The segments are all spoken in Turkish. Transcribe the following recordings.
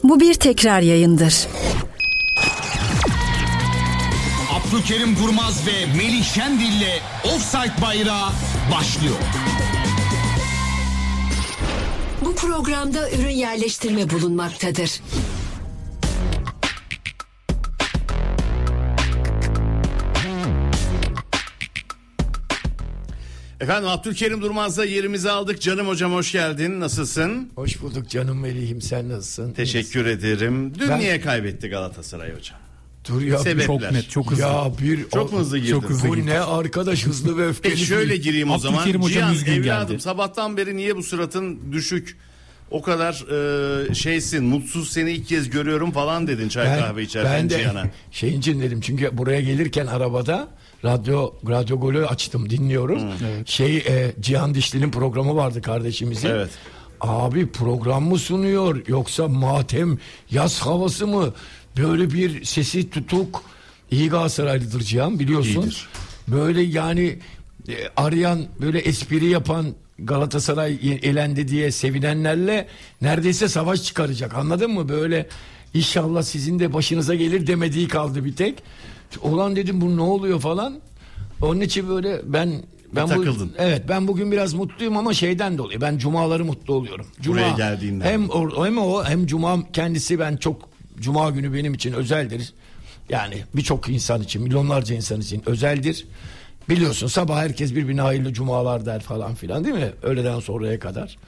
Bu bir tekrar yayındır. Abdülkerim Durmaz ve Melih Şendil'le Offside Bayrağı başlıyor. Bu programda ürün yerleştirme bulunmaktadır. Efendim Abdülkerim Durmaz'da yerimizi aldık. Canım hocam hoş geldin. Nasılsın? Hoş bulduk canım Melih'im, sen nasılsın? Teşekkür ederim. Dün niye kaybetti Galatasaray hocam? Dur ya. Sebepler. Çok net, çok hızlı. Ya Çok mu hızlı girdin? Çok hızlı. Bu ne arkadaş, hızlı ve öfkeli. Şöyle gireyim o zaman. Abdülkerim hocam Cihan üzgün evladım geldi. sabahtan beri niye bu suratın düşük? O kadar şeysin, mutsuz, seni ilk kez görüyorum falan dedin çay kahve içerken ben de Cihan'a. şeyin için dedim, çünkü buraya gelirken arabada radyo golü açtım, dinliyorum. Cihan Dişli'nin programı vardı kardeşimizin. Evet. Abi program mı sunuyor yoksa matem, yaz havası mı? Böyle bir sesi tutuk. İyi Galatasaraylıdır Cihan, biliyorsun. İyidir. Böyle yani arayan, böyle espri yapan, Galatasaray elendi diye sevinenlerle neredeyse savaş çıkaracak, anladın mı? Böyle inşallah sizin de başınıza gelir demediği kaldı bir tek. Olan dedim, bu ne oluyor falan. Onun için böyle ben takıldın. ben bugün biraz mutluyum ama şeyden dolayı. Ben cumaları mutlu oluyorum. Buraya geldiğinden. Hem cuma kendisi, ben çok, cuma günü benim için özeldir. Yani birçok insan için, milyonlarca insan için özeldir. Biliyorsun, sabah herkes birbirine hayırlı cumalar der falan filan, değil mi? Öğleden sonraya kadar.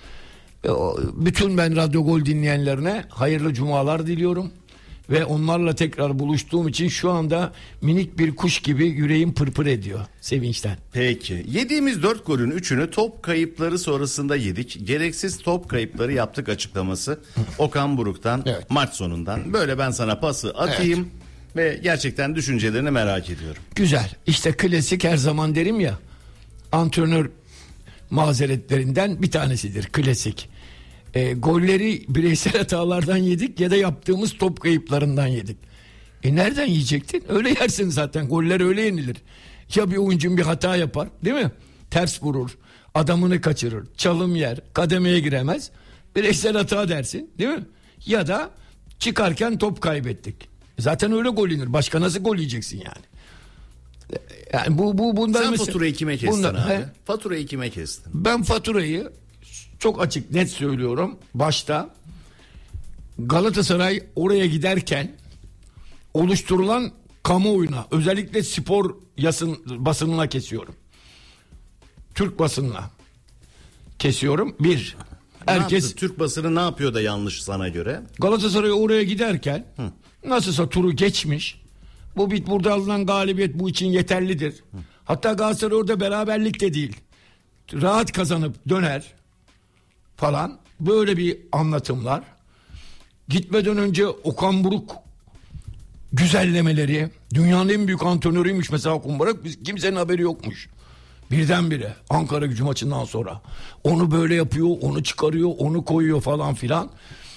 Bütün ben Radyo Gol dinleyenlerine hayırlı cumalar diliyorum. Ve onlarla tekrar buluştuğum için şu anda minik bir kuş gibi yüreğim pırpır ediyor sevinçten. Peki. Yediğimiz 4 golün 3'ünü top kayıpları sonrasında yedik. Gereksiz top kayıpları yaptık açıklaması Okan Buruk'tan, evet. Maç sonundan. Böyle ben sana pası atayım ve gerçekten düşüncelerini merak ediyorum. Güzel. İşte klasik, her zaman derim ya, antrenör mazeretlerinden bir tanesidir klasik. Golleri bireysel hatalardan yedik ya da yaptığımız top kayıplarından yedik. Nereden yiyecektin? Öyle yersin zaten. Goller öyle yenilir. Ya bir oyuncun bir hata yapar, değil mi? Ters vurur, adamını kaçırır, çalım yer, kademeye giremez. Bireysel hata dersin, değil mi? Ya da çıkarken top kaybettik. Zaten öyle gol yenir. Başka nasıl gol yiyeceksin yani? Yani bundan Sen mesela, faturayı kime kestin abi? Faturayı kime kestin? Ben faturayı çok açık net söylüyorum. Başta Galatasaray oraya giderken oluşturulan kamuoyuna, özellikle spor basınına kesiyorum. Türk basınına kesiyorum. Herkes Türk basını ne yapıyor da yanlış sana göre? Galatasaray oraya giderken nasılsa turu geçmiş. Burada alınan galibiyet bu için yeterlidir. Hatta Galatasaray orada beraberlik de değil, rahat kazanıp döner falan, böyle bir anlatımlar. Gitmeden önce Okan Buruk güzellemeleri, dünyanın en büyük antrenörüymüş mesela Okan Buruk, kimsenin haberi yokmuş. Birdenbire Ankaragücü maçından sonra onu böyle yapıyor, onu çıkarıyor, onu koyuyor falan filan.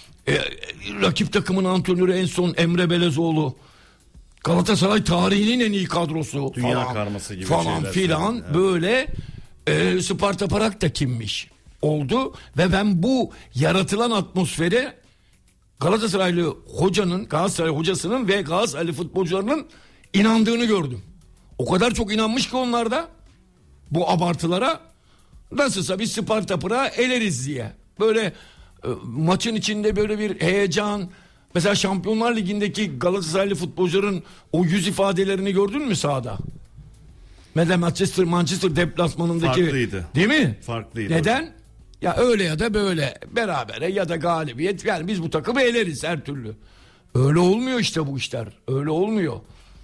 Rakip takımın antrenörü en son Emre Belezoğlu, Galatasaray tarihinin en iyi kadrosu Dünya falan, karması gibi falan filan, evet. böyle Sparta Prag da kimmiş oldu ve ben bu yaratılan atmosfere Galatasaray hocasının ve Galatasaraylı futbolcularının inandığını gördüm. O kadar çok inanmış ki onlar da bu abartılara, nasılsa biz Sparta Prag'ı eleriz diye. Böyle maçın içinde böyle bir heyecan. Mesela Şampiyonlar Ligi'ndeki Galatasaraylı futbolcuların o yüz ifadelerini gördün mü sahada? Mesela Manchester deplasmanındaki, farklıydı. Değil mi? Farklıydı. Neden? Ya öyle ya da böyle, berabere ya da galibiyet, yani biz bu takımı eleriz her türlü. Öyle olmuyor işte bu işler. Öyle olmuyor.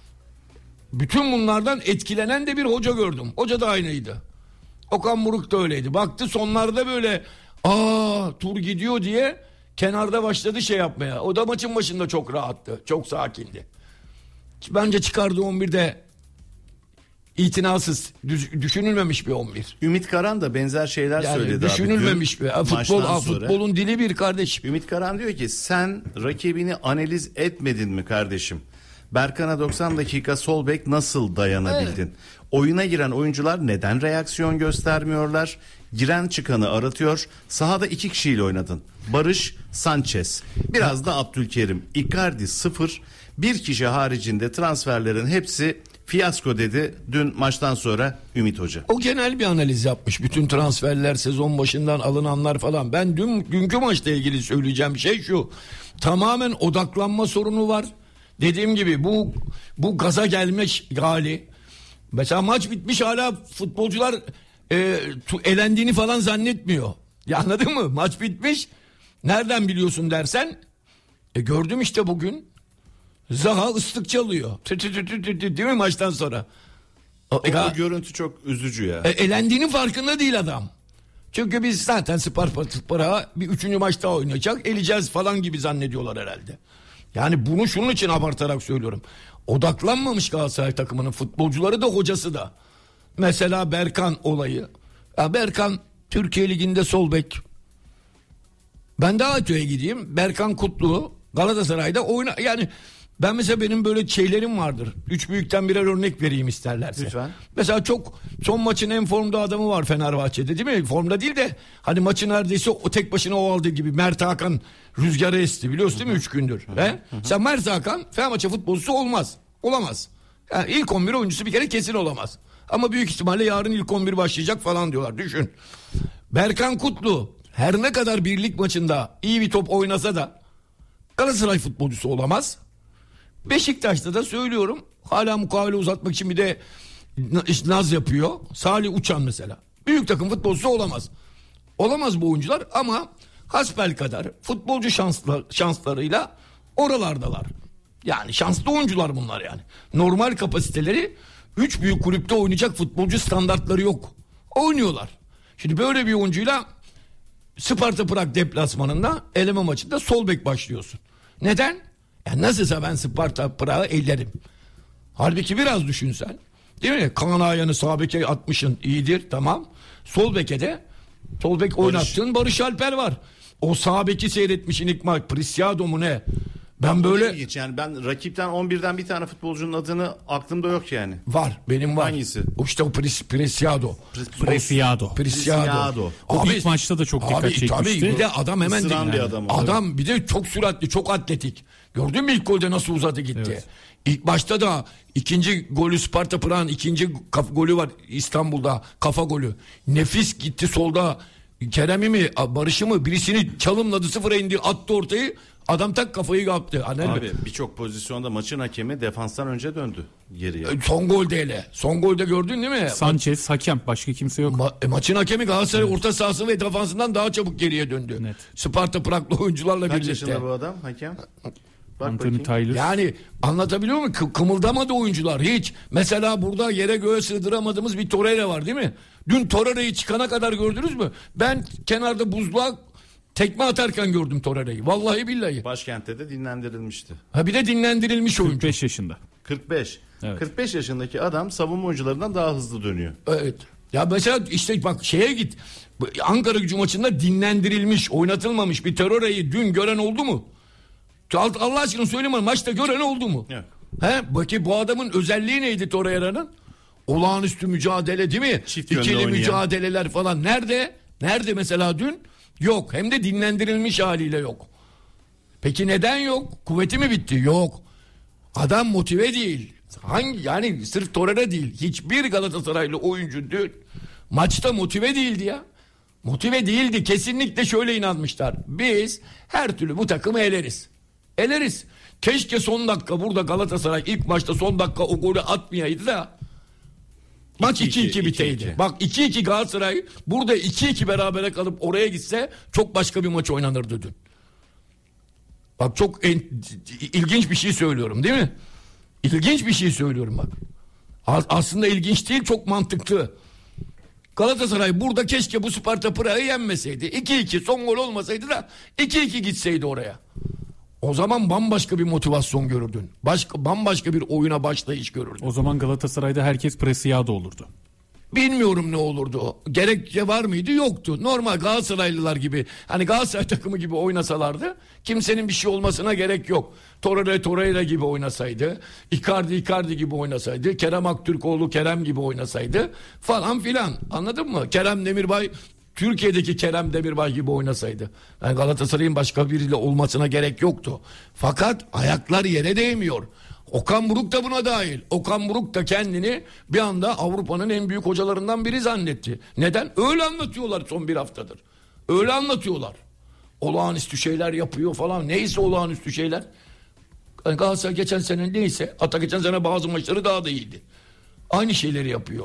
Bütün bunlardan etkilenen de bir hoca gördüm. Hoca da aynıydı. Okan Buruk da öyleydi. Baktı sonlarda böyle tur gidiyor diye kenarda başladı şey yapmaya. O da maçın başında çok rahattı. Çok sakindi. Bence çıkardığı 11'de itinasız, düşünülmemiş bir 11. Ümit Karan da benzer şeyler Yani söyledi düşünülmemiş bir futbolun dili bir kardeşim. Ümit Karan diyor ki sen rakibini analiz etmedin mi kardeşim? Berkan'a 90 dakika sol bek nasıl dayanabildin? Oyuna giren oyuncular neden reaksiyon göstermiyorlar? Giren çıkanı aratıyor. Sahada 2 kişiyle oynadın. Barış, Sanchez. Biraz da Abdülkerim. Icardi 0. Bir kişi haricinde transferlerin hepsi fiyasko dedi dün maçtan sonra Ümit Hoca. O genel bir analiz yapmış. Bütün transferler, sezon başından alınanlar falan. Ben dünkü maçla ilgili söyleyeceğim şey şu. Tamamen odaklanma sorunu var. Dediğim gibi bu gaza gelmiş hali. Mesela maç bitmiş, hala futbolcular elendiğini falan zannetmiyor. Ya anladın mı? Maç bitmiş. Nereden biliyorsun dersen, gördüm işte bugün. Zaha ıslık çalıyor. Değil mi maçtan sonra? O görüntü çok üzücü ya. Elendiğinin farkında değil adam. Çünkü biz zaten Sparta bir 3. maç daha oynayacak, eleyeceğiz falan gibi zannediyorlar herhalde. Yani bunu şunun için abartarak söylüyorum. Odaklanmamış Galatasaray takımının futbolcuları da, hocası da. Mesela Berkan olayı. Ya Berkan Türkiye Ligi'nde sol bek. Ben daha öteye gideyim. Berkan Kutlu Galatasaray'da oyna. Yani ben mesela, benim böyle şeylerim vardır. 3 büyükten birer örnek vereyim isterlerse. Lütfen. Mesela çok son maçın en formda adamı var Fenerbahçe'de, değil mi? Formda değil de hani maçı neredeyse o tek başına o aldığı gibi Mert Hakan rüzgarı esti, biliyorsun değil mi 3 gündür? Sen Mert Hakan Fenerbahçe futbolcusu olmaz. Olamaz. Yani ilk 11 oyuncusu bir kere kesin olamaz. Ama büyük ihtimalle yarın ilk 11 başlayacak falan diyorlar. Düşün. Berkan Kutlu her ne kadar birlik maçında iyi bir top oynasa da Galatasaray futbolcusu olamaz. Beşiktaş'ta da söylüyorum, hala mukavele uzatmak için bir de naz yapıyor. Salih Uçan mesela. Büyük takım futbolcusu olamaz. Olamaz bu oyuncular ama hasbelkader futbolcu şanslarıyla oralardalar. Yani şanslı oyuncular bunlar yani. Normal kapasiteleri, 3 büyük kulüpte oynayacak futbolcu standartları yok. Oynuyorlar. Şimdi böyle bir oyuncuyla Sparta Prag deplasmanında eleme maçında sol bek başlıyorsun. Neden? Yani nasılsa ben Sparta Prag'ı ellerim. Halbuki biraz düşünsen, değil mi? Kaan Ayhan'ı sağ beke atmışın, iyidir, tamam. Sol beke de sol bek oynattığın Barış Alper var. O sağ beki seyretmişin ilk maç. Preciado mu ne? Ben böyle... Yani ben rakipten 11'den bir tane futbolcunun adını aklımda yok yani. Var, benim var. Hangisi? O işte o Preciado. Preciado. O ilk maçta da çok dikkat çekmişti. Tabii, bir de adam hemen Isıran bir adam. Adam bir de çok süratli, çok atletik. Gördün mü ilk golde nasıl uzadı gitti? Evet. İlk başta da ikinci golü, Sparta Prag'ın ikinci golü var İstanbul'da, kafa golü. Nefis gitti solda. Kerem'i mi, Barış'ı mı, birisini çalımladı, sıfıra indi, attı ortayı. Adam tak kafayı kaptı. Abi birçok pozisyonda maçın hakemi defanstan önce döndü geriye. Son golde hele. Son golde gördün değil mi? Sanchez hakem, başka kimse yok. Maçın hakemi Galatasaray orta sahası ve defansından daha çabuk geriye döndü. Net. Sparta Prag'lı oyuncularla birlikte. Kaç yaşında bu adam hakem? Anthony Taylor. Yani anlatabiliyor muyum? Kımıldamadı oyuncular hiç. Mesela burada yere göğe sığdıramadığımız bir Torreira var değil mi? Dün Torreira'yı çıkana kadar gördünüz mü? Ben kenarda buzluğa tekme atarken gördüm Torreira'yı. Vallahi billahi. Başkentte de dinlendirilmişti. Ha bir de dinlendirilmiş oyuncu. 45 yaşında. 45. Evet. 45 yaşındaki adam savunma oyuncularından daha hızlı dönüyor. Evet. Ya mesela işte bak şeye git. Ankara-Gücü maçında dinlendirilmiş, oynatılmamış bir Torreira'yı dün gören oldu mu? Allah aşkına söyleme, maçta gören oldu mu? Yok. Bakın bu adamın özelliği neydi Torreira'nın? Olağanüstü mücadele değil mi? Çift yönlü İkili oynayan mücadeleler falan. Nerede? Nerede mesela dün? Yok. Hem de dinlendirilmiş haliyle yok. Peki neden yok? Kuvveti mi bitti? Yok. Adam motive değil. Yani sırf Torreira değil. Hiçbir Galatasaraylı oyuncu dün maçta motive değildi ya. Motive değildi. Kesinlikle şöyle inanmışlar. Biz her türlü bu takımı eleriz. Eleriz. Keşke son dakika burada Galatasaray ilk maçta son dakika o golü atmayaydı da maç 2-2 biteydi. 2-2. Bak 2-2 Galatasaray burada 2-2 berabere kalıp oraya gitse çok başka bir maç oynanırdı dün. Bak çok ilginç bir şey söylüyorum değil mi? İlginç bir şey söylüyorum bak. Aslında ilginç değil, çok mantıklı. Galatasaray burada keşke bu Sparta Prag'ı yenmeseydi. 2-2 son gol olmasaydı da 2-2 gitseydi oraya. O zaman bambaşka bir motivasyon görürdün. Bambaşka bir oyuna başlayış görürdün. O zaman Galatasaray'da herkes Preciado olurdu. Bilmiyorum ne olurdu. Gerekçe var mıydı? Yoktu. Normal Galatasaraylılar gibi, hani Galatasaray takımı gibi oynasalardı kimsenin bir şey olmasına gerek yok. Torreira gibi oynasaydı, Icardi gibi oynasaydı, Kerem Aktürkoğlu Kerem gibi oynasaydı falan filan. Anladın mı? Kerem Demirbay Türkiye'deki Kerem Demirbay gibi oynasaydı. Yani Galatasaray'ın başka biriyle olmasına gerek yoktu. Fakat ayaklar yere değmiyor. Okan Buruk da buna dahil. Okan Buruk da kendini bir anda Avrupa'nın en büyük hocalarından biri zannetti. Neden? Öyle anlatıyorlar son bir haftadır. Öyle anlatıyorlar. Olağanüstü şeyler yapıyor falan. Neyse olağanüstü şeyler. Yani Galatasaray geçen sene neyse. Hatta geçen sene bazı maçları daha da iyiydi. Aynı şeyleri yapıyor.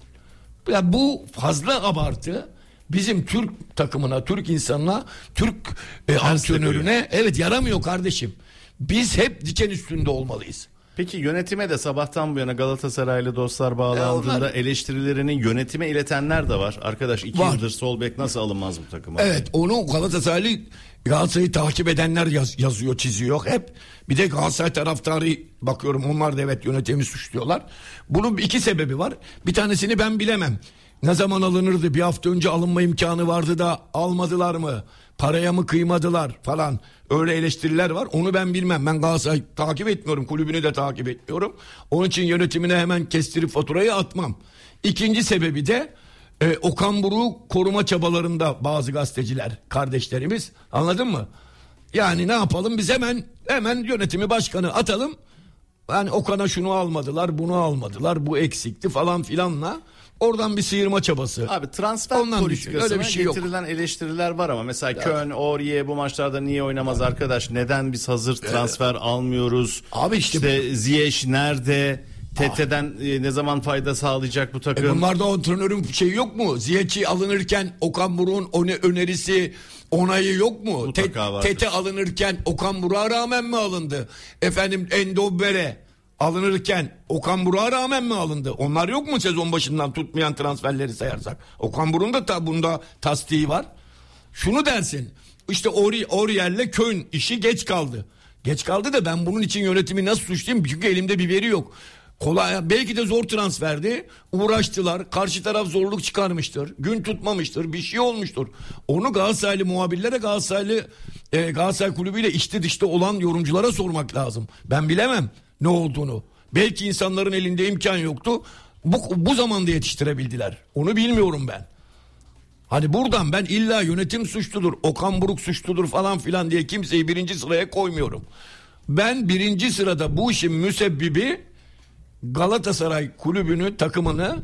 Yani bu fazla abartı bizim Türk takımına, Türk insanına, Türk antrenörüne evet yaramıyor kardeşim. Biz hep diken üstünde olmalıyız. Peki yönetime de sabahtan bu yana Galatasaraylı dostlar bağlandığında eleştirilerini yönetime iletenler de var. Arkadaş 2 yıldır sol bek nasıl alınmaz bu takıma? Evet, onu Galatasaray'ı takip edenler yazıyor, çiziyor hep. Bir de Galatasaray taraftarı bakıyorum, onlar da evet yönetimi suçluyorlar. Bunun 2 sebebi var. Bir tanesini ben bilemem. Ne zaman alınırdı? Bir hafta önce alınma imkanı vardı da almadılar mı? Paraya mı kıymadılar falan. Öyle eleştiriler var. Onu ben bilmem. Ben Galatasaray takip etmiyorum. Kulübünü de takip etmiyorum. Onun için yönetimine hemen kestirip faturayı atmam. İkinci sebebi de Okan Buruk'u koruma çabalarında bazı gazeteciler, kardeşlerimiz. Anladın mı? Yani ne yapalım? Biz hemen yönetimi, başkanı atalım. Yani Okan'a şunu almadılar, bunu almadılar, bu eksikti falan filanla. Oradan bir sıyırma çabası. Abi transfer politikasına getirilen eleştiriler var ama mesela Köln, Aurier bu maçlarda niye oynamaz arkadaş? Neden biz hazır transfer almıyoruz? Abi işte Ziyech nerede? TT'den ne zaman fayda sağlayacak bu takım? Bunlarda antrenörün şeyi yok mu? Ziyech'i alınırken Okan Buruk'un önerisi, onayı yok mu? TT alınırken Okan Buruk'a rağmen mi alındı? Efendim Endombele alınırken Okan Buruk'a rağmen mi alındı? Onlar yok mu sezon başından tutmayan transferleri sayarsak? Okan Buruk'un da bunda tasdiği var. Şunu dersin. İşte Aurier'le Köln işi geç kaldı. Geç kaldı da ben bunun için yönetimi nasıl suçlayayım? Çünkü elimde bir veri yok. Kolay, belki de zor transferdi. Uğraştılar. Karşı taraf zorluk çıkarmıştır. Gün tutmamıştır. Bir şey olmuştur. Onu Galatasaraylı muhabirlere, Galatasaray kulübüyle içli dışta olan yorumculara sormak lazım. Ben bilemem ne olduğunu. Belki insanların elinde imkan yoktu. Bu zamanda yetiştirebildiler. Onu bilmiyorum ben. Hani buradan ben illa yönetim suçludur, Okan Buruk suçludur falan filan diye kimseyi birinci sıraya koymuyorum. Ben birinci sırada bu işin müsebbibi Galatasaray kulübünü, takımını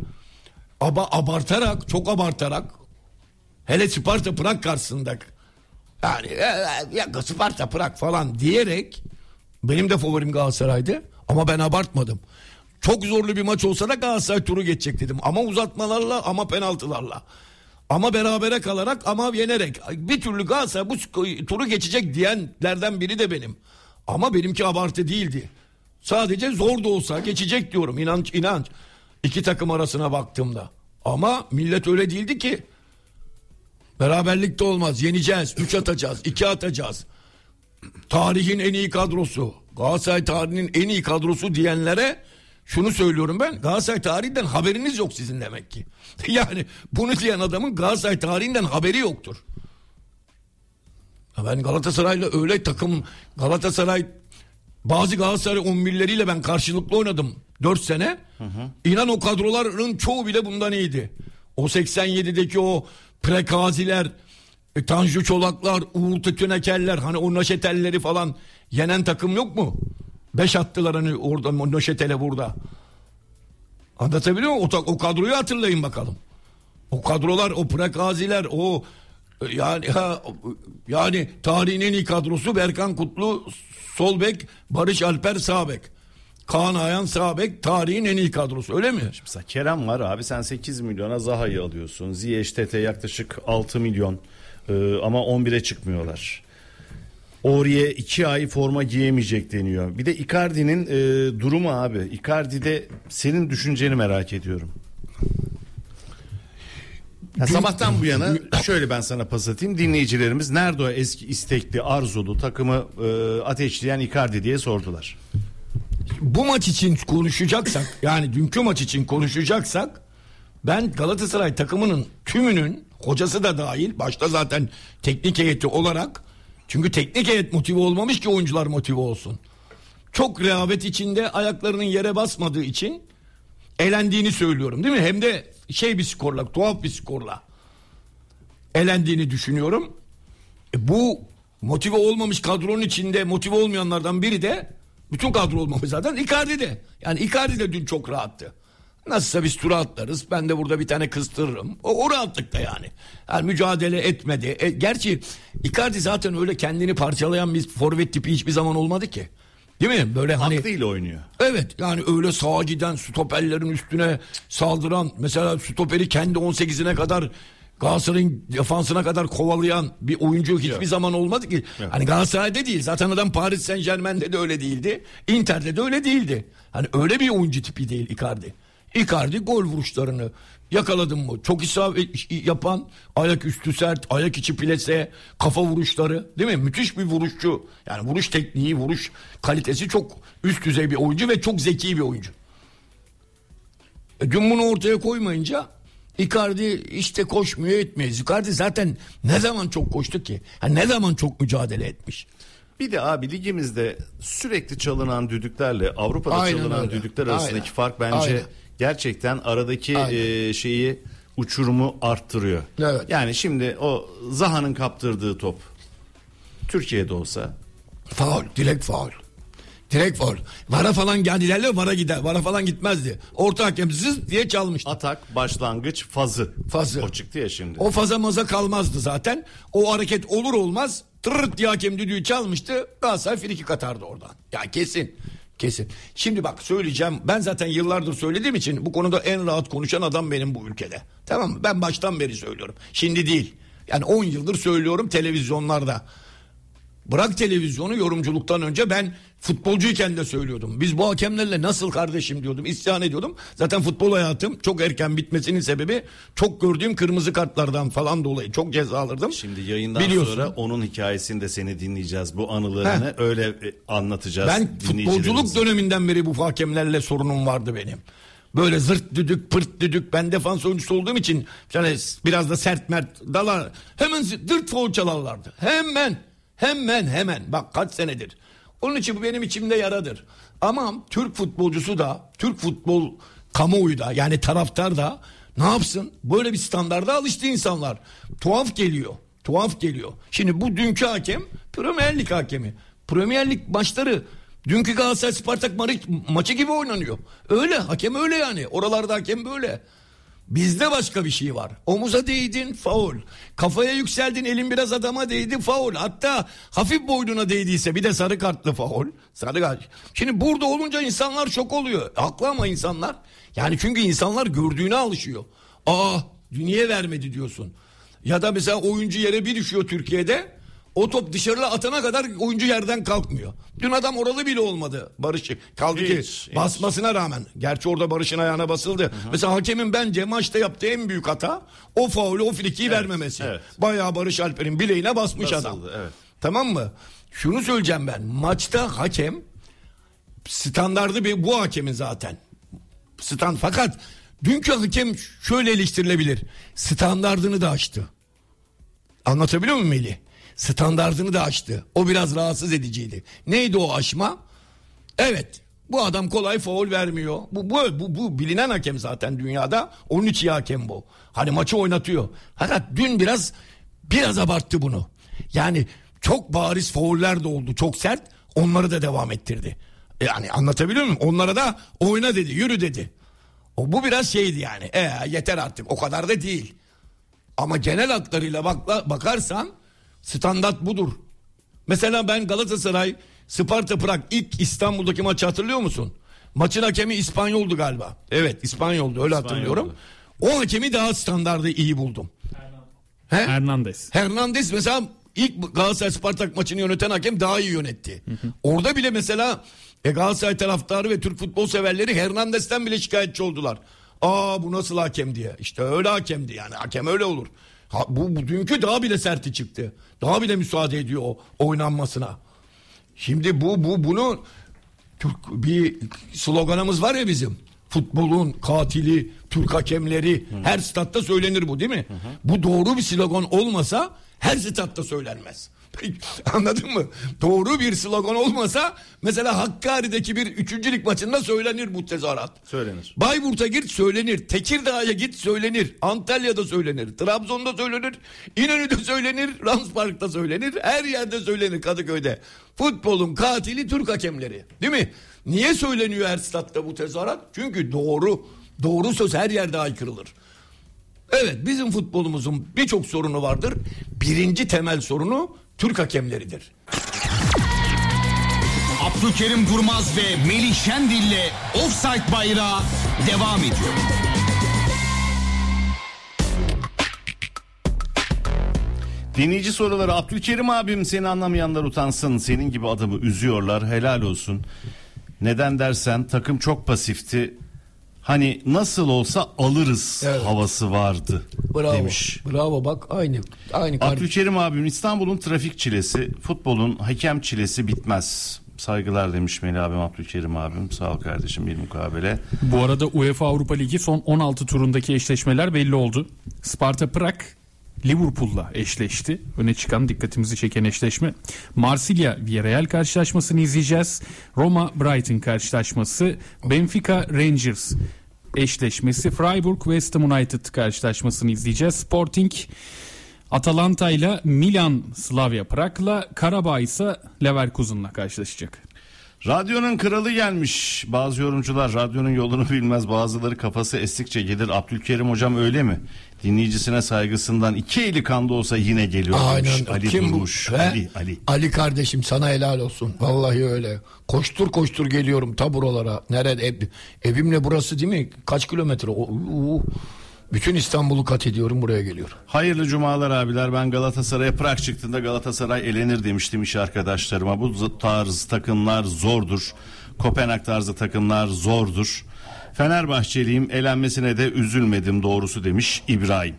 çok abartarak, hele Sparta Prag karşısında yani ya Sparta Prag falan diyerek, benim de favorim Galatasaray'dı ama ben abartmadım. Çok zorlu bir maç olsa da Galatasaray turu geçecek dedim. Ama uzatmalarla, ama penaltılarla, ama berabere kalarak, ama yenerek. Bir türlü Galatasaray bu turu geçecek diyenlerden biri de benim. Ama benimki abartı değildi. Sadece zor da olsa geçecek diyorum. İnanç. İki takım arasına baktığımda. Ama millet öyle değildi ki. Beraberlik de olmaz. Yeneceğiz. 3 atacağız. 2 atacağız. Tarihin en iyi kadrosu. Galatasaray tarihinin en iyi kadrosu diyenlere şunu söylüyorum ben. Galatasaray tarihinden haberiniz yok sizin demek ki. Yani bunu diyen adamın Galatasaray tarihinden haberi yoktur. Ben Galatasaray'la öyle takım, bazı Galatasaray 11'leriyle ben karşılıklı oynadım 4 sene. İnan o kadroların çoğu bile bundan iyiydi. O 87'deki o Prekaziler, Tanju Çolaklar, Uğur Tütünekerler, hani o Naşetelleri falan yenen takım yok mu? 5 attılar hani orada Naşetel'e burada. Anlatabiliyor muyum? O kadroyu hatırlayın bakalım. O kadrolar, o Prekaziler, o yani tarihin en iyi kadrosu Berkan Kutlu sol bek, Barış Alper sağ bek, Kaan Ayhan sağ bek, tarihin en iyi kadrosu, öyle mi? Şimdi mesela Kerem var abi, sen 8 milyona Zaha'yı alıyorsun. Ziyech, TT yaklaşık 6 milyon ama 11'e çıkmıyorlar. Aurier 2 ay forma giyemeyecek deniyor. Bir de Icardi'nin durumu abi. Icardi'de senin düşünceni merak ediyorum. Ya sabahtan bu yana şöyle ben sana pas atayım. Dinleyicilerimiz nerede o eski istekli, arzulu takımı ateşleyen Icardi diye sordular. Bu maç için konuşacaksak, yani dünkü maç için konuşacaksak, Ben Galatasaray takımının tümünün, hocası da dahil, başta zaten teknik heyeti olarak, çünkü teknik heyet motive olmamış ki oyuncular motive olsun. Çok rehavet içinde, ayaklarının yere basmadığı için elendiğini söylüyorum, değil mi? Hem de bir skorla, tuhaf bir skorla elendiğini düşünüyorum. Bu motive olmamış kadronun içinde motive olmayanlardan biri de, bütün kadro olmamış zaten, Icardi'de. Yani Icardi de dün çok rahattı. Nasılsa biz tura atlarız, ben de burada bir tane kıstırırım. O rahatlıkta yani. Yani mücadele etmedi. Gerçi Icardi zaten öyle kendini parçalayan bir forvet tipi hiçbir zaman olmadı ki. Değil mi? Böyle hani aklıyla oynuyor. Evet, yani öyle sağa giden, stoperlerin üstüne saldıran, mesela stoperi kendi 18'ine kadar, Galatasaray'ın defansına kadar kovalayan bir oyuncu hiçbir zaman olmadı ki. Yok. Hani Galatasaray'da değil. Zaten adam Paris Saint-Germain'de de öyle değildi. Inter'de de öyle değildi. Hani öyle bir oyuncu tipi değil Icardi. Icardi gol vuruşlarını yakaladım mı çok isabet yapan, ayak üstü sert, ayak içi plase, kafa vuruşları, değil mi? Müthiş bir vuruşçu. Yani vuruş tekniği, vuruş kalitesi çok üst düzey bir oyuncu ve çok zeki bir oyuncu. Dün bunu ortaya koymayınca Icardi işte koşmuyor, etmiyor. Icardi zaten ne zaman çok koştu ki? Yani ne zaman çok mücadele etmiş? Bir de abi ligimizde sürekli çalınan düdüklerle Avrupa'da Aynen çalınan öyle. düdükler arasındaki Aynen. fark bence Aynen. gerçekten aradaki uçurumu arttırıyor. Evet. Yani şimdi o Zaha'nın kaptırdığı top Türkiye'de olsa Faul, direkt faul. Direkt faul. VAR'a falan geldilerle VAR'a gider. VAR'a falan gitmezdi. Orta hakem zız diye çalmıştı. atak, başlangıç, fazı. Fazı. O çıktı ya şimdi. O faza maza kalmazdı zaten. O hareket olur olmaz tırırt diye hakem düdüğü çalmıştı. Galatasaray frikik atardı oradan. Ya kesin. Kesin. Şimdi bak söyleyeceğim. Ben zaten yıllardır söylediğim için bu konuda en rahat konuşan adam benim bu ülkede. Tamam mı? Ben baştan beri söylüyorum. Şimdi değil. Yani 10 yıldır söylüyorum televizyonlarda. Bırak televizyonu, yorumculuktan önce ben futbolcuyken de söylüyordum. Biz bu hakemlerle nasıl kardeşim diyordum, isyan ediyordum. Zaten futbol hayatım çok erken bitmesinin sebebi çok gördüğüm kırmızı kartlardan falan dolayı çok ceza alırdım. Şimdi yayından Biliyorsun. sonra onun hikayesini de seni dinleyeceğiz. Bu anılarını öyle anlatacağız. Ben futbolculuk döneminden beri bu hakemlerle sorunum vardı benim. Böyle zırt düdük, pırt düdük. Ben defans oyuncusu olduğum için yani biraz da sert mert dalar. Hemen zırt faul çalarlardı. Hemen. Bak kaç senedir. Onun için bu benim içimde yaradır. Ama Türk futbolcusu da, Türk futbol kamuoyu da, yani taraftar da ne yapsın? Böyle bir standarda alıştı insanlar. Tuhaf geliyor. Şimdi bu dünkü hakem Premier Lig hakemi. Premier Lig maçları dünkü Galatasaray Spartak maçı gibi oynanıyor. Öyle hakem öyle yani. Oralarda hakem böyle. Bizde başka bir şey var. Omuza değdin faul. Kafaya yükseldin, elin biraz adama değdi faul. Hatta hafif boynuna değdiyse bir de sarı kartlı faul. Sarı kart. Şimdi burada olunca insanlar şok oluyor. Haklı ama insanlar. Yani çünkü insanlar gördüğüne alışıyor. Niye vermedi diyorsun. Ya da mesela oyuncu yere bir düşüyor Türkiye'de. O top dışarıya atana kadar oyuncu yerden kalkmıyor. Dün adam oralı bile olmadı Barış'ı. Kaldı ki basmasına rağmen. Gerçi orada Barış'ın ayağına basıldı. Hı-hı. Mesela hakemin bence maçta yaptığı en büyük hata o faulü, o frikiyi vermemesi. Evet. Bayağı Barış Alper'in bileğine basmış adam. Evet. Tamam mı? Şunu söyleyeceğim ben. Maçta hakem standardı bu hakemin zaten. Fakat dünkü hakem şöyle eleştirilebilir. Standardını da aştı. Anlatabiliyor muyum Melih? Standardını da aştı. O biraz rahatsız ediciydi. Neydi o aşma? Evet. Bu adam kolay faul vermiyor. Bu bilinen hakem zaten dünyada. Onun için hakem bu. Hani maçı oynatıyor. Fakat dün biraz abarttı bunu. Yani çok bariz fauller de oldu. Çok sert. Onları da devam ettirdi. Yani anlatabiliyor muyum? Onlara da oyna dedi, yürü dedi. Bu biraz şeydi yani. Yeter artık. O kadar da değil. Ama genel hatlarıyla bakarsan standart budur. Mesela ben Galatasaray Sparta Prag ilk İstanbul'daki maçı hatırlıyor musun? Maçın hakemi İspanyoldu galiba. Evet, İspanyoldu, öyle hatırlıyorum. O hakemi daha standardı iyi buldum. Hernandez mesela ilk Galatasaray Spartak maçını yöneten hakem daha iyi yönetti. Orada bile mesela Galatasaray taraftarı ve Türk futbol severleri Hernandez'ten bile şikayetçi oldular. Bu nasıl hakem diye. İşte öyle hakemdi yani. Hakem öyle olur. Bu dünkü daha bile serti çıktı. Daha bile müsaade ediyor o oynanmasına. Şimdi bunu bir sloganımız var ya bizim. futbolun katili Türk hakemleri, her statta söylenir bu, değil mi? Bu doğru bir slogan olmasa her statta söylenmez. Anladın mı? Doğru bir slogan olmasa mesela Hakkari'deki bir 3. lig maçında söylenir bu tezahürat. Söylenir. Bayburt'a git söylenir. Tekirdağ'a git söylenir. Antalya'da söylenir. Trabzon'da söylenir. İnönü'de söylenir. Ramspark'ta söylenir. Her yerde söylenir, Kadıköy'de. Futbolun katili Türk hakemleri. Değil mi? Niye söyleniyor her statta bu tezahürat? Çünkü doğru. Doğru söz her yerde aykırılır. Evet, bizim futbolumuzun birçok sorunu vardır. Birinci temel sorunu Türk hakemleridir. Abdülkerim Durmaz ve Melih Şendil'le Offside Bayrağı devam ediyor. Dinleyici soruları. Abdülkerim abim, seni anlamayanlar utansın. Senin gibi adamı üzüyorlar, helal olsun. Neden dersen takım çok pasifti. Hani nasıl olsa alırız havası vardı, Bravo, demiş. Bravo, bak aynı. Abdülkerim abim, İstanbul'un trafik çilesi, futbolun hakem çilesi bitmez. Saygılar demiş Melih abim, Abdülkerim abim. Sağ ol kardeşim, bir mukabele. Bu arada UEFA Avrupa Ligi son 16 turundaki eşleşmeler belli oldu. Sparta Prag Liverpool'la eşleşti. Öne çıkan, dikkatimizi çeken eşleşme. Marsilya Villarreal karşılaşmasını izleyeceğiz. Roma Brighton karşılaşması, Benfica Rangers eşleşmesi, Freiburg West Ham United karşılaşmasını izleyeceğiz. Sporting Atalanta ile Milan Slavia Prag'la, Karabağ ise Leverkusen'la karşılaşacak. Radyonun kralı gelmiş. Bazı yorumcular radyonun yolunu bilmez, bazıları kafası estikçe gelir. Abdülkerim hocam öyle mi? Dinleyicisine saygısından iki eli kanda olsa yine geliyor demiş. Aynen. Ali Kim Durmuş. bu? Ali. Ali kardeşim, sana helal olsun. Vallahi öyle. Koştur koştur geliyorum ta buralara. Nerede? Evimle burası değil mi? Kaç kilometre? Bütün İstanbul'u kat ediyorum, buraya geliyorum. Hayırlı cumalar abiler. Ben Galatasaray'a Prag çıktığında Galatasaray elenir demiştim iş arkadaşlarıma. Bu tarz takımlar zordur. Kopenhag tarzı takımlar zordur. Fenerbahçeliyim, elenmesine de üzülmedim doğrusu demiş İbrahim.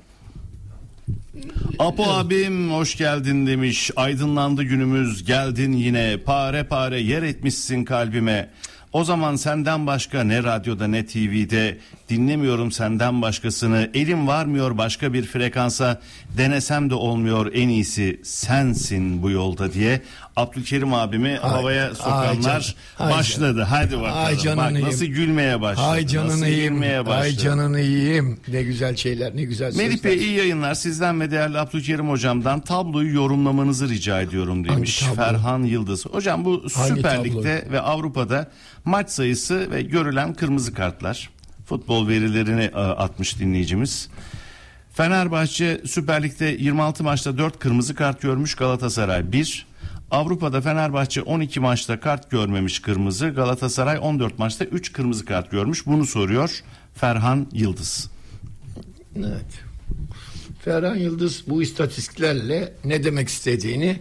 Apo abim hoş geldin demiş. Aydınlandı günümüz, geldin yine. Pare pare yer etmişsin kalbime. O zaman senden başka ne radyoda ne TV'de dinlemiyorum senden başkasını. Elim varmıyor başka bir frekansa, denesem de olmuyor, en iyisi sensin bu yolda diye Abdülkerim abimi havaya sokanlar başladı. Hadi bakalım. Bak nasıl gülmeye başladı. Ay canını yiyeyim. Ay canını yiyeyim. Ne güzel şeyler, ne güzel sözler. Melih Bey, iyi yayınlar. Sizden ve değerli Abdülkerim hocamdan tabloyu yorumlamanızı rica ediyorum demiş Ferhan Yıldız. Hocam bu Süper Lig'de ve Avrupa'da maç sayısı ve görülen kırmızı kartlar. Futbol verilerini atmış dinleyicimiz. Fenerbahçe Süper Lig'de 26 maçta 4 kırmızı kart görmüş, Galatasaray 1. Avrupa'da Fenerbahçe 12 maçta kart görmemiş kırmızı, Galatasaray 14 maçta 3 kırmızı kart görmüş. Bunu soruyor Ferhan Yıldız. Evet. Ferhan Yıldız bu istatistiklerle ne demek istediğini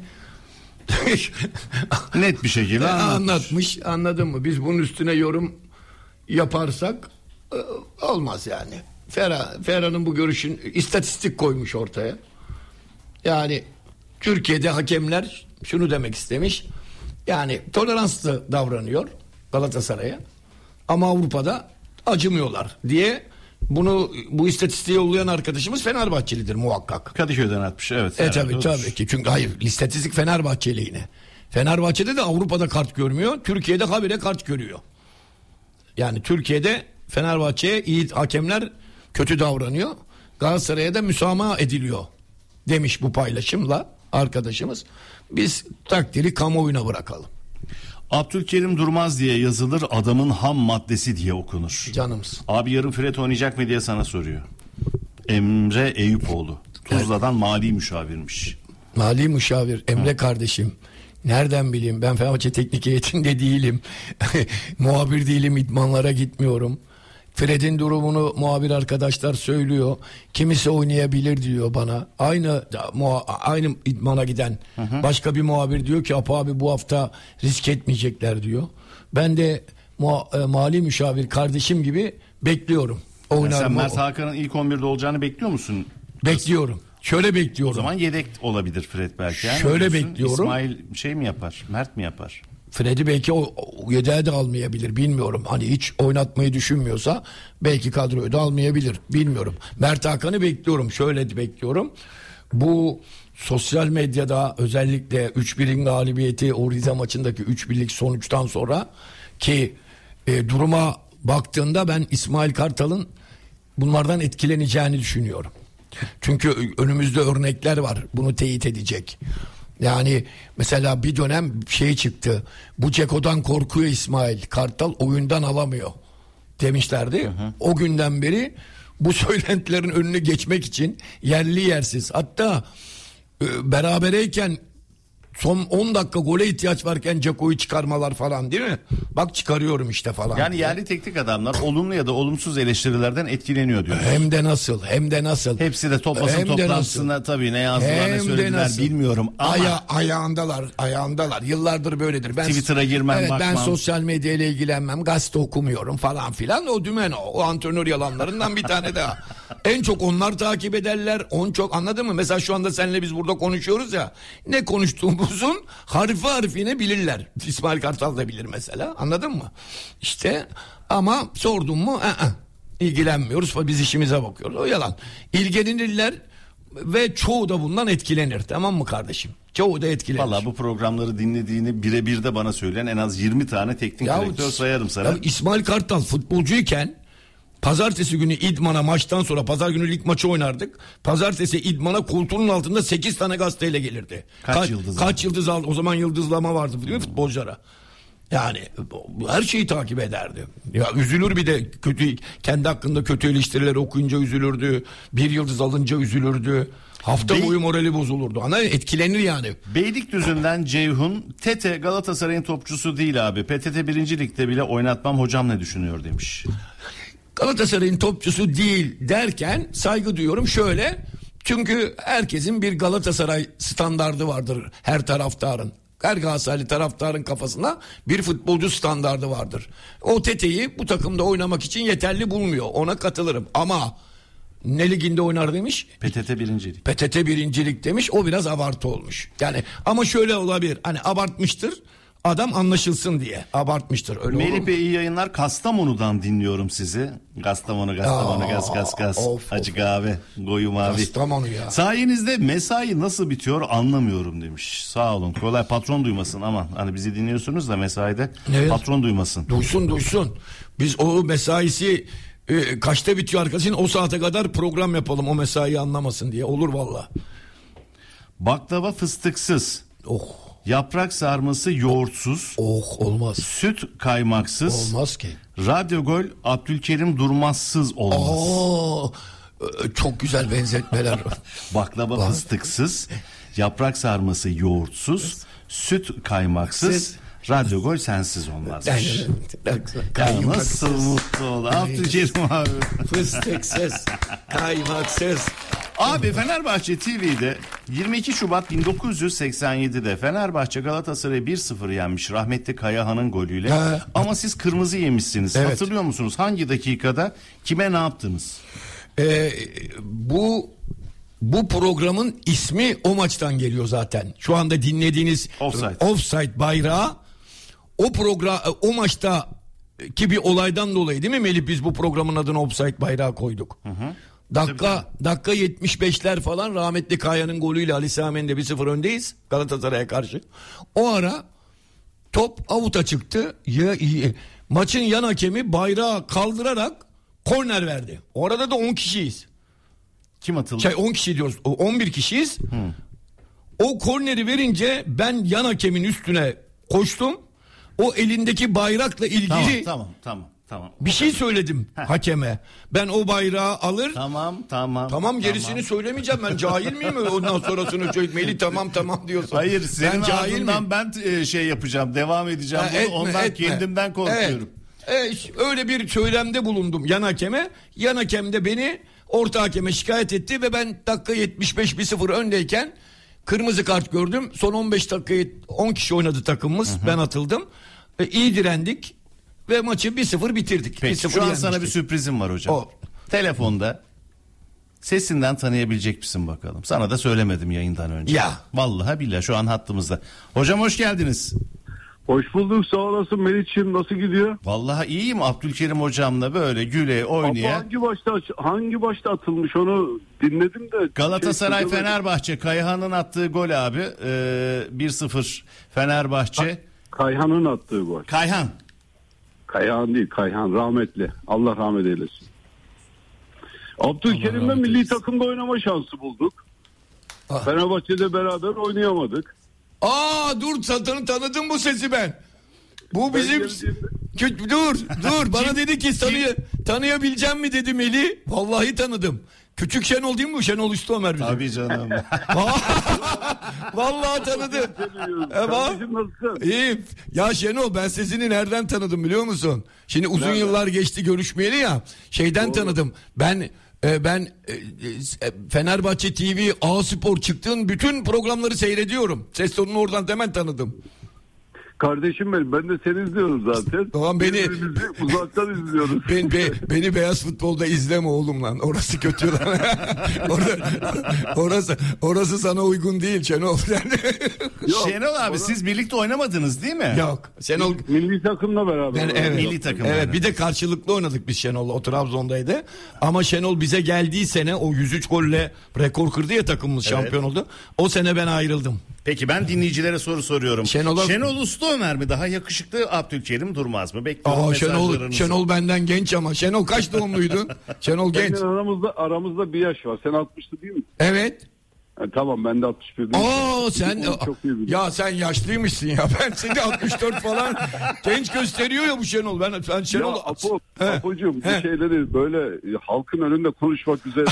net bir şekilde anlatmış. Anladın mı? Biz bunun üstüne yorum yaparsak olmaz yani. Ferhan'ın bu görüşün istatistik koymuş ortaya. Yani Türkiye'de hakemler şunu demek istemiş. Yani toleranslı davranıyor Galatasaray'a ama Avrupa'da acımıyorlar diye bu istatistiği yollayan arkadaşımız Fenerbahçelidir muhakkak. Kadıköy'den atmış, evet. Tabii ki. Çünkü hayır, istatistik Fenerbahçeli yine. Fenerbahçe'de de Avrupa'da kart görmüyor. Türkiye'de habire kart görüyor. Yani Türkiye'de Fenerbahçe'ye iyi hakemler kötü davranıyor. Galatasaray'a da müsamaha ediliyor demiş bu paylaşımla arkadaşımız. Biz takdiri kamuoyuna bırakalım. Abdülkerim Durmaz diye yazılır, adamın ham maddesi diye okunur. Canımız. Abi yarın Fred oynayacak mı diye sana soruyor. Emre Eyüpoğlu. Tuzla'dan mali müşavirmiş. Mali müşavir Emre kardeşim. Nereden bileyim, ben Fenerbahçe teknik heyetinde değilim. Muhabir değilim, idmanlara gitmiyorum. Fred'in durumunu muhabir arkadaşlar söylüyor. Kimisi oynayabilir diyor bana. Aynı idmana giden başka bir muhabir diyor ki Apo abi bu hafta risk etmeyecekler diyor. Ben de mali müşavir kardeşim gibi bekliyorum. Sen Mert Hakan'ın ilk 11'de olacağını bekliyor musun? Bekliyorum. Şöyle bekliyorum. O zaman yedek olabilir Fred belki. Yani şöyle bekliyorum. İsmail şey mi yapar? Mert mi yapar? Fred'i belki o yedeğe de almayabilir, bilmiyorum. Hani hiç oynatmayı düşünmüyorsa belki kadroyu da almayabilir, bilmiyorum. Mert Hakan'ı bekliyorum, şöyle de bekliyorum. Bu sosyal medyada özellikle 3-1'in galibiyeti, o Rize maçındaki 3-1'lik sonuçtan sonra ki duruma baktığında ben İsmail Kartal'ın bunlardan etkileneceğini düşünüyorum. Çünkü önümüzde örnekler var bunu teyit edecek. Yani mesela bir dönem şey çıktı. Bu Ceko'dan korkuyor İsmail Kartal, oyundan alamıyor demişlerdi. O günden beri bu söylentilerin önüne geçmek için yerli yersiz, hatta berabereyken son 10 dakika gole ihtiyaç varken Ceko'yu çıkarmalar falan, değil mi? Bak çıkarıyorum işte falan. Yani yerli teknik adamlar olumlu ya da olumsuz eleştirilerden etkileniyor diyor. Hem de nasıl. Hepsi de basın toplantısında tabii ne yazdılar ne söylediler bilmiyorum ama ayağındalar. Yıllardır böyledir. Ben Twitter'a girmem, bakmam. Ben sosyal medyayla ilgilenmem, gazete okumuyorum falan filan. O dümen o antrenör yalanlarından bir tane daha. En çok onlar takip ederler. Anladın mı? Mesela şu anda seninle biz burada konuşuyoruz ya. Ne konuştuğumuzun harfine bilirler. İsmail Kartal da bilir mesela. Anladın mı? İşte ama sordun mu? İlgilenmiyoruz. Biz işimize bakıyoruz. O yalan. İlgilenirler ve çoğu da bundan etkilenir. Tamam mı kardeşim? Çoğu da etkilenir. Valla bu programları dinlediğini birebir de bana söyleyen en az 20 tane teknik direktör sayarım sana. Ya İsmail Kartal futbolcuyken pazartesi günü idmana, maçtan sonra pazar günü lig maçı oynardık. Pazartesi idmana koltuğunun altında 8 tane gazeteyle gelirdi. Kaç yıldız aldı? O zaman yıldızlama vardı değil mi futbolculara? Yani her şeyi takip ederdi. Ya üzülür, bir de kendi hakkında kötü eleştirileri okuyunca üzülürdü. Bir yıldız alınca üzülürdü. Hafta boyu morali bozulurdu. Etkilenir yani. Beylikdüzü'nden Ceyhun, Tete Galatasaray'ın topçusu değil abi. PTT 1. Lig'de bile oynatmam, hocam ne düşünüyor demiş. Galatasaray'ın topçusu değil derken saygı duyuyorum şöyle. Çünkü herkesin bir Galatasaray standardı vardır, her taraftarın. Her Galatasaraylı taraftarın kafasında bir futbolcu standardı vardır. O Tete'yi bu takımda oynamak için yeterli bulmuyor. Ona katılırım ama ne liginde oynar demiş? PTT 1. Lig. PTT 1. Lig demiş. O biraz abartı olmuş. Yani ama şöyle olabilir. Hani abartmıştır. Adam anlaşılsın diye abartmıştır. Öyle Melih Bey iyi yayınlar. Kastamonu'dan dinliyorum sizi. Kastamonu gaz. Acı kahve, koyu mavi. Kastamonu ya. Sayenizde mesai nasıl bitiyor anlamıyorum demiş. Sağ olun. Kolay, patron duymasın aman. Hani bizi dinliyorsunuz da mesaide patron duymasın. Duysun. Biz o mesaisi kaçta bitiyor arkadaşın, o saate kadar program yapalım o mesaiyi anlamasın diye. Olur valla. Baklava fıstıksız. Yaprak sarması yoğurtsuz. Olmaz. Süt kaymaksız. Olmaz ki. Radyo Gol Abdülkerim Durmazsız olmaz. Çok güzel benzetmeler. Baklava fıstıksız, yaprak sarması yoğurtsuz, süt kaymaksız, Radyo Gol sensiz olmaz. Nasıl mutlu oldu Abdülkerim abi. Fıstıksız, kaymaksız. Abi Fenerbahçe TV'de 22 Şubat 1987'de Fenerbahçe Galatasaray'ı 1-0 yenmiş rahmetli Kayahan'ın golüyle. Ama siz kırmızı yemişsiniz. Evet. Hatırlıyor musunuz? Hangi dakikada kime ne yaptınız? Bu programın ismi o maçtan geliyor zaten. Şu anda dinlediğiniz Offside bayrağı o maçta ki bir olaydan dolayı değil mi Melih, biz bu programın adını Offside bayrağı koyduk. Dakika 75'ler falan, rahmetli Kaya'nın golüyle Ali Sami'nde 1-0 öndeyiz Galatasaray'a karşı. O ara top avuta çıktı. Maçın yan hakemi bayrağı kaldırarak korner verdi. Orada da 10 kişiyiz. Kim atıldı? 10 kişi diyoruz. 11 kişiyiz. O korneri verince ben yan hakemin üstüne koştum. O elindeki bayrakla ilgili Tamam. bir şey söyledim hakeme. Ben o bayrağı alır. Tamam gerisini söylemeyeceğim, ben cahil miyim? Ondan sonrasını Melih tamam diyorsun. Hayır, senin ağzından ben şey yapacağım, devam edeceğim. Ondan kendimden korkuyorum. Öyle bir söylemde bulundum yan hakeme. Yan hakem de beni orta hakeme şikayet etti ve ben dakika 75 1-0 öndeyken kırmızı kart gördüm. Son 15 dakikayı 10 kişi oynadı takımımız. Ben atıldım. İyi direndik ve maçı 1-0 bitirdik. Peki, şu an sana bir sürprizim var hocam. Telefonda sesinden tanıyabilecek misin bakalım? Sana da söylemedim yayından önce. Ya. Vallahi billahi şu an hattımızda. Hocam hoş geldiniz. Hoş bulduk, sağ olasın Melih'ciğim, nasıl gidiyor? Vallahi iyiyim, Abdülkerim hocamla böyle güle Ama oynaya. hangi başta atılmış onu dinledim de. Galatasaray Fenerbahçe, Kayhan'ın attığı gol abi, 1-0 Fenerbahçe. Kayhan'ın attığı gol. Kayhan değil, Kayhan rahmetli. Allah rahmet eylesin. Abdülkerim'le milli takımda oynama şansı bulduk. Fenerbahçe'de beraber oynayamadık. Dur tanıdım bu sesi ben. Bu bizim dur bana dedi ki tanıyabileceğim mi dedi Melih. Vallahi tanıdım. Küçük Şenol değil mi bu? Şenol Üstümer bizim. Tabii canım. Vallahi tanıdı. Kardeşim nasılsın? İyiyim. Ya Şenol, ben sesini nereden tanıdım biliyor musun? Şimdi uzun yıllar geçti görüşmeyeli ya. Şeyden tanıdım. Ben Fenerbahçe TV A Spor çıktığın bütün programları seyrediyorum. Ses tonunu oradan hemen tanıdım. Kardeşim benim, ben de seni izliyorum zaten. Tamam, birbirimizi uzaktan izliyoruz. Beni beyaz futbolda izleme oğlum lan. Orası kötü lan. orası sana uygun değil Şenol. Şenol abi, siz birlikte oynamadınız değil mi? Yok. Şenol milli takımla beraber. Evet. Milli takımla. Evet, bir de karşılıklı oynadık biz Şenol'la. O Trabzon'daydı. Ama Şenol bize geldiği sene o 103 golle rekor kırdı ya, takımımız şampiyon oldu. O sene ben ayrıldım. Peki ben dinleyicilere soru soruyorum. Şenol Usta Ömer mi daha yakışıklı, Abdülkerim Durmaz mı? Bekliyorum mesajlarınızı. Şenol benden genç ama. Şenol kaç doğumluydun? Şenol genç. Aramızda bir yaş var. Sen 60'lı değil mi? Evet. Tamam, ben de 61. Sen sen yaşlıymışsın ya. Ben seni 64 falan genç gösteriyor ya bu Şenol. Ben Şenol. Ya Apocuğum, bu şeyleri böyle halkın önünde konuşmak güzel.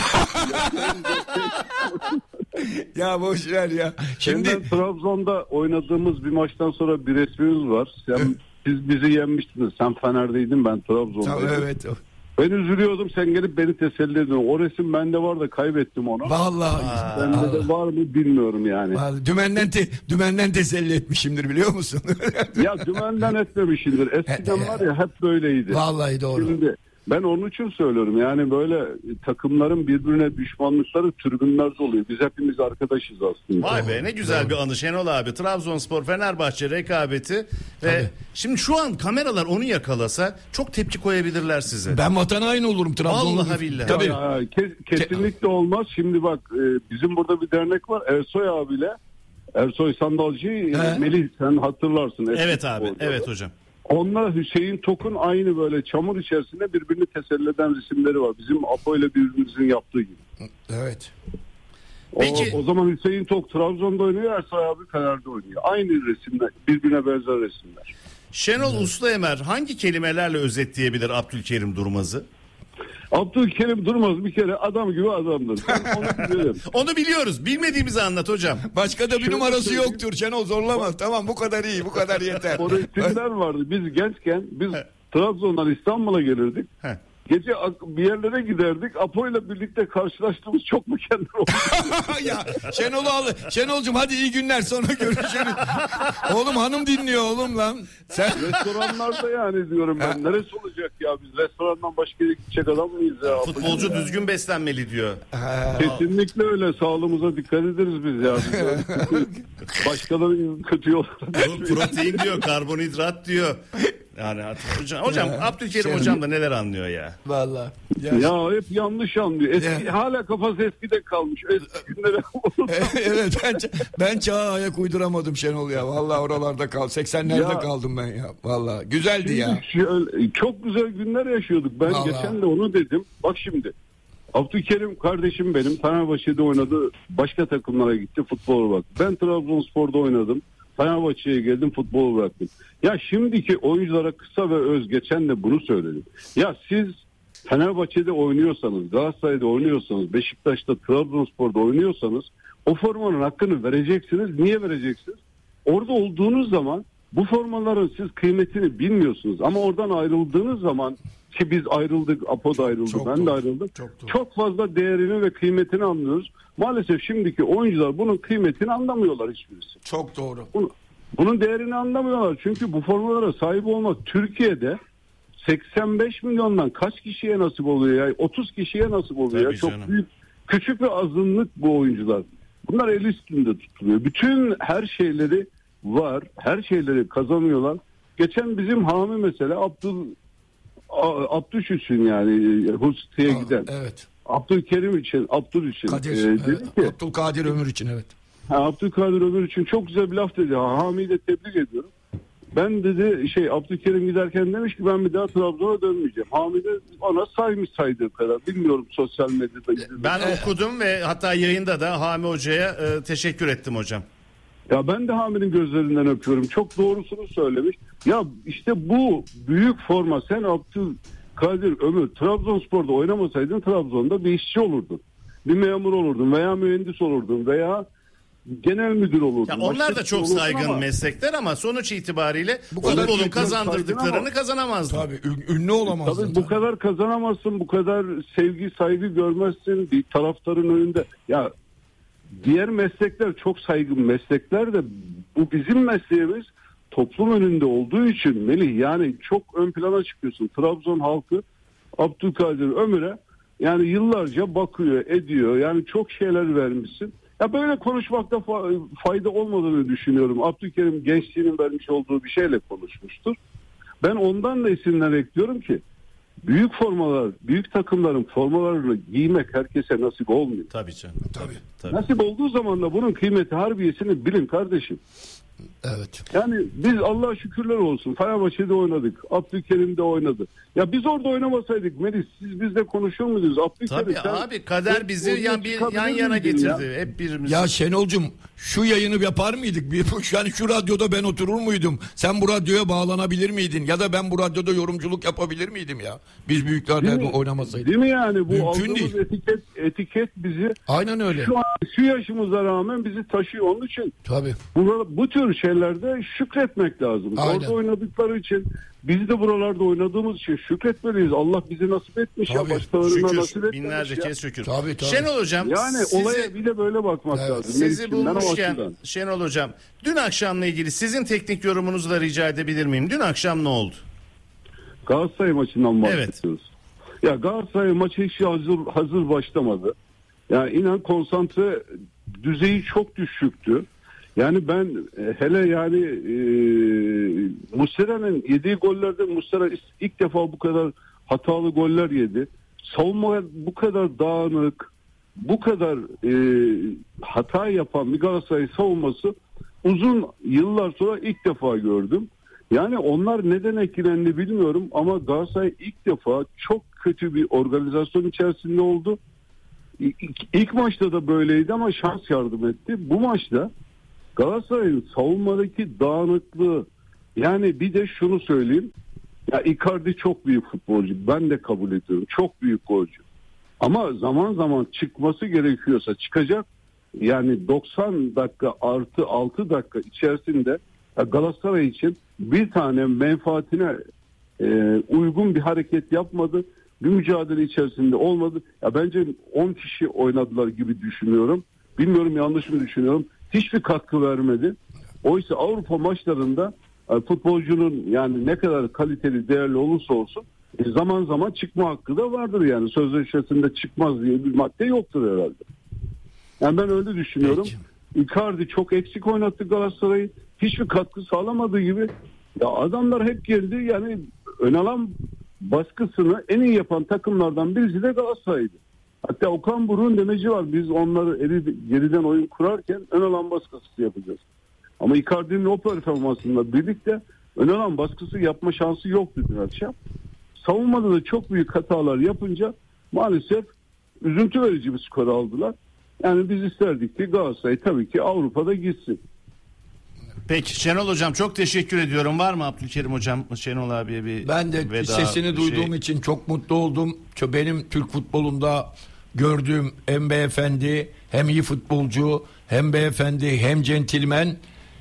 Ya boş ver ya. Şimdi Trabzon'da oynadığımız bir maçtan sonra bir resmimiz var. Siz bizi yenmiştiniz. Sen Fener'deydin, ben Trabzon'daydım. Evet. Ben üzülüyordum, sen gelip beni teselli edin. O resim bende var da kaybettim onu. Vallahi. Bende de var mı bilmiyorum yani. Dümenden teselli etmişimdir biliyor musun? Ya dümenden etmemişimdir. Eskiden var ya, hep böyleydi. Vallahi doğru. Şimdi ben onun için söylüyorum. Yani böyle takımların birbirine düşmanlıkları tribünlerde oluyor. Biz hepimiz arkadaşız aslında. Vay be, ne güzel bir anı Şenol abi. Trabzonspor Fenerbahçe rekabeti ve şimdi şu an kameralar onu yakalasa çok tepki koyabilirler size. Ben vatan haini olurum Trabzon'da. Vallahi billahi. Tabii. Kesinlikle olmaz. Şimdi bak, bizim burada bir dernek var. Ersoy abiyle. Ersoy Sandalcı, Melih, sen hatırlarsın. Evet abi. Oldu. Evet hocam. Onunla Hüseyin Tok'un aynı böyle çamur içerisinde birbirini teselli eden resimleri var. Bizim Apo ile birbirimizin yaptığı gibi. Evet. Peki. O zaman Hüseyin Tok Trabzon'da oynuyor, Ersoy abi Fener'de oynuyor. Aynı resimler, birbirine benzer resimler. Şenol Usta hangi kelimelerle özetleyebilir Abdülkerim Durmaz'ı? Abdülkerim Durmaz bir kere adam gibi adamdır. Onu biliyoruz. Bilmediğimizi anlat hocam. Başka da bir numarası yoktur Şenol, zorlama. Tamam, bu kadar iyi, bu kadar yeter. O resimler vardı. Biz gençken Trabzon'dan İstanbul'a gelirdik. Gece bir yerlere giderdik. Apo ile birlikte karşılaştığımız çok mükemmel oldu. Ya Şenol'cum hadi iyi günler, sonra görüşürüz. Oğlum hanım dinliyor oğlum lan. Sen... Restoranlarda yani diyorum ben. Neresi olacak ya, biz restorandan başka yere gidecek adam mıyız ya? Futbolcu düzgün beslenmeli diyor. Kesinlikle öyle, sağlığımıza dikkat ederiz biz ya. Başkaları kötü yol. Protein diyor, karbonhidrat diyor. Yani hocam Abdülkerim hocam da neler anlıyor ya. Vallahi. Ya hep yanlış anlıyor. Hala kafası eskide kalmış. Eski günlere. Evet, ben çağa ayak uyduramadım Şenol ya. Vallahi oralarda 80'lerde kaldım ben ya. Vallahi güzeldi ya. Çok güzel günler yaşıyorduk. Ben geçen de onu dedim. Bak şimdi. Abdülkerim kardeşim benim Fenerbahçe'de oynadı. Başka takımlara gitti, futbola bak. Ben Trabzonspor'da oynadım. Fenerbahçe'ye geldim, futbolu bıraktım. Ya şimdiki oyunculara kısa ve öz, geçen de bunu söyledim. Ya siz Fenerbahçe'de oynuyorsanız, Galatasaray'da oynuyorsanız, Beşiktaş'ta, Trabzonspor'da oynuyorsanız o formanın hakkını vereceksiniz. Niye vereceksiniz? Orada olduğunuz zaman bu formaların siz kıymetini bilmiyorsunuz. Ama oradan ayrıldığınız zaman, ki biz ayrıldık, Apo da ayrıldı, ben de ayrıldım. Çok fazla değerini ve kıymetini anlıyoruz. Maalesef şimdiki oyuncular bunun kıymetini anlamıyorlar hiçbirisi. Çok doğru. Bunun değerini anlamıyorlar. Çünkü bu formalara sahip olmak Türkiye'de 85 milyondan kaç kişiye nasip oluyor ya? 30 kişiye nasip oluyor ya. Çok büyük, küçük bir azınlık bu oyuncular. Bunlar el üstünde tutuluyor. Bütün her şeyleri var. Her şeyleri kazanıyorlar. Geçen bizim Hami mesela Abdüş için yani Husti'ye giden. Evet. Abdülkerim için, Abdül için. Kadir, dedi ki, Abdülkadir Ömür için evet. Abdülkadir Ömür için çok güzel bir laf dedi. Hami'yi de tebrik ediyorum. Ben dedi Abdülkerim giderken demiş ki ben bir daha Trabzon'a dönmeyeceğim. Hami de ona saymış saydığı kadar. Bilmiyorum sosyal medyada. Ben okudum ve hatta yayında da Hami Hoca'ya teşekkür ettim hocam. Ya ben de Hami'nin gözlerinden öpüyorum. Çok doğrusunu söylemiş. Ya işte bu büyük forma, sen Abdülkadir Ömür Trabzonspor'da oynamasaydın Trabzon'da bir işçi olurdun. Bir memur olurdun veya mühendis olurdun veya genel müdür olurdun. Ya onlar da çok saygın meslekler ama sonuç itibariyle futbolun kazandırdıklarını kazanamazdın. Tabii ünlü olamazdın. Tabii bu kadar kazanamazsın, bu kadar sevgi saygı görmezsin bir taraftarın önünde. Ya diğer meslekler çok saygın meslekler de bu bizim mesleğimiz toplum önünde olduğu için Melih yani çok ön plana çıkıyorsun. Trabzon halkı Abdülkadir Ömür'e yani yıllarca bakıyor, ediyor. Yani çok şeyler vermişsin. Ya böyle konuşmakta fayda olmadığını düşünüyorum. Abdülkerim gençliğinin vermiş olduğu bir şeyle konuşmuştur. Ben ondan da esinlenerek diyorum ki büyük formalar, büyük takımların formalarını giymek herkese nasip olmuyor. Tabii canım. Tabii. Nasip olduğu zaman da bunun kıymeti harbiyesini bilin kardeşim. Evet. Yani biz Allah'a şükürler olsun. Fenerbahçe'de oynadık. Abdülkerim de oynadı. Ya biz orada oynamasaydık Melis siz bizle konuşur muydunuz? Tabii abi kader bizi yan yana getirdi. Ya. Hep birimiz. Ya Şenolcum şu yayını yapar mıydık? Yani şu radyoda ben oturur muydum? Sen bu radyoya bağlanabilir miydin? Ya da ben bu radyoda yorumculuk yapabilir miydim ya? Biz büyüklerde oynamasaydık. Değil mi yani? Bu mümkün aldığımız değil. etiket bizi aynen öyle. Şu yaşımıza rağmen bizi taşıyor. Onun için tabii. Bu tür şeylerde şükretmek lazım. Aynen. Orada oynadıkları için biz de buralarda oynadığımız için şükretmeliyiz. Allah bize nasip etmiş tabii. ya. Başkalarına nasip Şükür. etmemiş Binlerce ya. kez şükür. Tabii. Şenol Hocam. Yani olaya bir de böyle bakmak lazım. Sizi bulmuşken Şenol Hocam dün akşamla ilgili sizin teknik yorumunuzu da rica edebilir miyim? Dün akşam ne oldu? Galatasaray maçından bahsediyoruz. Evet. Ya Galatasaray maçı hiç hazır başlamadı. Yani inan konsantre düzeyi çok düşüktü. Yani ben hele yani Muslera'nın yediği gollerde Muslera ilk defa bu kadar hatalı goller yedi. Savunma bu kadar dağınık, bu kadar hata yapan bir Galatasaray savunması uzun yıllar sonra ilk defa gördüm. Yani onlar neden etkilendi bilmiyorum ama Galatasaray ilk defa çok kötü bir organizasyon içerisinde oldu. İlk maçta da böyleydi ama şans yardım etti. Bu maçta Galatasaray'ın savunmadaki dağınıklığı, yani bir de şunu söyleyeyim. Ya Icardi çok büyük futbolcu. Ben de kabul ediyorum. Çok büyük golcü. Ama zaman zaman çıkması gerekiyorsa çıkacak. Yani 90 dakika artı 6 dakika içerisinde Galatasaray için bir tane menfaatine uygun bir hareket yapmadı. Bir mücadele içerisinde olmadı. Ya bence 10 kişi oynadılar gibi düşünüyorum. Bilmiyorum yanlış mı düşünüyorum. Hiçbir katkı vermedi. Oysa Avrupa maçlarında futbolcunun yani ne kadar kaliteli, değerli olursa olsun zaman zaman çıkma hakkı da vardır yani. Sözleşmesinde çıkmaz diye bir madde yoktur herhalde. Yani ben öyle düşünüyorum. Peki. Icardi çok eksik oynattı Galatasaray'ı. Hiçbir katkı sağlamadığı gibi. Ya adamlar hep geldi yani ön alan baskısını en iyi yapan takımlardan birisi de Galatasaray'dı. Hatta Okan Buruk'un demeci var. Biz onları geriden oyun kurarken ön alan baskısı yapacağız. Ama Icardi'nin o performansıyla birlikte ön alan baskısı yapma şansı yoktu dün akşam. Savunmada da çok büyük hatalar yapınca maalesef üzüntü verici bir skor aldılar. Yani biz isterdik ki Galatasaray tabii ki Avrupa'da gitsin. Peki Şenol Hocam çok teşekkür ediyorum. Var mı Abdülkerim Hocam Şenol abiye bir ben de veda, sesini duyduğum için çok mutlu oldum. Benim Türk futbolunda gördüğüm hem beyefendi hem iyi futbolcu hem beyefendi hem centilmen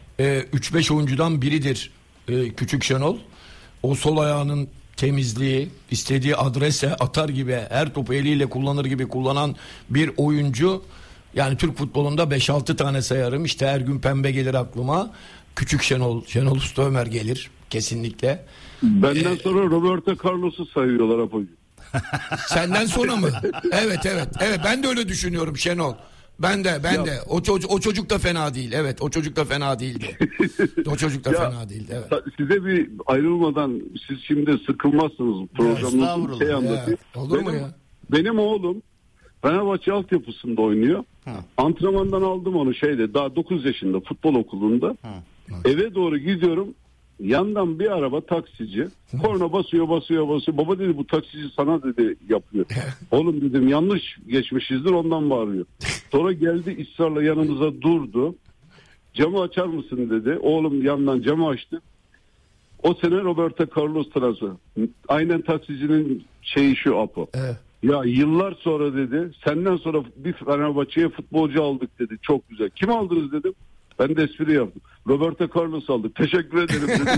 3-5 oyuncudan biridir Küçük Şenol. O sol ayağının temizliği, istediği adrese atar gibi, her topu eliyle kullanır gibi kullanan bir oyuncu. Yani Türk futbolunda 5-6 tane sayarım. İşte her gün Pembe gelir aklıma. Küçük Şenol Usta Ömer gelir kesinlikle. Benden sonra Roberto Carlos'u sayıyorlar Apo'cu. Senden sonra mı? Evet ben de öyle düşünüyorum Şenol. Ben de. O çocuk da fena değil. Evet, o çocuk da fena değildi. O çocuk da fena değildi. Evet. Size bir ayrılmadan, siz şimdi sıkılmazsınız programınızı şey anlatayım. Olur mu ya? Benim oğlum Fenerbahçe altyapısında oynuyor. Antrenmandan aldım onu daha 9 yaşında futbol okulunda. Eve doğru gidiyorum. Yandan bir araba taksici korna basıyor. Baba dedi, bu taksici sana dedi yapıyor. Oğlum dedim, yanlış geçmişizdir, ondan bağırıyor. Sonra geldi, ısrarla yanımıza durdu. Camı açar mısın dedi. Oğlum yandan camı açtı. O sene Roberto Carlos transfer. Aynen taksicinin şeyi şu Apo. Evet. Ya yıllar sonra dedi, senden sonra bir Fenerbahçe'ye futbolcu aldık dedi. Çok güzel. Kim aldınız dedim. Ben de espri yaptım. Roberto Carlos aldık. Teşekkür ederim dedim.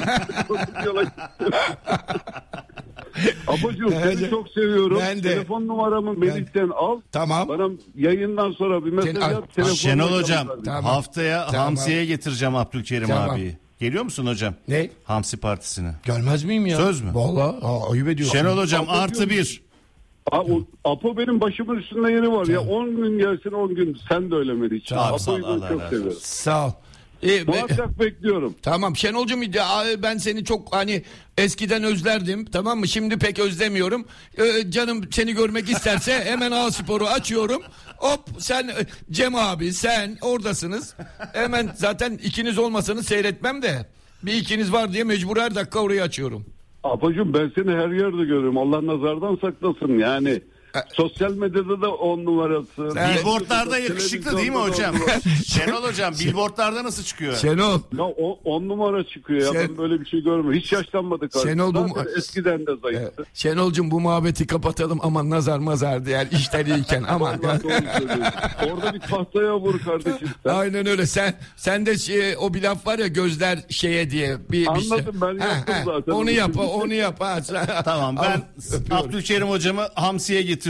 Abacığım seni çok seviyorum. Ben de. Telefon numaramı Melih'ten al. Tamam. Bana yayından sonra bir mesaj yap. Şenol hocam, Tamam. haftaya Tamam. Hamsi'ye getireceğim Abdülkerim Tamam. abiyi. Geliyor musun hocam? Ne? Hamsi partisine. Gelmez miyim ya? Söz mü? Vallahi ayıp ediyorsun. Şenol hocam +1. Apo benim başımın üstünde yeri var. Ya 10 gün gelsin 10 gün. Sen de öyle Melih. Sağ ol, Apo'yu Allah ben çok razı seviyorum. Sağ ol. Muhakkak bekliyorum. Tamam Şenolcuğum, ben seni çok eskiden özlerdim, tamam mı? Şimdi pek özlemiyorum. Canım seni görmek isterse hemen A-Spor'u açıyorum. Hop sen Cem abi sen oradasınız. Hemen zaten ikiniz olmasanız seyretmem de. Bir ikiniz var diye mecbur her dakika orayı açıyorum. Apacığım ben seni her yerde görüyorum. Allah nazardan saklasın yani. Sosyal medyada da 10 numarası. Evet. Billboardlarda yakışıklı değil mi hocam? Şenol hocam billboardlarda nasıl çıkıyor? Şenol. Ya 10 numara çıkıyor ya, ben böyle bir şey görmedim. Hiç yaşlanmadı kardeşim. Şenol zaten eskiden de zayıftı. Şenolcuğum bu muhabbeti kapatalım, aman nazar diğer işler iyiyken aman. Allah doğru söylüyorsun. Orada bir tahtaya vur kardeşim. Aynen öyle. Sen de o bir laf var ya, gözler şeye diye bir Anladım, ben yaptım zaten. Onu yap. Tamam, ben Abdülkerim hocamı Hamsi'ye getiriyorum.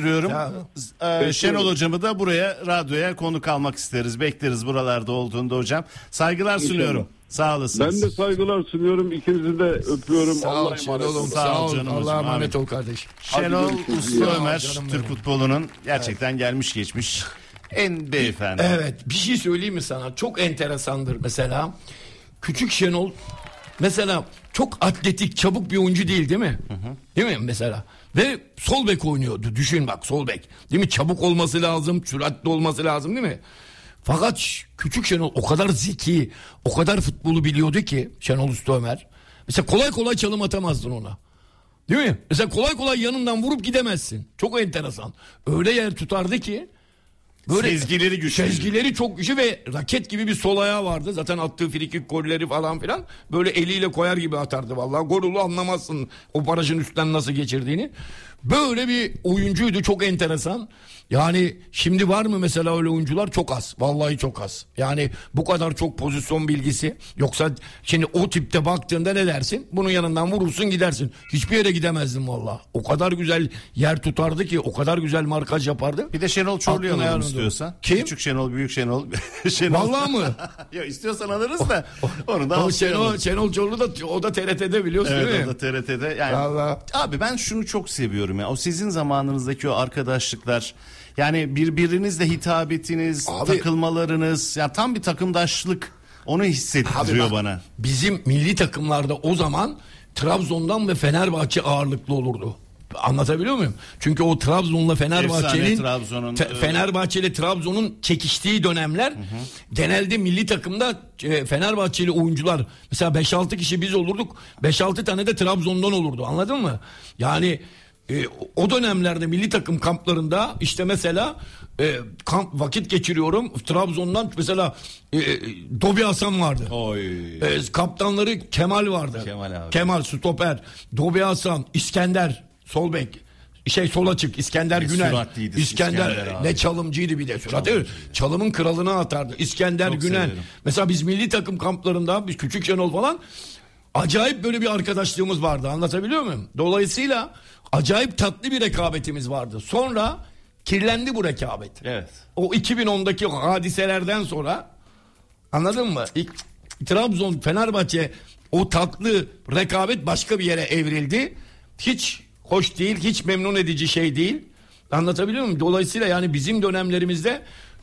Şenol hocamı da buraya, radyoya konuk almak isteriz. Bekleriz buralarda olduğunda hocam. Saygılar sunuyorum. Sağ olasınız. Ben de saygılar sunuyorum. İkinizi de öpüyorum. Sağ ol Allah'a emanet Şenol'um. olun. Sağ ol canım Allah'a hocam, emanet amin. ol kardeşim. Şenol Hadi Uslu görüşürüz. Ömer, Canım Türk benim. futbolunun gerçekten gelmiş geçmiş en beyefendi. Evet, bir şey söyleyeyim mi sana? Çok enteresandır mesela. Küçük Şenol mesela çok atletik, çabuk bir oyuncu değil mi? Değil mi mesela? Ve sol bek oynuyordu. Düşün bak, sol bek. Değil mi? Çabuk olması lazım, süratli olması lazım değil mi? Fakat küçük Şenol o kadar zeki, o kadar futbolu biliyordu ki Şenol Usta Ömer. Mesela kolay kolay çalım atamazdın ona. Değil mi? Mesela kolay kolay yanından vurup gidemezsin. Çok enteresan. Öyle yer tutardı ki böyle Sezgileri güçlü. Sezgileri çok güçlü ve raket gibi bir sol ayağı vardı. Zaten attığı frikik golleri falan filan böyle eliyle koyar gibi atardı vallahi. Golü anlamazsın o barajın üstten nasıl geçirdiğini. Böyle bir oyuncuydu, çok enteresan. Yani şimdi var mı mesela öyle oyuncular? Çok az. Vallahi çok az. Yani bu kadar çok pozisyon bilgisi. Yoksa şimdi o tipte baktığında ne dersin? Bunun yanından vurursun gidersin. Hiçbir yere gidemezdin vallahi. O kadar güzel yer tutardı ki, o kadar güzel markaj yapardı. Bir de Şenol Çorlu'yu Aklına alalım yanıldı. istiyorsan. Kim? Küçük Şenol, büyük Şenol. Vallahi mı? Ya istiyorsan alırız da onu da O Şenol Çorlu da o da TRT'de biliyorsun değil evet, mi? o da TRT'de. Yani, Vallahi. abi ben şunu çok seviyorum ya. O sizin zamanınızdaki o arkadaşlıklar. Yani birbirinizle hitabetiniz, Abi. takılmalarınız. Ya tam bir takımdaşlık. Onu hissettiriyor Abi bak, bana. bizim milli takımlarda o zaman Trabzon'dan ve Fenerbahçe ağırlıklı olurdu. Anlatabiliyor muyum? Çünkü o Trabzon'la Fenerbahçe'nin Efsane Trabzon'un, Fenerbahçe'yle Trabzon'un çekiştiği dönemler genelde milli takımda Fenerbahçeli oyuncular mesela 5-6 kişi biz olurduk. 5-6 tane de Trabzon'dan olurdu. Anladın mı? Yani o dönemlerde milli takım kamplarında işte mesela vakit geçiriyorum. Trabzon'dan mesela Dobi Hasan vardı. Oy. Kaptanları Kemal vardı. Kemal abi. Kemal stoper. Dobi Hasan, İskender sol bek. Sol açık İskender Günel. süratliydi İskender İskender abi. ne çalımcıydı bir de. Çalımın kralını atardı. İskender Çok Günel. severim. Mesela biz milli takım kamplarında biz Küçük Şenol falan acayip böyle bir arkadaşlığımız vardı. Anlatabiliyor muyum? Dolayısıyla acayip tatlı bir rekabetimiz vardı. Sonra kirlendi bu rekabet. Evet. O 2010'daki hadiselerden sonra anladın mı? Trabzon, Fenerbahçe o tatlı rekabet başka bir yere evrildi. Hiç hoş değil, hiç memnun edici şey değil. Anlatabiliyor muyum? Dolayısıyla yani bizim dönemlerimizde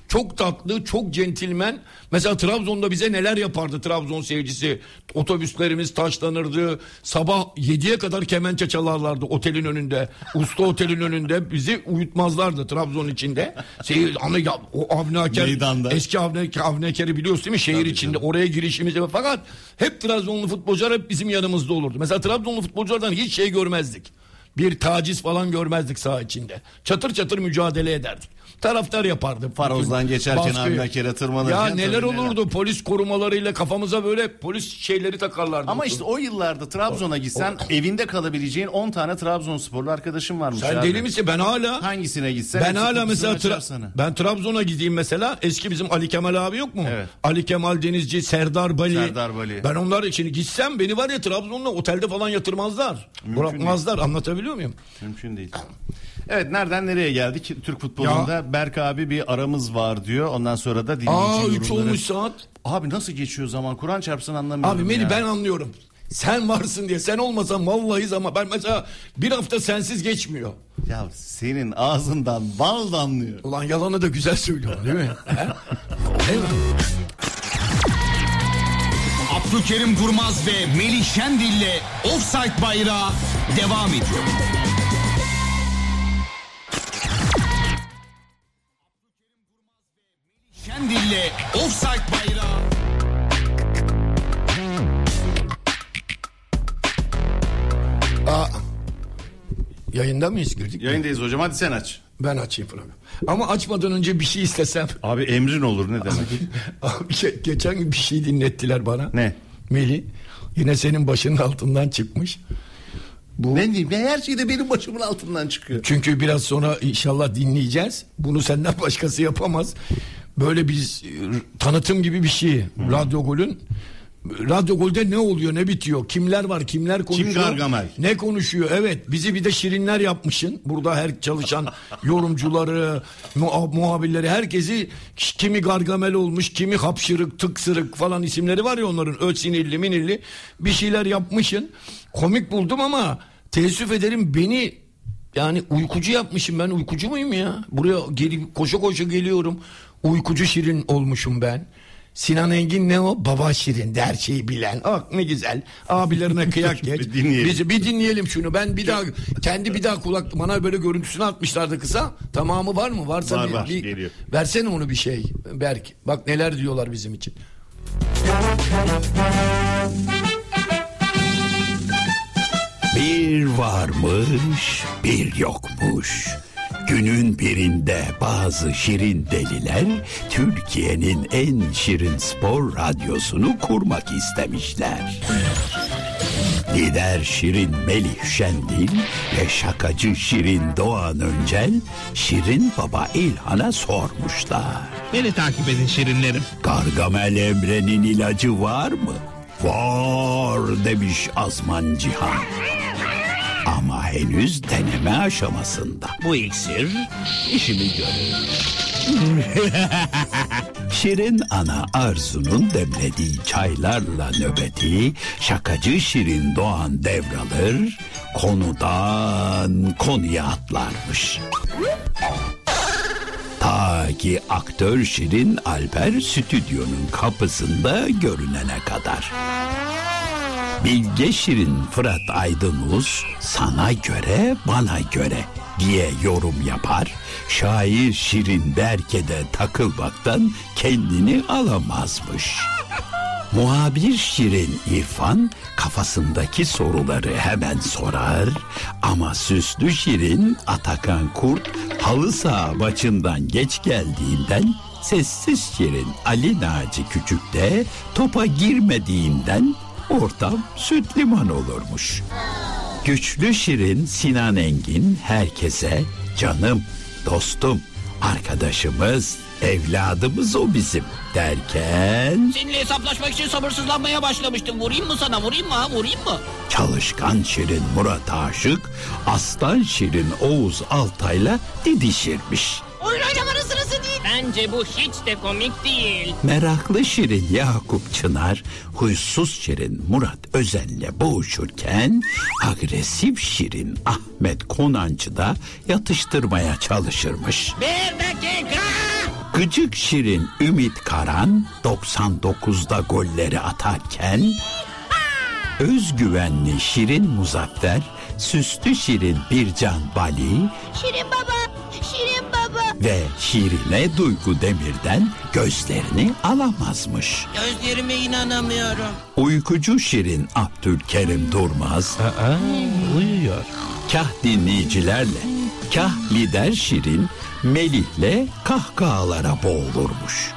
Çok tatlı, çok centilmen. Mesela Trabzon'da bize neler yapardı Trabzon seyircisi. Otobüslerimiz taşlanırdı. Sabah 7'ye kadar kemençe çalarlardı otelin önünde. Usta otelin önünde bizi uyutmazlardı Trabzon içinde. Ama ya, o Avni Meydanda. eski Avni Aker'i biliyorsun değil mi? Şehir Tabii içinde. canım. Oraya girişimiz. Fakat hep Trabzonlu futbolcular hep bizim yanımızda olurdu. Mesela Trabzonlu futbolculardan hiç şey görmezdik. Bir taciz falan görmezdik saha içinde. Çatır çatır mücadele ederdik. Taraftar yapardı. Faroz'dan geçerken Baskı. Avni Aker'e tırmanırken. Ya neler tabii olurdu, polis korumalarıyla kafamıza böyle polis şeyleri takarlardı. Ama işte o yıllarda Trabzon'a gitsen evinde kalabileceğin 10 tane Trabzonsporlu arkadaşım varmış. Sen abi. deli misin? Ben hala Hangisine gitsen ben hepsi hala kapısını mesela açar sana. ben Trabzon'a gideyim mesela, eski bizim Ali Kemal abi yok mu? Evet. Ali Kemal Denizci, Serdar Bali. Serdar Bali. Ben onlar için gitsem beni var ya Trabzon'da otelde falan yatırmazlar. Mümkün Bırakmazlar. Anlatabiliyor muyum? Mümkün değil. Evet, nereden nereye geldik? Türk futbolunda Berk abi bir aramız var diyor. Ondan sonra da dinleyici 3 yorumları. olmuş saat. Abi nasıl geçiyor zaman? Kur'an çarpsın anlamıyorum Abi Melih ya. ben anlıyorum. Sen varsın diye. Sen olmasan vallahi zaman. Ben mesela bir hafta sensiz geçmiyor. Ya senin ağzından bal damlıyor. Ulan yalanı da güzel söylüyorsun değil mi? Değil mi? Abdülkerim Durmaz ve Melih Şendil'le Offside Bayrağı devam ediyor. Şendil'le Offside Bayrağı. Yayında mıyız, girdik? Yayındayız hocam, hadi sen aç. Ben açayım programı. Ama açmadan önce bir şey istesem. Abi emrin olur, ne demek? Abi geçen gün bir şey dinlettiler bana. Ne? Melih yine senin başının altından çıkmış. Bu Ne diyeyim? Her şey de benim başımın altından çıkıyor. çünkü biraz sonra inşallah dinleyeceğiz. Bunu senden başkası yapamaz. Böyle bir tanıtım gibi bir şey. Radyo Gol'de ne oluyor, ne bitiyor? Kimler var, kimler konuşuyor? Kim Gargamel? Ne konuşuyor? Evet, bizi bir de şirinler yapmışsın. Burada her çalışan yorumcuları, muhabirleri, herkesi, kimi Gargamel olmuş, kimi hapşırık, tıksırık falan isimleri var ya onların. Sinirli, minirli bir şeyler yapmışsın. Komik buldum ama teessüf ederim beni yani uykucu yapmışım ben. Uykucu muyum ya? Buraya koşa koşa geliyorum. Uykucu şirin olmuşum ben. Sinan Engin ne o? Baba şirin, her şeyi bilen. Ne güzel. Abilerine kıyak geç. Bir dinleyelim şunu. Ben bir daha kulak bana böyle görüntüsünü atmışlardı kısa. Tamamı var mı? Varsa var, geliyor. Versene onu bir şey Berk. Bak neler diyorlar bizim için. Bir varmış, bir yokmuş. Günün birinde bazı şirin deliler Türkiye'nin en şirin spor radyosunu kurmak istemişler. Lider Şirin Melih Şendil ve şakacı Şirin Doğan Öncel Şirin Baba İlhan'a sormuşlar. Beni takip edin şirinlerim. Gargamel Emre'nin ilacı var mı? Var demiş Azman Cihan. Ama henüz deneme aşamasında. Bu iksir işimi görür. Şirin ana Arzu'nun demlediği çaylarla nöbeti şakacı Şirin Doğan devralır, konudan konuya atlarmış. Ta ki aktör Şirin Alper stüdyonun kapısında görünene kadar. Bilge Şirin Fırat Aydınus sana göre bana göre diye yorum yapar. Şair Şirin Berke'de takılmaktan kendini alamazmış. Muhabir Şirin İrfan kafasındaki soruları hemen sorar ama süslü Şirin Atakan Kurt halı saha maçından geç geldiğinden sessiz Şirin Ali Naci Küçük de topa girmediğinden ortam süt liman olurmuş. Güçlü Şirin Sinan Engin herkese canım, dostum, arkadaşımız, evladımız o bizim derken... Seninle hesaplaşmak için sabırsızlanmaya başlamıştım. Vurayım mı sana, vurayım mı ha, vurayım mı? Çalışkan Şirin Murat Aşık, Aslan Şirin Oğuz Altay'la didişirmiş. Oyun oynamanın sırası değil. Bence bu hiç de komik değil. Meraklı Şirin Yakup Çınar, huysuz Şirin Murat Özen'le boğuşurken agresif Şirin Ahmet Konancı da yatıştırmaya çalışırmış. Bir dakika. Gıcık Şirin Ümit Karan 99'da golleri atarken özgüvenli Şirin Muzaffer, süslü Şirin Bircan Bali Şirin baba, Şirin baba. ve Şirine Duygu Demir'den gözlerini alamazmış. Gözlerime inanamıyorum. Uykucu Şirin Abdülkerim Durmaz Uyuyor. kah dinleyicilerle, kah lider Şirin Melih'le kahkahalara boğulurmuş.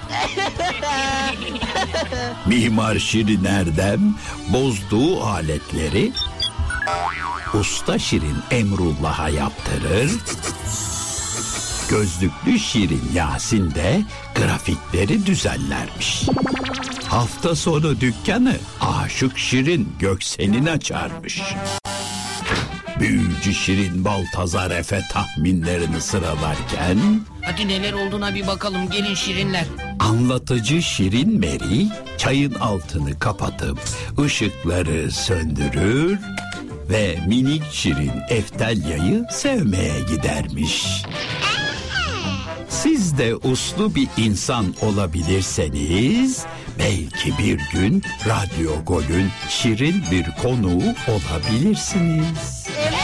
Mimar Şirin Erdem bozduğu aletleri usta Şirin Emrullah'a yaptırır. Gözlüklü Şirin Yasin de grafikleri düzenlermiş. Hafta sonu dükkanı Aşık Şirin Göksel'in açarmış. Büyücü Şirin Baltazar Efe tahminlerini sıralarken Hadi neler olduğuna bir bakalım, gelin şirinler. anlatıcı Şirin Meri çayın altını kapatıp ışıkları söndürür ve minik Şirin Eftelya'yı sevmeye gidermiş. Siz de uslu bir insan olabilirseniz belki bir gün Radyo Gol'ün şirin bir konuğu olabilirsiniz.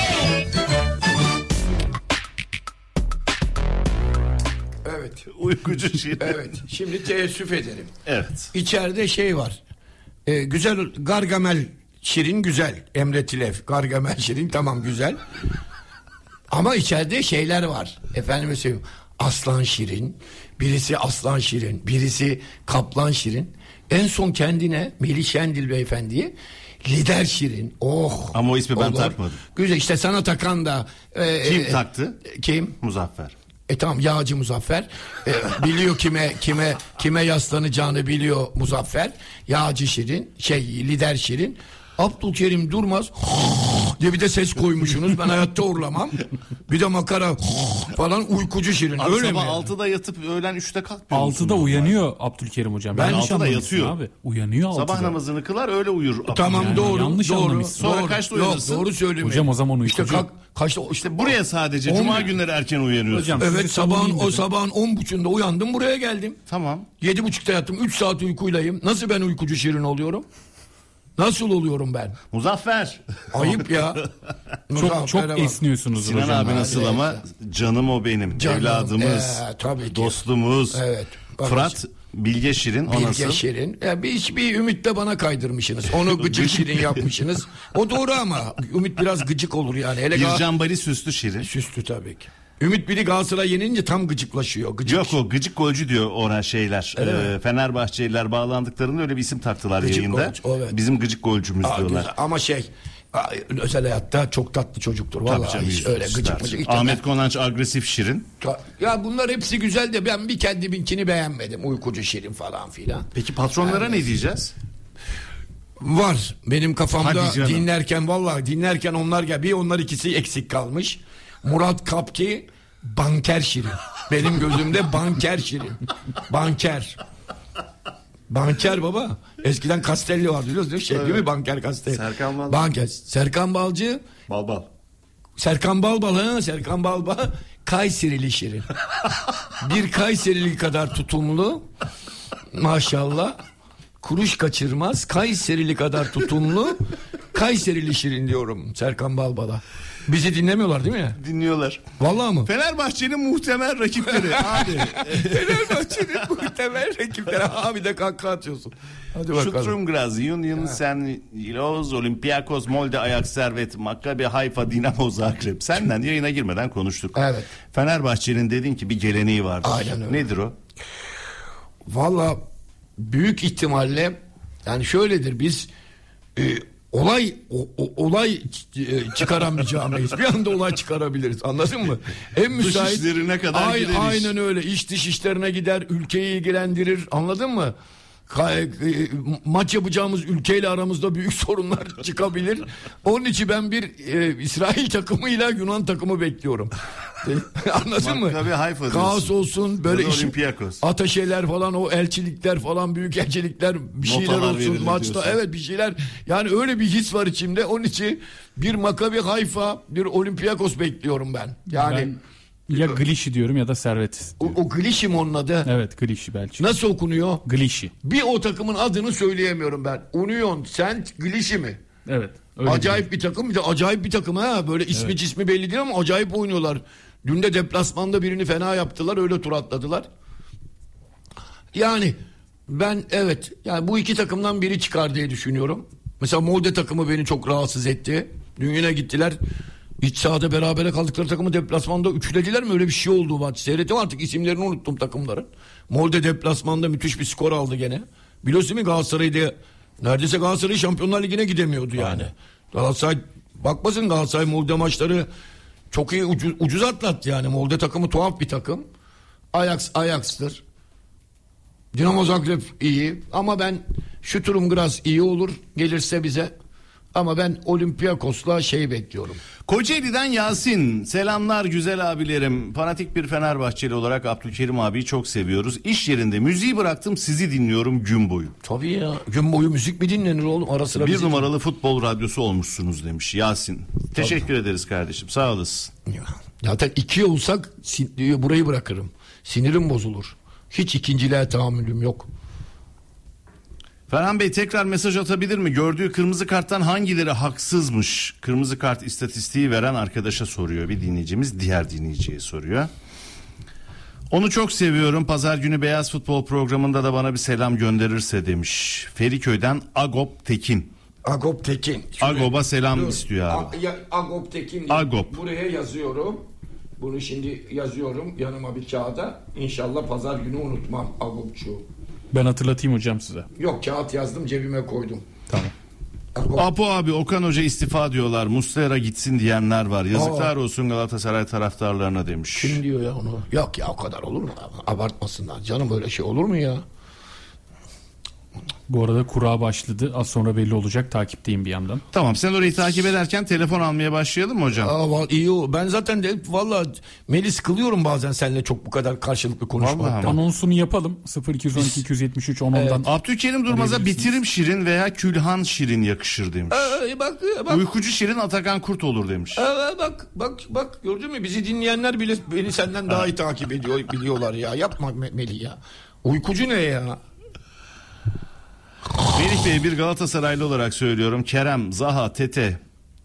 Evet. Uykucu Şirin. Evet. Şimdi teessüf ederim. Evet. İçeride şey var. Güzel Gargamel Şirin güzel. Emre Tilef. Gargamel Şirin tamam güzel. Ama içeride şeyler var. Efendime söyleyeyim. Aslan Şirin. Birisi Aslan Şirin. Birisi Kaplan Şirin. En son kendine Melih Şendil beyefendiye Lider Şirin. Oh. Ama o ismi ben olur. takmadım. Güzel işte sana takan da. Kim taktı? Kim? Muzaffer. Tamam Yağcı Muzaffer. Biliyor kime yaslanacağını biliyor Muzaffer. Yağcı Şirin, Lider Şirin. Abdülkerim Durmaz diye bir de ses koymuşsunuz. Ben hayatta uğurlamam. Bir de makara falan uykucu Şirin. Abi öyle mi? sabah 6'da yatıp öğlen 3'te kalkmıyor musun? 6'da uyanıyor Abdülkerim hocam. Ben Yanlış 6'da anlamışsın yatıyor. Abi. Uyanıyor 6'da. Sabah namazını kılar öyle uyur. Tamam Yani doğru. yanlış doğru. anlamışsın. Sonra Doğru. kaçta Yok, uyanırsın? doğru söylemiyorum. Hocam o zaman İşte uykucu. kaçta işte Buraya sadece On- cuma günleri erken uyanıyorsun. Hocam, Evet sizi savunayım dedim. sabahın 10.30'da uyandım buraya geldim. Tamam. 7.30'da yattım 3 saat uykuylayım. Nasıl ben uykucu Şirin oluyorum? Nasıl oluyorum ben? Muzaffer. Ayıp ya. Çok esniyorsunuz Sinan hocam. abi nasıl ama canım o benim. Canım, Evladımız. tabii ki. Dostumuz. Evet, babacığım. Fırat Bilge Şirin. O Bilge nasıl? Şirin. Bir Ümit de bana kaydırmışsınız. Onu gıcık Şirin yapmışsınız. O doğru ama Ümit biraz gıcık olur yani. Hele Bircan Bali Süslü Şirin. süslü tabii ki. Ümit biri Galatasaray yenince tam gıcıklaşıyor. Gıcık. Yok o gıcık golcü diyor ona şeyler. Fenerbahçeliler bağlandıklarında öyle bir isim taktılar Gıcık yayında. golcü, evet. Bizim gıcık golcümüz diyorlar. Güzel. Ama özel hayatta çok tatlı çocuktur. Vallahi Tabii hiç canım, öyle süper. gıcık mıcık. Ahmet Konanç agresif Şirin. Ya bunlar hepsi güzel de ben bir kendiminkini beğenmedim. Uykucu Şirin falan filan. Peki patronlara ne diyeceğiz? Var. Benim kafamda Hadi canım. dinlerken onlar ikisi eksik kalmış. Murat Kapki banker Şirin. Benim gözümde banker Şirin. Banker. Banker baba. Eskiden Castelli vardı biliyorsun değil mi? Değil mi banker Castelli? Serkan Balcı. Banker. Serkan Balcı. Bal. Serkan Balbal Serkan Balbal Kayserili Şirin. Bir Kayserili kadar tutumlu. Maşallah. Kuruş kaçırmaz. Kayserili kadar tutumlu. Kayserili Şirin diyorum Serkan Balbal'a. Bizi dinlemiyorlar değil mi? Dinliyorlar. Vallahi mı? Fenerbahçe'nin muhtemel rakipleri abi. Fenerbahçe'nin muhtemel rakipleri. Abi de kahkaha atıyorsun. Hadi bakalım. Stuttgart Graz, Union Saint Gilloise, Olympiakos, Molde, Ajax, Servet, Maccabi Haifa, Dinamo Zagreb. Senden yayına girmeden konuştuk. Evet. Fenerbahçe'nin dedin ki bir geleneği vardır. Aynen öyle. Nedir o? Vallahi büyük ihtimalle yani şöyledir biz olay çıkaramayacağımız bir anda olay çıkarabiliriz anladın mı? En müsait Dış işlerine kadar gider iş. Aynen öyle iş dış işlerine gider ülkeyi ilgilendirir anladın mı? Maç yapacağımız ülkeyle aramızda büyük sorunlar çıkabilir. Onun için ben bir İsrail takımıyla Yunan takımı bekliyorum. Anladın mı? Maccabi Haifa Kaos diyorsun. olsun böyle Ya da iş, Olympiakos. ateşeler falan o elçilikler falan büyük elçilikler bir şeyler Notalar olsun verilir maçta diyorsun. evet bir şeyler yani öyle bir his var içimde onun için bir Maccabi Haifa bir Olympiakos bekliyorum ben. Yani Ya Glişi diyorum ya da Servet. O Glişi mi onun adı? Evet, Glişi belki. Nasıl okunuyor? Glişi. Bir o takımın adını söyleyemiyorum ben. Union Saint Glişi mi? Evet. Öyle Acayip bir takım, bir de acayip bir takım ha. Böyle ismi cismi belli değil ama acayip oynuyorlar. Dün de deplasmanda birini fena yaptılar, öyle tur atladılar. Yani ben yani bu iki takımdan biri çıkar diye düşünüyorum. Mesela Molde takımı beni çok rahatsız etti. Dün yine gittiler. İç sahada berabere kaldıkları takımı deplasmanda üçlediler mi? Öyle bir şey oldu maç. Seyrettim, artık isimlerini unuttum takımların. Molde deplasmanda müthiş bir skor aldı gene. Biliyorsun değil mi, Galatasaray'da neredeyse Galatasaray Şampiyonlar Ligi'ne gidemiyordu yani. Galatasaray bakmasın, Galatasaray Molde maçları çok iyi ucuz atlattı yani. Molde takımı tuhaf bir takım. Ajax'tır. Dinamo Zagreb iyi ama ben Stuttgart iyi olur gelirse bize. Ama ben Olympiakos'la bekliyorum. Kocaeli'den Yasin. Selamlar güzel abilerim. Fanatik bir Fenerbahçeli olarak Abdülkerim abiyi çok seviyoruz. İş yerinde müziği bıraktım, sizi dinliyorum gün boyu. Tabii ya. Gün boyu müzik mi dinlenir oğlum? Ara sıra bir numaralı futbol radyosu olmuşsunuz demiş Yasin. Teşekkür ederiz kardeşim. Sağ olasın. Zaten 2 olsak burayı bırakırım. Sinirim bozulur. Hiç ikinciliğe tahammülüm yok. Ferhan Bey tekrar mesaj atabilir mi? Gördüğü kırmızı karttan hangileri haksızmış? Kırmızı kart istatistiği veren arkadaşa soruyor bir dinleyicimiz. Diğer dinleyiciye soruyor. Onu çok seviyorum. Pazar günü Beyaz Futbol programında da bana bir selam gönderirse demiş. Feriköy'den Agop Tekin. Agop Tekin. Agop'a selam istiyor abi. Agop Tekin. Agop. Buraya yazıyorum. Bunu şimdi yazıyorum yanıma bir kağıda. İnşallah pazar günü unutmam Agopçuğu. Ben hatırlatayım hocam size. Yok, kağıt yazdım, cebime koydum. Tamam. Apo abi, Okan Hoca istifa diyorlar. Muslera gitsin diyenler var. Yazıklar olsun Galatasaray taraftarlarına demiş. Kim diyor ya onu? Yok ya, o kadar olur mu? Abartmasınlar. Canım, öyle şey olur mu ya? Bu arada kura başladı. Az sonra belli olacak. Takipteyim bir yandan. Tamam, sen orayı takip ederken telefon almaya başlayalım mı hocam? İyi o. Ben zaten de valla Melih sıkılıyorum bazen seninle çok bu kadar karşılıklı konuşmaktan. Anonsunu yapalım. 0212 273 10'dan. Abdülkerim Durmaz'a bitirim Şirin veya Külhan Şirin yakışır demiş. Bak. Uykucu Şirin Atakan Kurt olur demiş. Bak gördün mü, bizi dinleyenler bile beni senden daha iyi takip ediyor, biliyorlar ya. Yapma Melih ya. Uykucu ne ya? Melih Bey, bir Galatasaraylı olarak söylüyorum. Kerem, Zaha, Tete.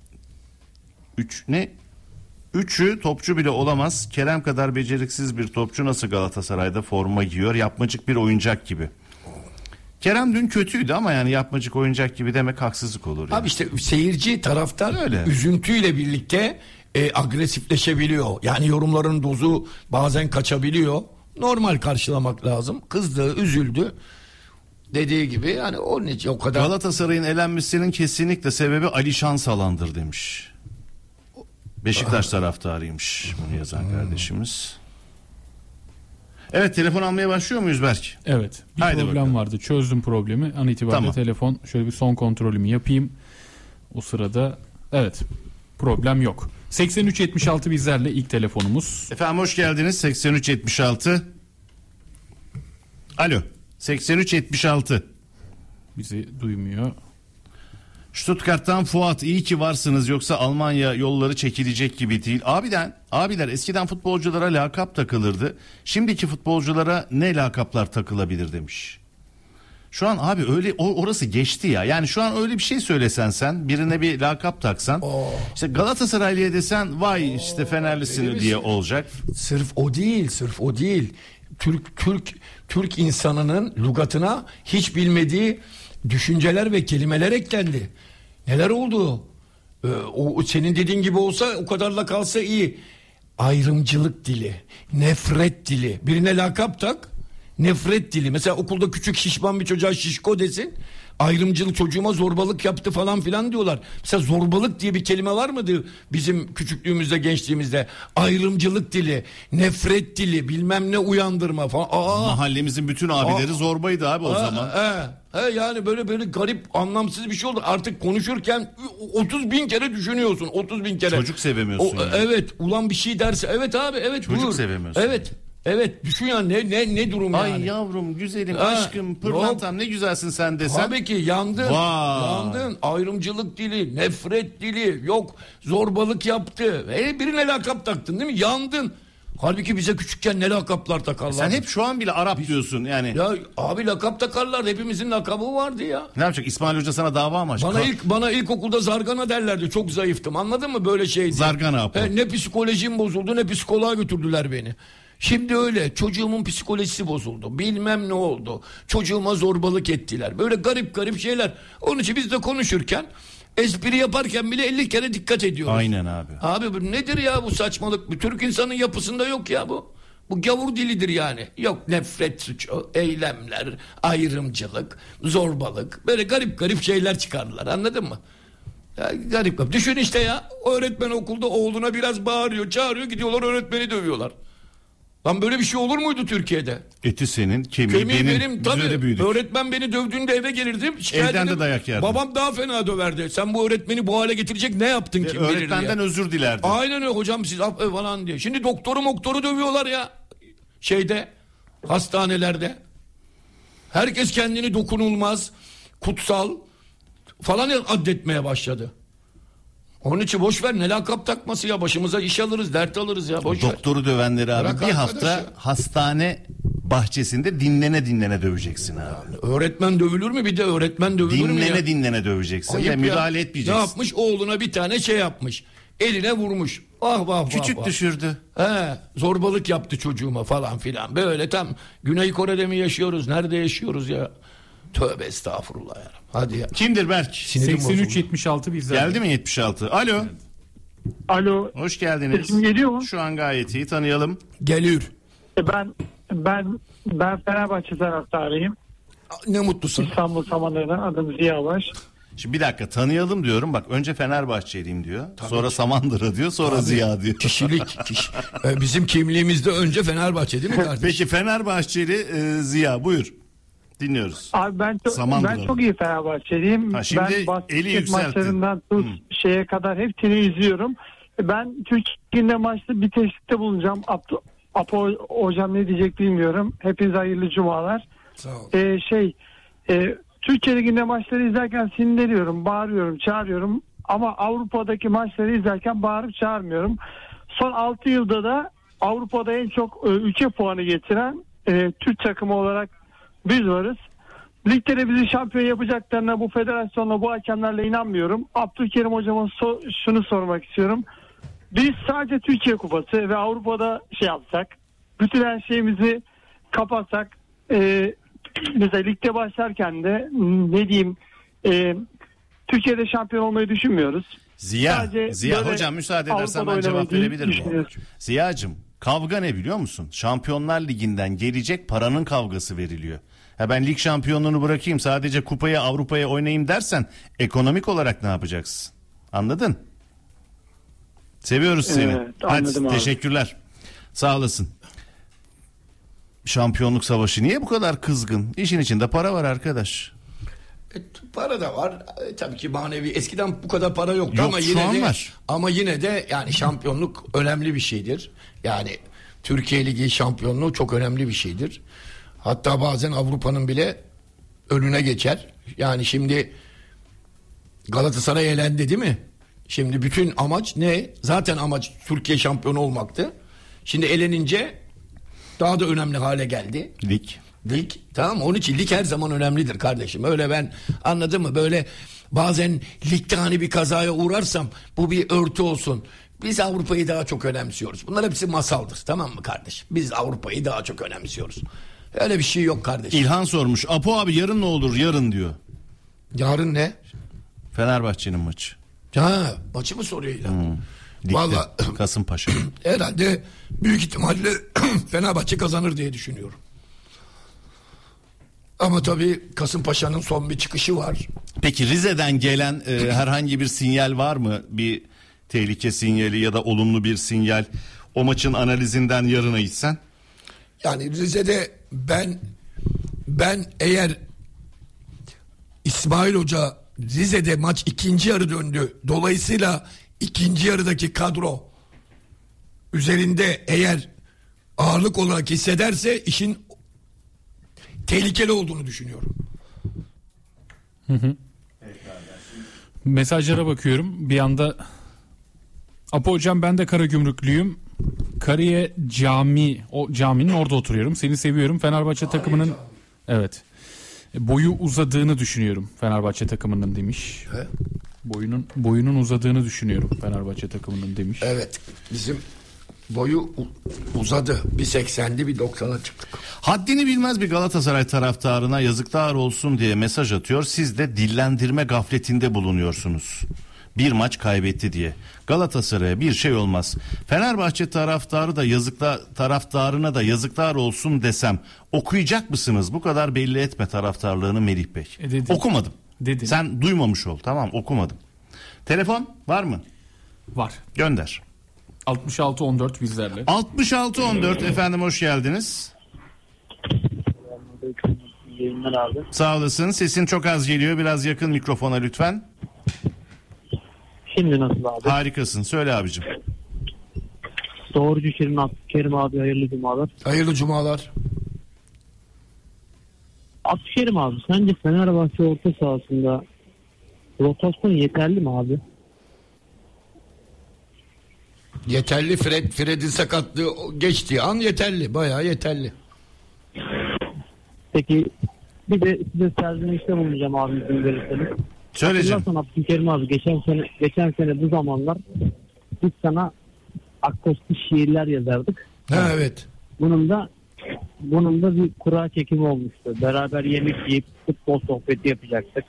Üçü topçu bile olamaz. Kerem kadar beceriksiz bir topçu nasıl Galatasaray'da forma giyiyor? Yapmacık bir oyuncak gibi. Kerem dün kötüydü ama yani yapmacık oyuncak gibi demek haksızlık olur. Yani. Abi işte seyirci, taraftar öyle. Üzüntüyle birlikte agresifleşebiliyor. Yani yorumların dozu bazen kaçabiliyor. Normal karşılamak lazım. Kızdı, üzüldü. Dediği gibi yani onun için o kadar. Galatasaray'ın elenmesinin kesinlikle sebebi Ali Şansalan'dır demiş. Beşiktaş taraftarıymış bunu yazan kardeşimiz. Evet, telefon almaya başlıyor muyuz Berk? Evet. Bir Haydi problem bakalım. vardı. Çözdüm problemi. An itibariyle Tamam. telefon, şöyle bir son kontrolümü yapayım. O sırada evet, problem yok. 8376 bizlerle ilk telefonumuz. Efendim hoş geldiniz. 8376. Alo. 8376. Bizi duymuyor. Stuttgart'tan Fuat, iyi ki varsınız, yoksa Almanya yolları çekilecek gibi değil. Abiler eskiden futbolculara lakap takılırdı. Şimdiki futbolculara ne lakaplar takılabilir demiş. Şu an abi öyle orası geçti ya. Yani şu an öyle bir şey söylesen sen, birine bir lakap taksan. İşte Galatasaraylı'ya desen vay işte Fenerlisin diye olacak. Sırf o değil. Türk insanının lügatına hiç bilmediği düşünceler ve kelimeler eklendi. Neler oldu? O senin dediğin gibi olsa, o kadarla kalsa iyi. Ayrımcılık dili, nefret dili. Birine lakap tak, nefret dili. Mesela okulda küçük şişman bir çocuğa şişko desin. Ayrımcılık, çocuğuma zorbalık yaptı falan filan diyorlar. Mesela zorbalık diye bir kelime var mıydı bizim küçüklüğümüzde, gençliğimizde? Ayrımcılık dili, nefret dili, bilmem ne uyandırma falan. Mahallemizin bütün abileri zorbaydı abi o zaman. Yani böyle garip, anlamsız bir şey oldu. Artık konuşurken 30.000 kere düşünüyorsun. 30.000 kere. Çocuk sevemiyorsun. Yani. Evet, ulan bir şey derse. Evet abi, evet. Çocuk buyur. sevemiyorsun. Evet, düşün ya ne durum yani. Ay yavrum, güzelim, aşkım, pırlantam, ne güzelsin sen desen. Tabii ki yandın. Ayrımcılık dili, nefret dili, yok zorbalık yaptı. Birine lakap taktın değil mi? Yandın. Halbuki bize küçükken ne lakaplar takarlardı. Sen hep şu an bile Arap diyorsun yani. Ya abi lakap takarlardı. Hepimizin lakabı vardı ya. Ne yapacak? İsmail Hoca sana dava mı açacak? Bana ilkokulda zargana derlerdi. Çok zayıftım. Anladın mı? Böyle şeydi. Zargana Apo. Ne psikolojim bozuldu ne psikoloğa götürdüler beni. Şimdi öyle. Çocuğumun psikolojisi bozuldu. Bilmem ne oldu. Çocuğuma zorbalık ettiler. Böyle garip garip şeyler. Onun için biz de konuşurken, espri yaparken bile 50 kere dikkat ediyoruz. Aynen abi. Abi bu nedir ya bu saçmalık? Bir Türk insanın yapısında yok ya bu. Bu gavur dilidir yani. Yok nefret suçu, eylemler, ayrımcılık, zorbalık. Böyle garip garip şeyler çıkardılar, anladın mı? Ya, garip. Düşün işte ya. Öğretmen okulda oğluna biraz bağırıyor, çağırıyor, gidiyorlar öğretmeni dövüyorlar. Lan böyle bir şey olur muydu Türkiye'de? Eti senin, kemiği benim. Tabii. Öğretmen beni dövdüğünde eve gelirdim. Evden de dayak yerdim. Babam daha fena döverdi. Sen bu öğretmeni bu hale getirecek ne yaptın kim bilir öğretmenden ya. özür dilerdi. Aynen öyle hocam siz falan diye. Şimdi doktoru dövüyorlar ya. Hastanelerde. Herkes kendini dokunulmaz, kutsal falan addetmeye başladı. Onun için boş ver, ne lakap takması ya, başımıza iş alırız, dert alırız ya, boş ver. Doktoru dövenleri abi Bırak bir hafta ya. Hastane bahçesinde dinlene döveceksin abi. Yani öğretmen dövülür mü, bir de öğretmen dövülür mü ya? Dinlene döveceksin. Ayıp ve ya. müdahale etmeyeceksin. Ne yapmış? Oğluna bir tane yapmış. Eline vurmuş. Vah. Küçük düşürdü. Zorbalık yaptı çocuğuma falan filan. Böyle tam Güney Kore'de mi yaşıyoruz? Nerede yaşıyoruz ya? Tövbe estağfurullah ya. Hadi ya. Kimdir Berk? 83-76 bizden. Geldi mi 76? Alo. Evet. Alo. Hoş geldiniz. Sesim geliyor mu? Şu an gayet iyi, tanıyalım. Geliyor. Ben Fenerbahçe taraftarıyım. Ne mutlu sana. İstanbul Samanlar'dan, adım Ziya Baş. Şimdi bir dakika, tanıyalım diyorum. Bak önce Fenerbahçeliyim diyor. Sonra Samandıra diyor. Sonra Ziya diyor. Kişilik. Bizim kimliğimizde önce Fenerbahçe değil mi kardeşim? Peki Fenerbahçeli Ziya, buyur. Dinliyoruz. Abi ben çok iyi Fenerbahçeliyim. Şimdi Ben eli basket yükseltti. maçlarından şeye kadar hepsini izliyorum. Ben Türkiye'de maçta bir teşvikte bulunacağım. Apo hocam ne diyecek bilmiyorum. Hepinize hayırlı cumalar. Sağ ol. Türkiye Ligi'nde maçları izlerken sinirleniyorum, bağırıyorum, çağırıyorum. Ama Avrupa'daki maçları izlerken bağırıp çağırmıyorum. Son 6 yılda da Avrupa'da en çok ülke puanı getiren Türk takımı olarak biz varız. Ligde de bizi şampiyon yapacaklarına, bu federasyonla, bu hakemlerle inanmıyorum. Abdülkerim hocama şunu sormak istiyorum. Biz sadece Türkiye Kupası ve Avrupa'da yapsak, bütün her şeyimizi kapatsak, mesela ligde başlarken de Türkiye'de şampiyon olmayı düşünmüyoruz. Ziya hocam müsaade edersen ben cevap verebilir miyim? Ziya'cığım, kavga ne biliyor musun? Şampiyonlar Ligi'nden gelecek paranın kavgası veriliyor. Ben lig şampiyonluğunu bırakayım, sadece kupaya, Avrupa'ya oynayayım dersen ekonomik olarak ne yapacaksın? Anladın? Seviyoruz seni. Evet, anladım abi. Teşekkürler. Sağ olasın. Şampiyonluk savaşı niye bu kadar kızgın? İşin içinde para var arkadaş. Para da var. Tabii ki manevi. Eskiden bu kadar para yoktu Yok, ama yine de yani şampiyonluk önemli bir şeydir. Yani Türkiye Ligi şampiyonluğu çok önemli bir şeydir. Hatta bazen Avrupa'nın bile önüne geçer. Yani şimdi Galatasaray elendi değil mi? Şimdi bütün amaç ne? Zaten amaç Türkiye şampiyonu olmaktı. Şimdi elenince daha da önemli hale geldi. Lig. Tamam, onun için lig her zaman önemlidir kardeşim. Öyle ben, anladın mı? Böyle bazen ligde hani bir kazaya uğrarsam bu bir örtü olsun. Biz Avrupa'yı daha çok önemsiyoruz. Bunlar hepsi masaldır, tamam mı kardeşim? Biz Avrupa'yı daha çok önemsiyoruz. Öyle bir şey yok kardeşim. İlhan sormuş. Apo abi yarın ne olur? Yarın diyor. Yarın ne? Fenerbahçe'nin maçı. Maçı mı soruyor İlhan? Ligde. Vallahi Kasımpaşa. herhalde büyük ihtimalle Fenerbahçe kazanır diye düşünüyorum. Ama tabii Kasımpaşa'nın son bir çıkışı var. Peki Rize'den gelen herhangi bir sinyal var mı? Bir tehlike sinyali ya da olumlu bir sinyal, o maçın analizinden yarına gitsen? Yani Rize'de ben eğer İsmail Hoca Rize'de maç ikinci yarı döndü. Dolayısıyla ikinci yarıdaki kadro üzerinde eğer ağırlık olarak hissederse işin tehlikeli olduğunu düşünüyorum. Mesajlara bakıyorum. Bir anda Apo hocam ben de Karagümrüklüyüm. Kariye Cami, o caminin orada oturuyorum. Seni seviyorum. Fenerbahçe takımının evet. Boyu uzadığını düşünüyorum Fenerbahçe takımının demiş. He? Boyunun uzadığını düşünüyorum Fenerbahçe takımının demiş. Evet. Bizim boyu uzadı. Bir 80'di bir 90'a çıktık. Haddini bilmez bir Galatasaray taraftarına yazıklar olsun diye mesaj atıyor. Siz de dillendirme gafletinde bulunuyorsunuz. Bir maç kaybetti diye. Galatasaray'a bir şey olmaz. Fenerbahçe taraftarına da yazıklar olsun desem okuyacak mısınız? Bu kadar belli etme taraftarlığını Melih Bey. Okumadım. Dedin. Sen duymamış ol. Tamam, okumadım. Telefon var mı? Var. Gönder. 6614 bizlerle. 6614 efendim, hoş geldiniz. Yayınlar abi. Sağ olasın. Sesin çok az geliyor. Biraz yakın mikrofona lütfen. Şimdi nasıl abi? Harikasın. Söyle abicim. Doğrucu Kerim abi, hayırlı cumalar. Hayırlı cumalar. Abdülkerim abi, sence Fenerbahçe orta sahasında rotasyon yeterli mi abi? Yeterli. Fred'in sakatlığı geçtiği an yeterli. Bayağı yeterli. Peki bir de size serzenişte bulunacağım abi, izin verirseniz. Söyleyeceğim. Hatırlarsan Abdülkerim abi geçen sene bu zamanlar biz sana akrostiş şiirler yazardık. Ha, evet. Bunun da bir kura çekimi olmuştu. Beraber yemek yiyip futbol sohbeti yapacaktık.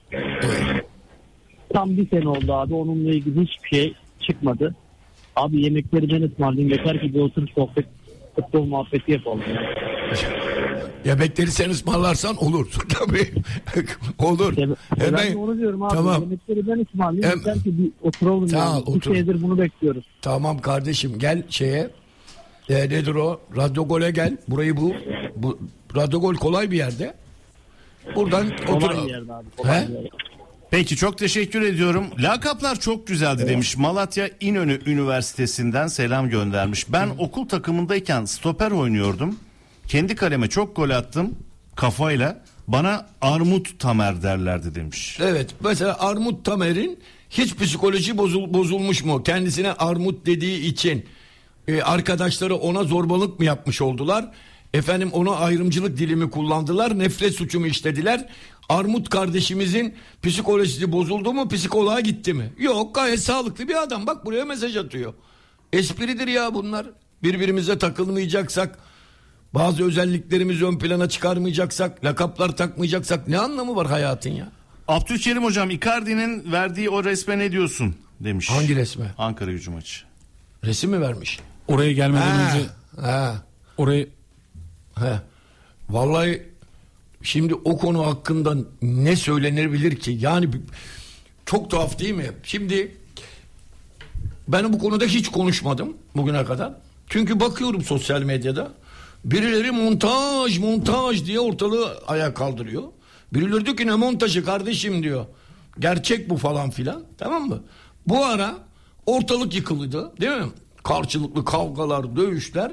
Tam bir sene oldu abi. Onunla ilgili hiçbir şey çıkmadı. Abi yemekleri ben ısmarlayayım. Yeter ki bir oturup sohbet, futbol muhabbeti yapalım. Yemekleri sen ısmarlarsan olur. Tabii. Olur. Ben de onu diyorum abi. Tamam. Yemekleri ben ısmarlayayım. Yeter ki bir oturalım. Tamam, yani. Bir senedir bunu bekliyoruz. Tamam kardeşim, gel şeye. Nedir o? Radyo Gol'e gel. Burayı bu Radyo Gol kolay bir yerde. Buradan otur. Kolay bir yerde abi. Kolay bir yerde. Peki, çok teşekkür ediyorum. Lakaplar çok güzeldi demiş. Malatya İnönü Üniversitesi'nden selam göndermiş. Ben okul takımındayken stoper oynuyordum. Kendi kaleme çok gol attım kafayla. Bana Armut Tamer derlerdi demiş. Evet, mesela Armut Tamer'in hiç psikoloji bozulmuş mu? Kendisine Armut dediği için arkadaşları ona zorbalık mı yapmış oldular? Efendim, ona ayrımcılık dilimi kullandılar, nefret suçu mu işlediler? Armut kardeşimizin psikolojisi bozuldu mu, psikoloğa gitti mi? Yok, gayet sağlıklı bir adam. Bak, buraya mesaj atıyor. Espridir ya bunlar. Birbirimize takılmayacaksak, bazı özelliklerimizi ön plana çıkarmayacaksak, lakaplar takmayacaksak ne anlamı var hayatın ya? Abdülkerim hocam, Icardi'nin verdiği o resme ne diyorsun demiş. Hangi resme? Ankara Gücü maçı. Resim mi vermiş? Oraya gelmeden önce oraya vallahi şimdi o konu hakkında ne söylenebilir ki? Yani çok tuhaf değil mi? Şimdi ben bu konuda hiç konuşmadım bugüne kadar. Çünkü bakıyorum sosyal medyada birileri montaj diye ortalığı ayağa kaldırıyor. Birileri diyor ki ne montajı kardeşim diyor. Gerçek bu falan filan, tamam mı? Bu ara ortalık yıkıldı değil mi? Karşılıklı kavgalar, dövüşler.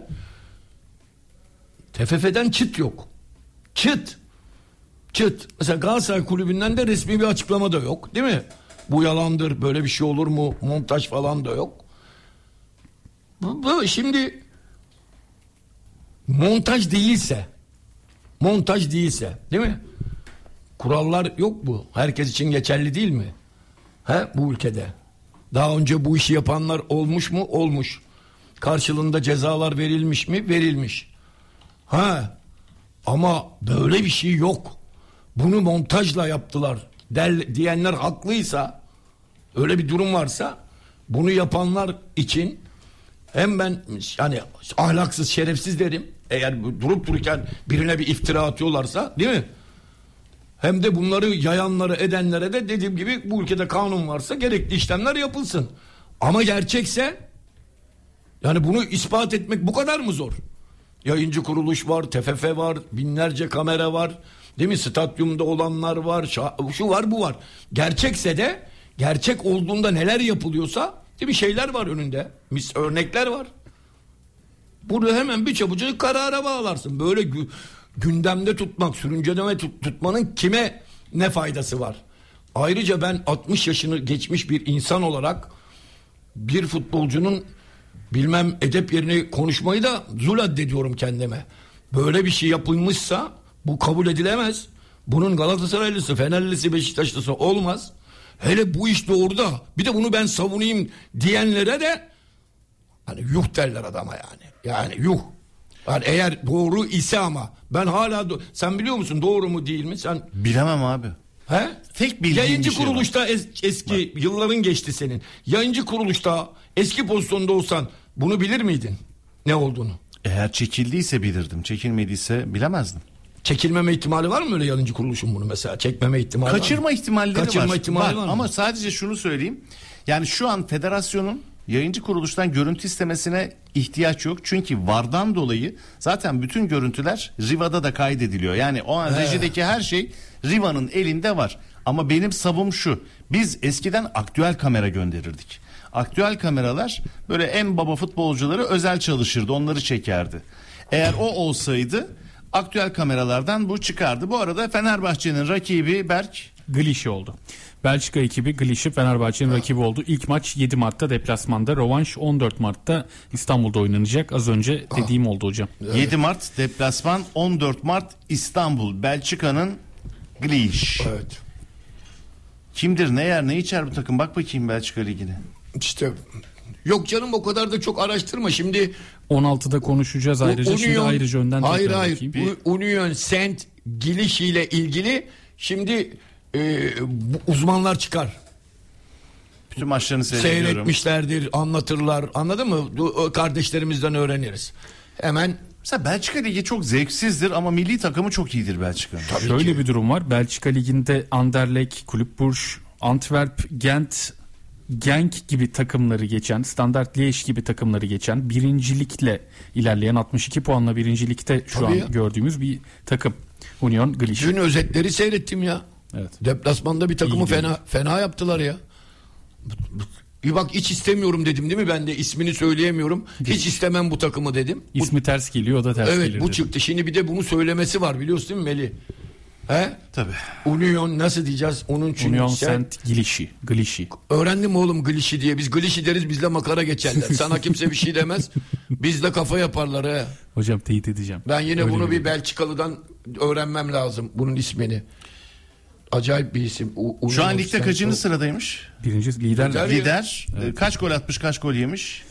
TFF'den çıt yok. Çıt. Mesela Galatasaray Kulübü'nden de resmi bir açıklama da yok değil mi? Bu yalandır, böyle bir şey olur mu? Montaj falan da yok. Şimdi montaj değilse değil mi? Kurallar yok bu. Herkes için geçerli değil mi? Bu ülkede. Daha önce bu işi yapanlar olmuş mu? Olmuş. Karşılığında cezalar verilmiş mi? Verilmiş. Ama böyle bir şey yok. Bunu montajla yaptılar diyenler haklıysa, öyle bir durum varsa, bunu yapanlar için hem ben yani ahlaksız, şerefsiz derim. Eğer durup dururken birine bir iftira atıyorlarsa, değil mi? Hem de bunları yayanlara, edenlere de dediğim gibi bu ülkede kanun varsa gerekli işlemler yapılsın. Ama gerçekse, yani bunu ispat etmek bu kadar mı zor? Yayıncı kuruluş var, TFF var, binlerce kamera var, değil mi? Stadyumda olanlar var, şu var, bu var. Gerçekse de, gerçek olduğunda neler yapılıyorsa, değil mi? Şeyler var önünde, örnekler var. Burada hemen bir çabucak karara bağlarsın. Böyle gündemde tutmak, sürünceme tutmanın kime ne faydası var? Ayrıca ben 60 yaşını geçmiş bir insan olarak bir futbolcunun bilmem edep yerine konuşmayı da zul addediyorum kendime. Böyle bir şey yapılmışsa bu kabul edilemez. Bunun Galatasaraylısı, Fenerlisi, Beşiktaşlısı olmaz. Hele bu iş doğru da bir de bunu ben savunayım diyenlere de hani yuh derler adama yani. Yani yuh. Yani eğer doğru ise ama ben hala sen biliyor musun doğru mu değil mi? Sen bilemem abi. He? Tek bildiğim yayıncı bir şey kuruluşta eski yılların geçti senin. Yayıncı kuruluşta eski pozisyonda olsan bunu bilir miydin? Ne olduğunu? Eğer çekildiyse bilirdim. Çekilmediyse bilemezdim. Çekilmeme ihtimali var mı öyle yayıncı kuruluşun bunu mesela? Çekmeme ihtimali Kaçırma var mı? ihtimalleri Kaçırma var. ihtimali var mı? Ama sadece şunu söyleyeyim. Yani şu an federasyonun yayıncı kuruluştan görüntü istemesine ihtiyaç yok. Çünkü VAR'dan dolayı zaten bütün görüntüler Riva'da da kaydediliyor. Yani o an rejideki her şey Riva'nın elinde var. Ama benim savım şu. Biz eskiden aktüel kamera gönderirdik. Aktüel kameralar böyle en baba futbolcuları özel çalışırdı. Onları çekerdi. Eğer o olsaydı aktüel kameralardan bu çıkardı. Bu arada Fenerbahçe'nin rakibi Berk Glişi oldu. Belçika ekibi Glişi Fenerbahçe'nin rakibi oldu. İlk maç 7 Mart'ta deplasmanda, rövanş 14 Mart'ta İstanbul'da oynanacak. Az önce dediğim oldu hocam. 7 Mart deplasman, 14 Mart İstanbul. Belçika'nın Glişi. Evet. Kimdir, ne yer, ne içer bu takım? Bak bakayım Belçika Ligi'ne. İşte yok canım o kadar da çok araştırma. Şimdi 16'da konuşacağız ayrıca. Şimdi ayrıca önden hayır. bakayım. Union Saint Glişi ile ilgili şimdi uzmanlar çıkar. Bütün maçlarını seyrediyorum. Seyretmişlerdir, anlatırlar. Anladın mı? Kardeşlerimizden öğreniriz. Hemen. Mesela Belçika Ligi çok zevksizdir ama milli takımı çok iyidir Belçika'nın. Şöyle bir durum var. Belçika Ligi'nde Anderlecht, Club Brugge, Antwerp, Gent, Genk gibi takımları geçen, Standard Liège gibi takımları geçen, birincilikle ilerleyen 62 puanla birincilikte şu an gördüğümüz bir takım. Union Glişi. Dün özetleri seyrettim ya. Evet. Deplasmanda bir takımı fena yaptılar ya. Bir bak hiç istemiyorum dedim değil mi, ben de ismini söyleyemiyorum. Hiç istemem bu takımı dedim. İsmi ters geliyor, o da ters evet, gelir. Evet bu çıktı. Şimdi bir de bunu söylemesi var, biliyorsun değil mi Melih? He? Tabii. Union nasıl diyeceğiz? Onun için Union Saint Glişi. Öğrendim oğlum Glişi diye. Biz Glişi deriz, bizle makara geçerler. Sana kimse bir şey demez. Bizle kafa yaparlar he. Hocam teyit edeceğim. Ben yine öyle bunu bir Belçikalı'dan öğrenmem lazım bunun ismini. Acayip bir isim. Şu an ligde kaçıncı sıradaymış? Birinci lider. Evet. Kaç gol atmış, kaç gol yemiş?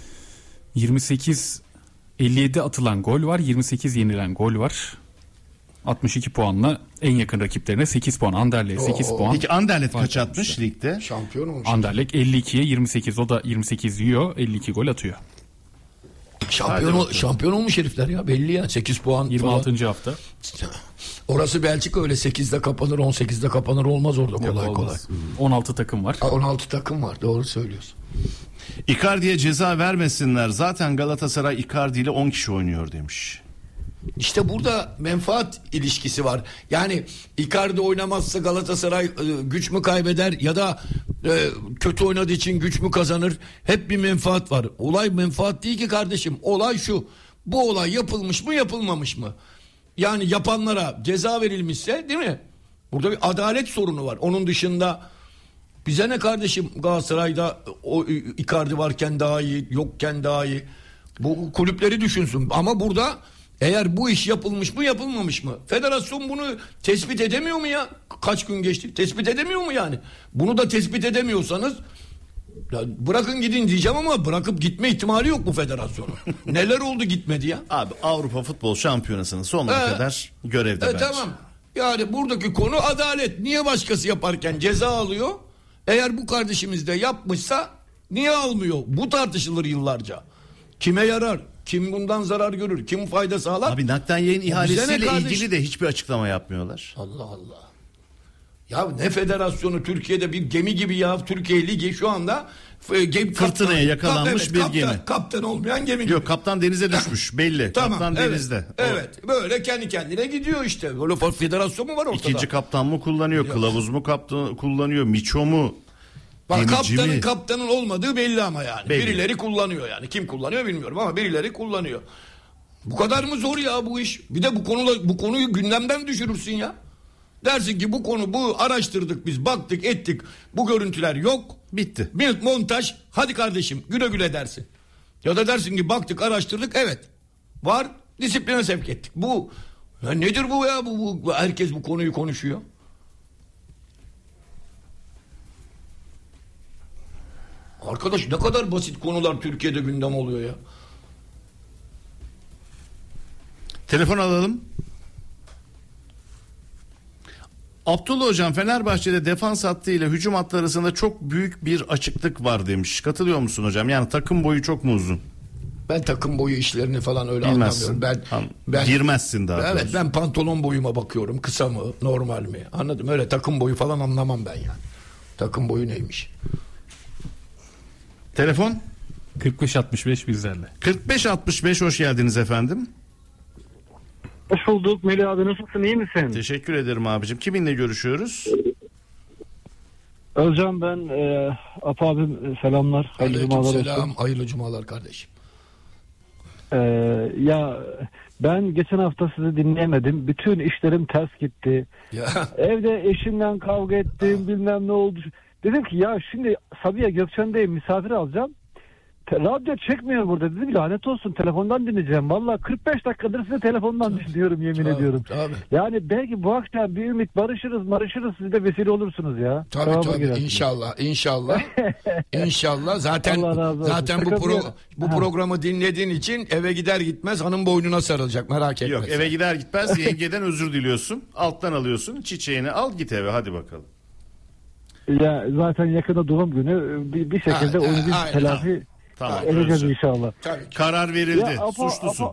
57 atılan gol var, 28 yenilen gol var. 62 puanla en yakın rakiplerine 8 puan. Anderlecht 8 puan. Peki Anderlecht kaç atmış ligde? Şampiyon olmuş. Anderlecht 52'ye 28. O da 28 yiyor. 52 gol atıyor. Şampiyon olmuş herifler ya, belli ya, 8 puan 26. falan. hafta. Orası Belçika, öyle 8'de kapanır 18'de kapanır olmaz orada kolay kolay. 16 takım var. 16 takım var, doğru söylüyorsun. Icardi'ye ceza vermesinler. Zaten Galatasaray Icardi ile 10 kişi oynuyor demiş. İşte burada menfaat ilişkisi var. Yani Icardi oynamazsa Galatasaray güç mü kaybeder ya da kötü oynadığı için güç mü kazanır? Hep bir menfaat var. Olay menfaat değil ki kardeşim. Olay şu. Bu olay yapılmış mı, yapılmamış mı? Yani yapanlara ceza verilmişse, değil mi? Burada bir adalet sorunu var. Onun dışında bize ne kardeşim, Galatasaray'da o Icardi varken daha iyi, yokken daha iyi. Bu kulüpleri düşünsün. Ama burada eğer bu iş yapılmış mı, yapılmamış mı? Federasyon bunu tespit edemiyor mu ya? Kaç gün geçti? Tespit edemiyor mu yani? Bunu da tespit edemiyorsanız ya bırakın gidin diyeceğim ama bırakıp gitme ihtimali yok bu federasyonun. Neler oldu gitmedi ya? Abi Avrupa Futbol Şampiyonası'nın sonuna kadar görevde bence. Tamam. Yani buradaki konu adalet. Niye başkası yaparken ceza alıyor? Eğer bu kardeşimiz de yapmışsa niye almıyor? Bu tartışılır yıllarca. Kime yarar? Kim bundan zarar görür? Kim fayda sağlar? Abi nakden yayın ihalesiyle ilgili de hiçbir açıklama yapmıyorlar. Allah Allah. Ya ne federasyonu, Türkiye'de bir gemi gibi ya, Türkiye Ligi şu anda fırtınaya yakalanmış bir gemi. Kaptan olmayan gemi gibi. Yok, kaptan denize düşmüş belli. Tamam, kaptan denizde. Evet. Böyle kendi kendine gidiyor işte. Böyle federasyon mu var ortada? İkinci kaptan mı kullanıyor? Yok. Kılavuz mu kullanıyor? Miço mu? Bak, kaptanın olmadığı belli ama yani. Belli. Birileri kullanıyor yani. Kim kullanıyor bilmiyorum ama birileri kullanıyor. Bu kadar mı zor ya bu iş? Bir de bu konuyu gündemden düşürürsün ya. Dersin ki bu araştırdık biz, baktık ettik, bu görüntüler yok. Bitti. Bir montaj, hadi kardeşim güle güle dersin. Ya da dersin ki baktık, araştırdık, evet var, disipline sevk ettik. Bu ya nedir bu ya? Bu herkes bu konuyu konuşuyor. Arkadaş, ne kadar basit konular Türkiye'de gündem oluyor ya. Telefon alalım. Abdullah Hocam, Fenerbahçe'de defans hattı ile hücum hattı arasında çok büyük bir açıklık var demiş. Katılıyor musun hocam? Yani takım boyu çok mu uzun? Ben takım boyu işlerini falan öyle Bilmezsin. anlamıyorum. Ben girmezsin daha. Evet, doğrusu. ben pantolon boyuma bakıyorum. Kısa mı, normal mi? Anladım. Öyle takım boyu falan anlamam ben yani. Takım boyu neymiş? Telefon 45-65 bizlerle. 45-65, hoş geldiniz efendim. Hoş bulduk Melih abi, nasılsın, iyi misin? Teşekkür ederim abicim. Kiminle görüşüyoruz? Özcan ben, Apo abim selamlar. Hayırlı cumalar olsun. Aleykümselam, hayırlı cumalar kardeşim. Ya ben geçen hafta sizi dinleyemedim. Bütün işlerim ters gitti. Ya. Evde eşimle kavga ettim, bilmem ne oldu. Dedim ki ya şimdi Sabiha Gökçen'deyim, misafir alacağım. Radyo çekmiyor burada, dedim lanet olsun, telefondan dinleyeceğim. Vallahi 45 dakikadır size telefondan dinliyorum, yemin ediyorum. Tabii. Yani belki bu akşam bir ümit barışırız, siz de vesile olursunuz ya. Tabii inşallah. İnşallah. Zaten bu programı dinlediğin için eve gider gitmez hanım boynuna sarılacak, merak etme. Yok, eve gider gitmez yengeden özür diliyorsun. Alttan alıyorsun, çiçeğini al, git eve, hadi bakalım. Ya zaten yakında doğum günü, bir şekilde onu bir telafi edeceğiz inşallah. Karar verildi. Suçlusun.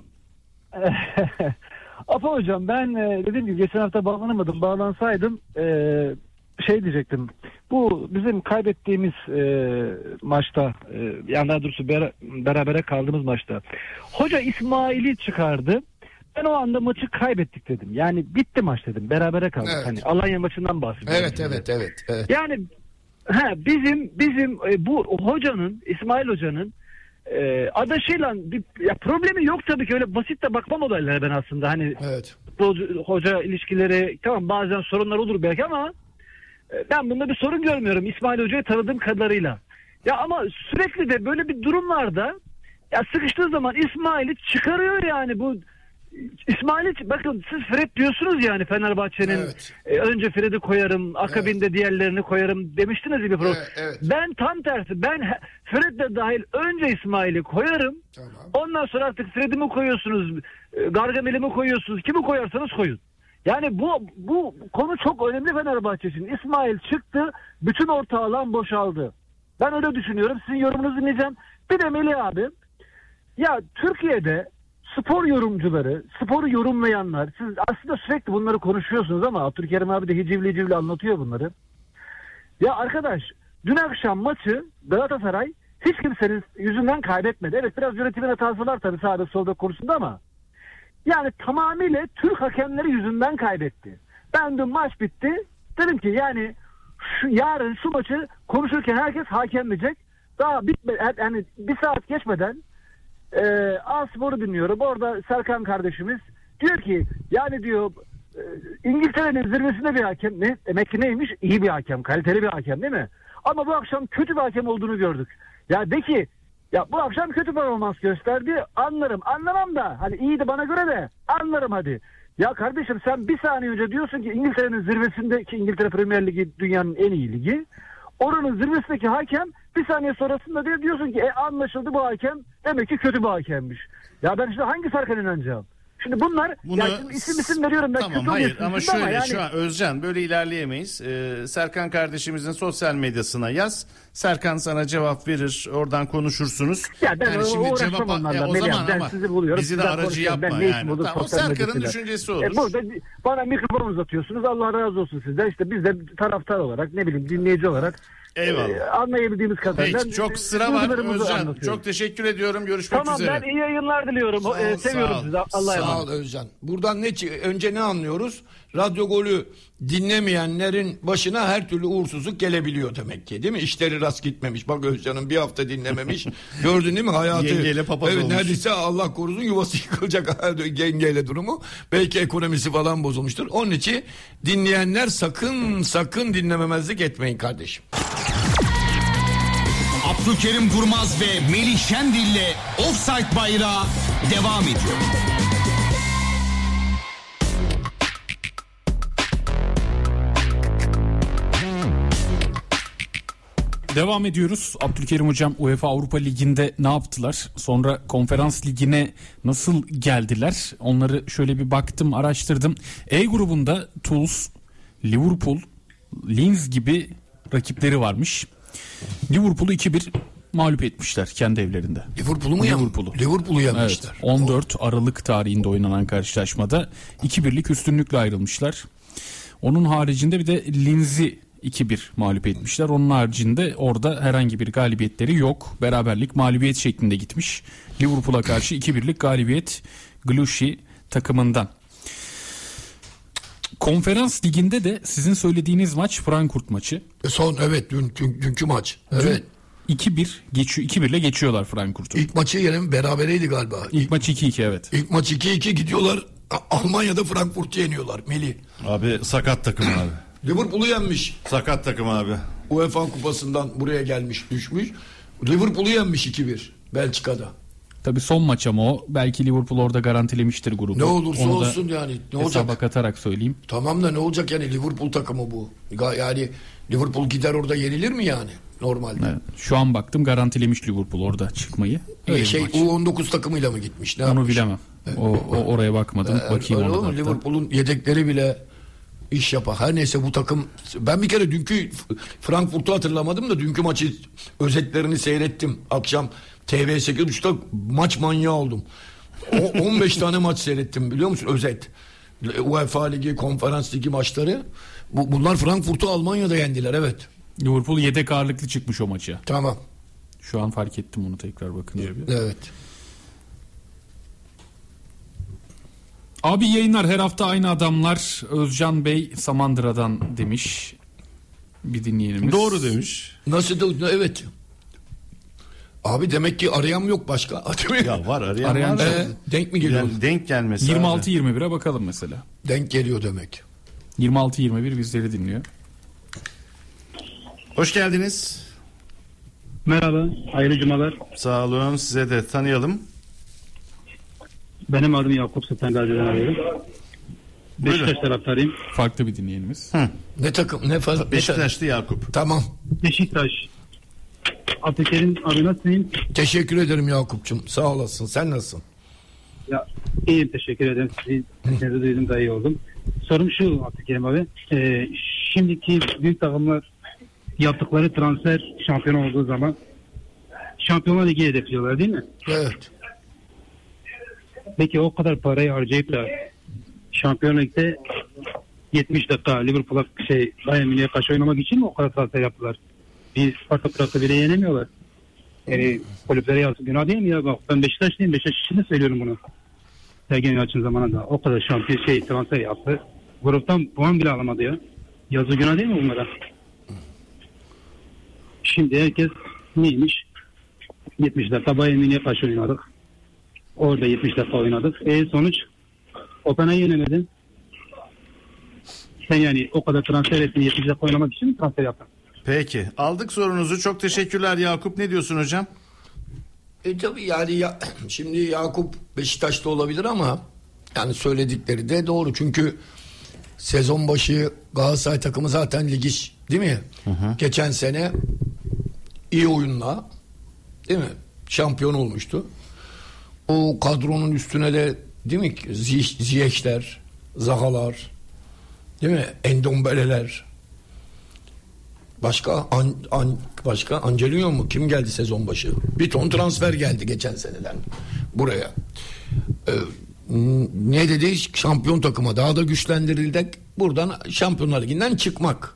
Apo hocam, ben dediğim gibi geçen hafta bağlanamadım. Bağlansaydım şey diyecektim. Bu bizim kaybettiğimiz maçta, yani daha doğrusu berabere kaldığımız maçta hoca İsmail'i çıkardı. Ben o anda maçı kaybettik dedim. Yani bitti maç dedim. Berabere kaldık. Evet. Hani Alanya maçından bahsediyorum. Evet. Yani bizim bu hocanın, İsmail hocanın adaşıyla ya problemi yok tabii ki, öyle basit de bakmam olaylara ben aslında. Hani hoca ilişkileri tamam, bazen sorunlar olur belki ama ben bunda bir sorun görmüyorum İsmail hocayı tanıdığım kadarıyla. Ya ama sürekli de böyle bir durumlarda ya sıkıştığı zaman İsmail'i çıkarıyor yani. Bu İsmail'i, bakın siz Fred diyorsunuz yani Fenerbahçe'nin, önce Fred'i koyarım, akabinde diğerlerini koyarım demiştiniz gibi program. Ben tam tersi, ben Fred'le dahil önce İsmail'i koyarım. Tamam. Ondan sonra artık Fred'i mi koyuyorsunuz, Gargamel'i mi koyuyorsunuz, kimi koyarsanız koyun. Yani bu konu çok önemli Fenerbahçe için. İsmail çıktı, bütün orta alan boşaldı. Ben öyle düşünüyorum. Sizin yorumunuzu dinleyeceğim. Bir de Melih abi, ya Türkiye'de spor yorumcuları, sporu yorumlayanlar, siz aslında sürekli bunları konuşuyorsunuz ama Abdülkerim abi de hicivli anlatıyor bunları. Ya arkadaş, dün akşam maçı Galatasaray hiç kimsenin yüzünden kaybetmedi. Evet, biraz yönetimin hatası var tabii sağda solda konusunda ama yani tamamıyla Türk hakemleri yüzünden kaybetti. Ben dün maç bitti, dedim ki yani yarın şu maçı konuşurken herkes hakemleyecek. Daha bitmedi, yani bir saat geçmeden A-Spor'u dinliyorum. Orada Serkan kardeşimiz diyor ki yani diyor İngiltere'nin zirvesinde bir hakem, ne demek ki neymiş? İyi bir hakem, kaliteli bir hakem değil mi? Ama bu akşam kötü bir hakem olduğunu gördük. Ya de ki ya bu akşam kötü performans gösterdi, anlarım. Anlamam da hani iyiydi bana göre de anlarım hadi. Ya kardeşim sen bir saniye önce diyorsun ki İngiltere'nin zirvesinde, ki İngiltere Premier Ligi dünyanın en iyi ligi. Oranın zirvesindeki hakem bir saniye sonrasında diyorsun ki anlaşıldı, bu hakem demek ki kötü bir hakemmiş. Ya ben işte hangi farkına inanacağım? Şimdi bunlar ya şimdi isim veriyorum ben. Tamam, hayır ama şöyle yani... şu an Özcan böyle ilerleyemeyiz. Serkan kardeşimizin sosyal medyasına yaz. Serkan sana cevap verir. Oradan konuşursunuz. Ya ben yani şimdi cevap o zaman ama sizi buluyorum, bizi de aracı yapma yani. Tamam, o Serkan'ın düşüncesi olur. Burada bana mikrofon uzatıyorsunuz. Allah razı olsun sizden. İşte biz de taraftar olarak, ne bileyim, dinleyici olarak anlayabildiğimiz kadarıyla. Peki, çok sıra var Özcan. Çok teşekkür ediyorum. Görüşmek üzere. Tamam, ben iyi yayınlar diliyorum. Seviyorum sizi. Allah'a emanet. Sağ ol Özcan. Buradan önce ne anlıyoruz? Radyo Golü dinlemeyenlerin başına her türlü uğursuzluk gelebiliyor demek ki, değil mi? İşleri rast gitmemiş. Bak Özcan'ın bir hafta dinlememiş. Gördün değil mi hayatı? Yengeyle papaz olmuş. Neredeyse Allah korusun yuvası yıkılacak yengeyle durumu. Belki ekonomisi falan bozulmuştur. Onun için dinleyenler sakın dinlememezlik etmeyin kardeşim. Abdülkerim Durmaz ve Melih Şendil'le Offside Bayrağı devam ediyor. Devam ediyoruz. Abdülkerim Hocam UEFA Avrupa Ligi'nde ne yaptılar? Sonra Konferans Ligi'ne nasıl geldiler? Onları şöyle bir baktım, araştırdım. E grubunda Toulouse, Liverpool, Linz gibi rakipleri varmış. Liverpool'u 2-1 mağlup etmişler kendi evlerinde. Liverpool'u yenmişler. Evet, 14 Aralık tarihinde oynanan karşılaşmada 2-1'lik üstünlükle ayrılmışlar. Onun haricinde bir de Linz'i 2-1 mağlup etmişler. Onun haricinde orada herhangi bir galibiyetleri yok. Beraberlik, mağlubiyet şeklinde gitmiş. Liverpool'a karşı 2-1'lik galibiyet Gluchy takımından. Konferans Ligi'nde de sizin söylediğiniz maç Frankfurt maçı. Dünkü maç. Evet. 2-1 geçiyor, 2-1 ile geçiyorlar Frankfurt'u. İlk maçı yine berabereydi galiba. İlk maç 2-2 evet. İlk maç 2-2 gidiyorlar. Almanya'da Frankfurt'u yeniyorlar Melih. Abi sakat takım abi. Liverpool'u yenmiş. Sakat takım abi. UEFA kupasından buraya gelmiş, düşmüş. Liverpool'u yenmiş 2-1 Belçika'da. Tabii son maç ama o. Belki Liverpool orada garantilemiştir grubu. Ne olursa olsun yani. Ne olacak? Hesaba katarak söyleyeyim. Tamam da ne olacak yani, Liverpool takımı bu. Yani Liverpool gider orada yenilir mi yani normalde? Evet. Şu an baktım garantilemiş Liverpool orada çıkmayı. U19 takımıyla mı gitmiş? Ne onu yapmış? bilemem. O oraya bakmadım. Bakayım ona. Liverpool'un yedekleri bile iş yapar. Her neyse bu takım, ben bir kere dünkü Frankfurt'u hatırlamadım da dünkü maçı özetlerini seyrettim. Akşam TV8.30'da maç manyağı oldum. 15 tane maç seyrettim biliyor musun, özet. UEFA Ligi, Konferans Ligi maçları. Bunlar Frankfurt'u Almanya'da yendiler, evet. Liverpool yedek ağırlıklı çıkmış o maça. Tamam. Şu an fark ettim onu tekrar bakınca bir. Evet. Abi yayınlar her hafta aynı adamlar. Özcan Bey Samandıra'dan demiş bir dinleyenimiz. Doğru demiş. Nasıl da evet. Abi demek ki arayan yok başka. Ya var arayan var. Denk mi geliyor? Yani denk gelmesi. 26-21'e bakalım mesela. Denk geliyor demek. 26-21 bizleri dinliyor. Hoş geldiniz. Merhaba, hayırlı cumalar. Sağ olun, size de tanıyalım. Benim adım Yakup, Sultangazi'den arıyorum. Beşiktaş taraftarıyım. Farklı bir dinleyenimiz. Ne takım? Ne fazla? Beşiktaşlı Yakup. Tamam. Beşiktaş. Abdülkerim abi nasılsın? Teşekkür ederim Yakup'cum. Sağ olasın. Sen nasılsın? Ya iyiyim, teşekkür ederim. Sesinizi duydum da iyi oldum. Sorum şu Abdülkerim abi. Şimdiki büyük takımlar yaptıkları transfer şampiyon olduğu zaman Şampiyonlar Ligi hedefliyorlar değil mi? Evet. Peki o kadar parayı harcayıp da Şampiyonlar Ligi'de 70 dakika Liverpool'a Bayern Münih'e karşı oynamak için mi o kadar transfer yaptılar? Bir Sparta Prag'da bile yenemiyorlar. Yani kulüplere yazık, günah değil mi ya? Bak ben Beşiktaşlıyım. Beşiktaş için de söylüyorum bunu. Sergen Yalçın zamanında o kadar şampiyon transfer yaptı. Gruptan puan bile alamadı ya. Yazık, günah değil mi bunlara? Şimdi herkes neymiş? 70 dakika Bayern Münih'e karşı oynadık. Orada 70 dakika oynadık. Sonuç Opena'yı yenemedin. Sen yani o kadar transfer ettin, 70 dakika oynamak için mi transfer yaptın? Peki. Aldık sorunuzu. Çok teşekkürler Yakup. Ne diyorsun hocam? Tabii yani şimdi Yakup Beşiktaş'ta olabilir ama yani söyledikleri de doğru. Çünkü sezon başı Galatasaray takımı zaten ligi değil mi? Hı. Geçen sene iyi oyunla değil mi? Şampiyon olmuştu. O kadronun üstüne de değil mi? Ziyech'ler, Zahalar, değil mi? Endombeleler. Başka Angelino mu? Kim geldi sezon başı? Bir ton transfer geldi geçen seneden buraya. Ne dedi? Şampiyon takıma daha da güçlendirildik. Buradan Şampiyonlar Ligi'nden çıkmak.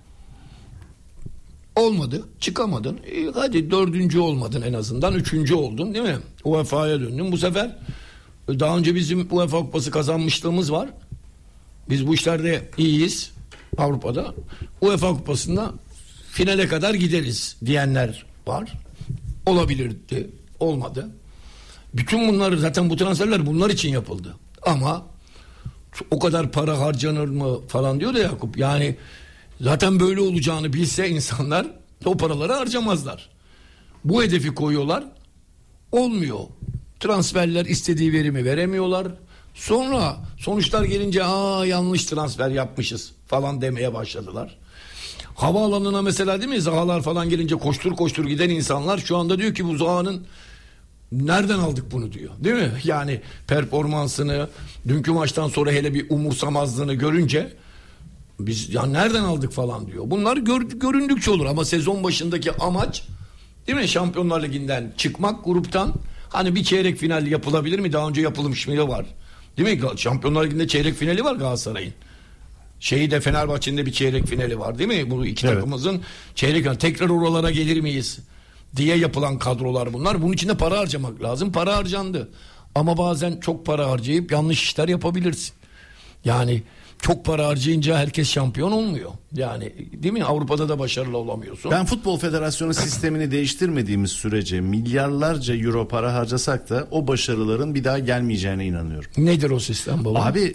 Olmadı. Çıkamadın. Hadi 4. olmadın en azından. 3. oldun değil mi? UEFA'ya döndün. Bu sefer daha önce bizim UEFA Kupası kazanmışlığımız var. Biz bu işlerde iyiyiz. Avrupa'da. UEFA Kupası'nda finale kadar gideriz diyenler var. Olabilirdi. Olmadı. Bütün bunlar zaten bu transferler bunlar için yapıldı. Ama o kadar para harcanır mı falan diyor da Yakup. Yani zaten böyle olacağını bilse insanlar o paraları harcamazlar. Bu hedefi koyuyorlar. Olmuyor. Transferler istediği verimi veremiyorlar. Sonra sonuçlar gelince yanlış transfer yapmışız falan demeye başladılar. Havaalanına mesela değil mi? Zahalar falan gelince koştur koştur giden insanlar şu anda diyor ki bu Zaha'nın nereden aldık bunu diyor. Değil mi? Yani performansını, dünkü maçtan sonra hele bir umursamazlığını görünce biz ya nereden aldık falan diyor. Bunlar göründükçe olur ama sezon başındaki amaç değil mi? Şampiyonlar Ligi'nden çıkmak gruptan. Hani bir çeyrek final yapılabilir mi? Daha önce yapılmış mı var. Değil mi? Şampiyonlar Ligi'nde çeyrek finali var Galatasaray'ın. De Fenerbahçe'nin de bir çeyrek finali var değil mi? Bu iki takımımızın çeyrek finali. Tekrar oralara gelir miyiz diye yapılan kadrolar bunlar. Bunun için de para harcamak lazım. Para harcandı. Ama bazen çok para harcayıp yanlış işler yapabilirsin. Yani çok para harcayınca herkes şampiyon olmuyor. Yani değil mi? Avrupa'da da başarılı olamıyorsun. Ben Futbol Federasyonu sistemini değiştirmediğimiz sürece milyarlarca euro para harcasak da o başarıların bir daha gelmeyeceğine inanıyorum. Nedir o sistem baba? Abi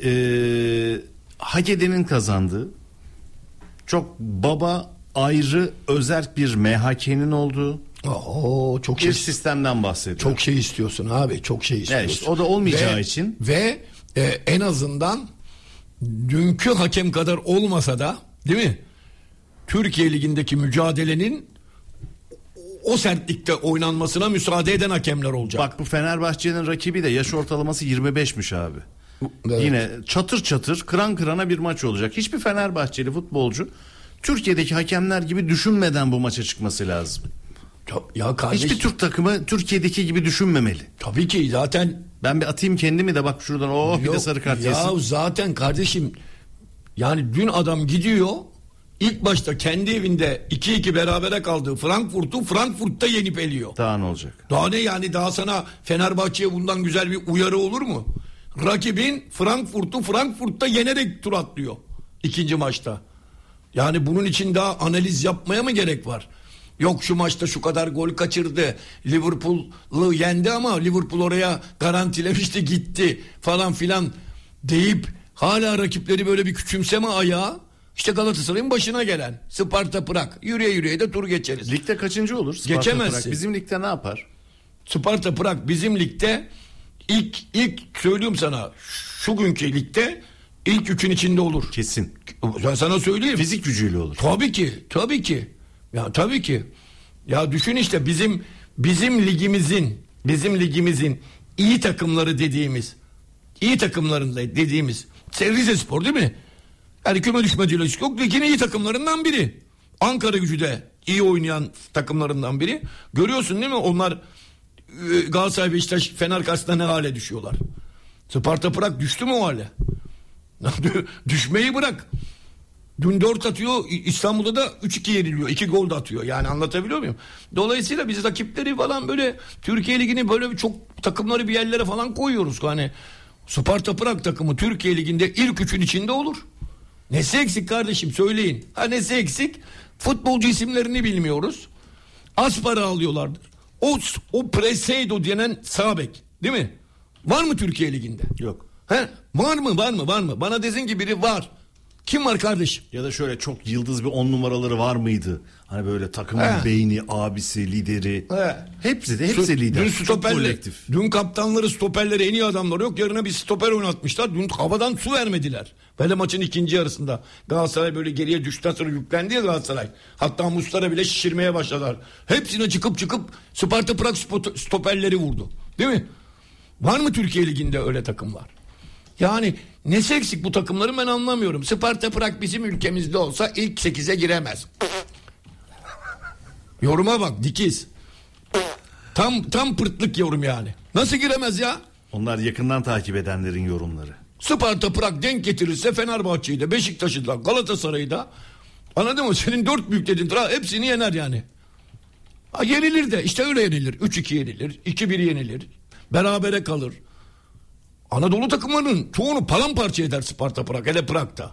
hak edenin kazandığı, çok baba ayrı özerk bir MHK'nin olduğu çok bir sistemden bahsediyorum. Çok şey istiyorsun abi, çok şey istiyorsun. Evet, o da olmayacağı için. Ve en azından dünkü hakem kadar olmasa da değil mi? Türkiye Ligi'ndeki mücadelenin o sertlikte oynanmasına müsaade eden hakemler olacak. Bak bu Fenerbahçe'nin rakibi de yaş ortalaması 25'miş abi. Evet. Yine çatır çatır kıran kırana bir maç olacak. Hiçbir Fenerbahçeli futbolcu Türkiye'deki hakemler gibi düşünmeden bu maça çıkması lazım. Ya kardeş, hiçbir Türk takımı Türkiye'deki gibi düşünmemeli. Tabii ki zaten ben bir atayım kendimi de bak şuradan bir de sarı kart yesin. Ya zaten kardeşim yani dün adam gidiyor ilk başta kendi evinde 2-2 berabere kaldığı Frankfurt'ta yenip eliyor. Daha ne olacak? Daha ne yani, daha sana Fenerbahçe'ye bundan güzel bir uyarı olur mu? Rakibin Frankfurt'ta yenerek tur atlıyor ikinci maçta. Yani bunun için daha analiz yapmaya mı gerek var? Yok şu maçta şu kadar gol kaçırdı, Liverpool'u yendi ama Liverpool oraya garantilemişti gitti falan filan deyip hala rakipleri böyle bir küçümseme ayağı. İşte Galatasaray'ın başına gelen Sparta Prag, yürüye de tur geçeriz. Ligde kaçıncı olur Sparta Geçemezsin. Prag? Bizim ligde ne yapar? Sparta Prag bizim ligde ilk söylüyorum sana, şu günkü ligde ilk üçün içinde olur. Kesin. Ben sana söyleyeyim. Fizik gücüyle olur. Tabii ki. Ya tabii ki. Ya düşün işte bizim ligimizin iyi takımları dediğimiz, iyi takımlarında dediğimiz Rizespor değil mi? Yani küme düşme diyalojik yok. Ligin iyi takımlarından biri. Ankara Gücü de iyi oynayan takımlarından biri. Görüyorsun değil mi? Onlar Galatasaray, Beşiktaş, Fener karşısında ne hale düşüyorlar. Sparta Prag düştü mü o hale? Düşmeyi bırak. Dün 4 atıyor, İstanbul'da da 3-2 yeniliyor. 2 gol de atıyor. Yani anlatabiliyor muyum? Dolayısıyla biz rakipleri falan böyle Türkiye Ligi'ni böyle çok takımları bir yerlere falan koyuyoruz. Hani Sparta Prag takımı Türkiye Ligi'nde ilk 3'ün içinde olur. Nesi eksik kardeşim söyleyin. Nesi eksik? Futbolcu isimlerini bilmiyoruz. Az para alıyorlardır. O Preseydo denen sağ bek değil mi? Var mı Türkiye Ligi'nde? Yok. Var mı? Bana desin ki biri var. Kim var kardeşim? Ya da şöyle çok yıldız bir 10 numaraları var mıydı? Hani böyle takımın beyni, abisi, lideri. Hepsi lider. Dün kaptanları, stoperleri, en iyi adamları yok. Yarına bir stoper oynatmışlar. Dün havadan su vermediler. Böyle maçın ikinci yarısında. Galatasaray böyle geriye düşten sonra yüklendi ya Galatasaray. Hatta Muslera bile şişirmeye başladılar. Hepsine çıkıp Sparta Prag stoperleri vurdu. Değil mi? Var mı Türkiye Ligi'nde öyle takımlar? Yani nesi eksik bu takımların ben anlamıyorum. Sparta Prag bizim ülkemizde olsa ilk 8'e giremez. Yoruma bak dikiz. Tam pırtlık yorum yani. Nasıl giremez ya? Onlar yakından takip edenlerin yorumları. Sparta Prag denk getirirse Fenerbahçe'yi de, Beşiktaş'ı da, Galatasaray'ı da, anladın mı? Senin 4 büyük dedin hepsini yener yani. Yenilir de işte öyle yenilir. 3-2 yenilir, 2-1 yenilir. Berabere kalır. Anadolu takımlarının çoğunu paramparça eder Sparta Prag. Hele Prag'da.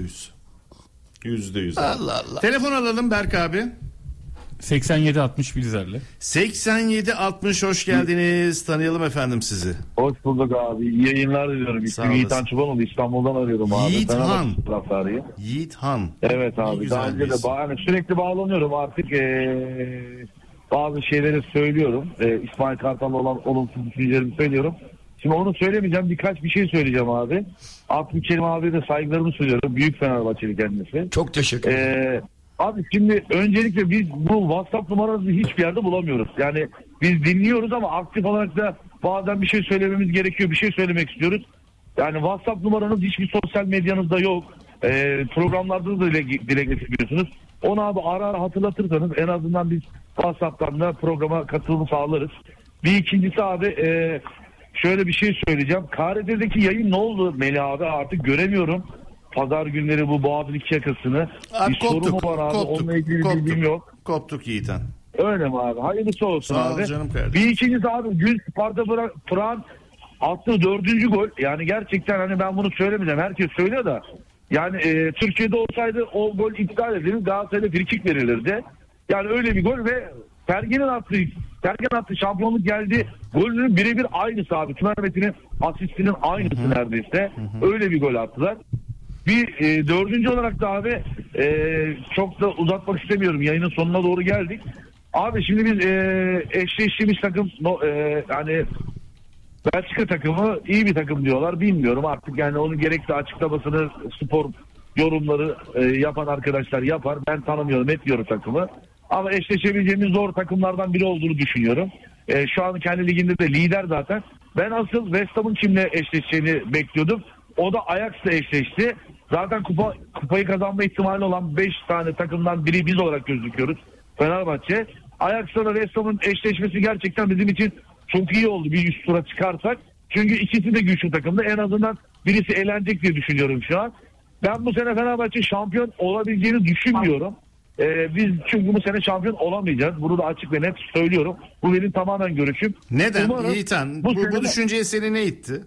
%100. Allah Allah. Telefon alalım Berk abi. 87-60 Bilzer'le. 87-60 hoş geldiniz. Tanıyalım efendim sizi. Hoş bulduk abi. İyi yayınlar diliyorum. İsmim Yiğit Han Çıbanoğlu. İstanbul'dan arıyorum abi. Yiğit Han. Evet abi. Daha önce de sürekli bağlanıyorum artık. bazı şeyleri söylüyorum. İsmail Kartal'la olan olumsuz düşüncelerimi söylüyorum. Şimdi onu söylemeyeceğim. Birkaç bir şey söyleyeceğim abi. Abdülkerim abiye de saygılarımı sunuyorum. Büyük Fenerbahçeli kendisi. Çok teşekkür ederim. Abi şimdi öncelikle biz bu WhatsApp numaranızı hiçbir yerde bulamıyoruz. Yani biz dinliyoruz ama aktif olarak da bazen bir şey söylememiz gerekiyor. Bir şey söylemek istiyoruz. Yani WhatsApp numaranız hiçbir sosyal medyanızda yok. Programlarda da dile getiriyorsunuz. Onu abi ara ara hatırlatırsanız en azından biz WhatsApp'tan da programa katılımı sağlarız. Bir ikincisi abi şöyle bir şey söyleyeceğim. KRT'deki yayın ne oldu Melih abi, artık göremiyorum. Pazar günleri bu Boğaz'ın iki yakasını. Abi, bir soru mu var abi? Onunla ilgili bilgim yok. Koptuk Yiğit'ten. Öyle mi abi? Hayırlısı olsun Sağ abi. ol canım kardeşim. Bir ikincisi abi Gül Sparta Prag'ın attığı 4. gol. Yani gerçekten hani ben bunu söylemeyeceğim. Herkes söylüyor da. Yani Türkiye'de olsaydı o gol iptal edilir. Galatasaray'da frikik verilirdi. Yani öyle bir gol ve Sergen attı şampiyonluk geldi. Golünün birebir aynısı abi. Tümer Metin'in asistinin aynısı neredeyse. Öyle bir gol attılar. Bir dördüncü olarak da abi çok da uzatmak istemiyorum. Yayının sonuna doğru geldik. Abi şimdi biz eşleştiğimiz takım yani Belçika takımı iyi bir takım diyorlar. Bilmiyorum artık, yani onun gerekli açıklamasını spor yorumları yapan arkadaşlar yapar. Ben tanımıyorum, etmiyorum takımı. Ama eşleşebileceğimiz zor takımlardan biri olduğunu düşünüyorum. Şu an kendi liginde de lider zaten. Ben asıl West Ham'ın kimle eşleşeceğini bekliyordum. O da Ajax'la eşleşti. Zaten kupayı kazanma ihtimali olan 5 tane takımdan biri biz olarak gözüküyoruz. Fenerbahçe. Ajax'la da West Ham'ın eşleşmesi gerçekten bizim için çok iyi oldu bir üst tura çıkarsak. Çünkü ikisi de güçlü takımda. En azından birisi elenecek diye düşünüyorum şu an. Ben bu sene Fenerbahçe şampiyon olabileceğini düşünmüyorum. Biz çünkü bu sene şampiyon olamayacağız. Bunu da açık ve net söylüyorum. Bu benim tamamen görüşüm. Neden Yiğitan? Bu düşünceye seni ne itti?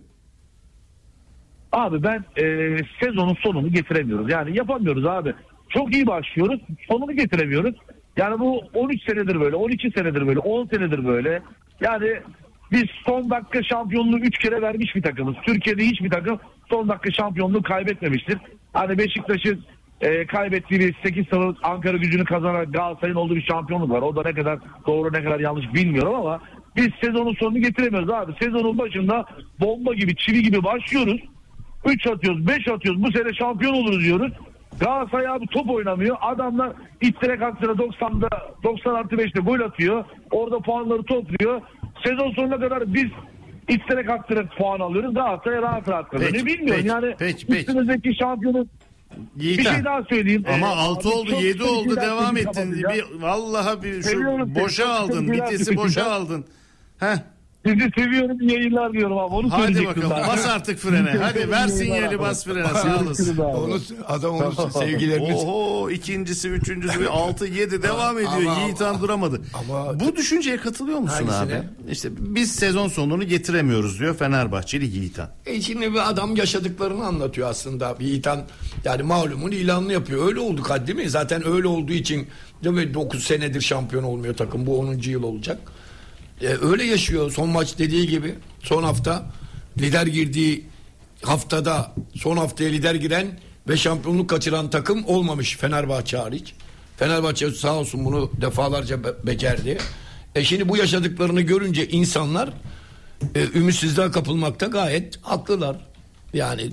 Abi ben sezonun sonunu getiremiyoruz. Yani yapamıyoruz abi. Çok iyi başlıyoruz. Sonunu getiremiyoruz. Yani bu 13 senedir böyle, 12 senedir böyle, 10 senedir böyle. Yani biz son dakika şampiyonluğu 3 kere vermiş bir takımız. Türkiye'de hiçbir takım son dakika şampiyonluğu kaybetmemiştir. Hani Beşiktaş'ın kaybettiği bir 8-0 Ankara Gücü'nü kazanan Galatasaray'ın olduğu bir şampiyonluk var. O da ne kadar doğru ne kadar yanlış bilmiyorum ama biz sezonun sonunu getiremiyoruz abi. Sezonun başında bomba gibi, çivi gibi başlıyoruz. 3 atıyoruz, 5 atıyoruz. Bu sene şampiyon oluruz diyoruz. Galatasaray abi top oynamıyor. Adamlar ittire kalktığında 90+5'te gol atıyor. Orada puanları topluyor. Sezon sonuna kadar biz ittire kalktığında puan alıyoruz. Galatasaray rahat kazanıyor. Ne bilmiyorum yani üstümüzdeki şampiyonun. Bir şey daha söyleyeyim. Ama 6 oldu, 7 oldu, devam ettin. Vallahi bir boşa aldın. Vitesi boşa aldın. Heh. Sizi seviyorum, yayınlar diyorum abi. Onu hadi bakalım bas artık frene. Hadi ver sinyali, bas frene. Sağ olasın. Onu sevgilerimiz. Oho, ikincisi, üçüncüsü, 6, 7 devam ediyor. Yiğitan duramadı. Bu düşünceye katılıyor musun abi? İşte biz sezon sonunu getiremiyoruz diyor Fenerbahçeli Yiğitan. Şimdi bir adam yaşadıklarını anlatıyor aslında. Yiğitan yani malumun ilanını yapıyor. Öyle oldu değil mi? Zaten öyle olduğu için 9 senedir şampiyon olmuyor takım. Bu 10. yıl olacak. Öyle yaşıyor. Son maç dediği gibi son hafta lider girdiği haftada son haftaya lider giren ve şampiyonluk kaçıran takım olmamış Fenerbahçe hariç. Fenerbahçe sağ olsun bunu defalarca becerdi. Şimdi bu yaşadıklarını görünce insanlar ümitsizliğe kapılmakta gayet haklılar. Yani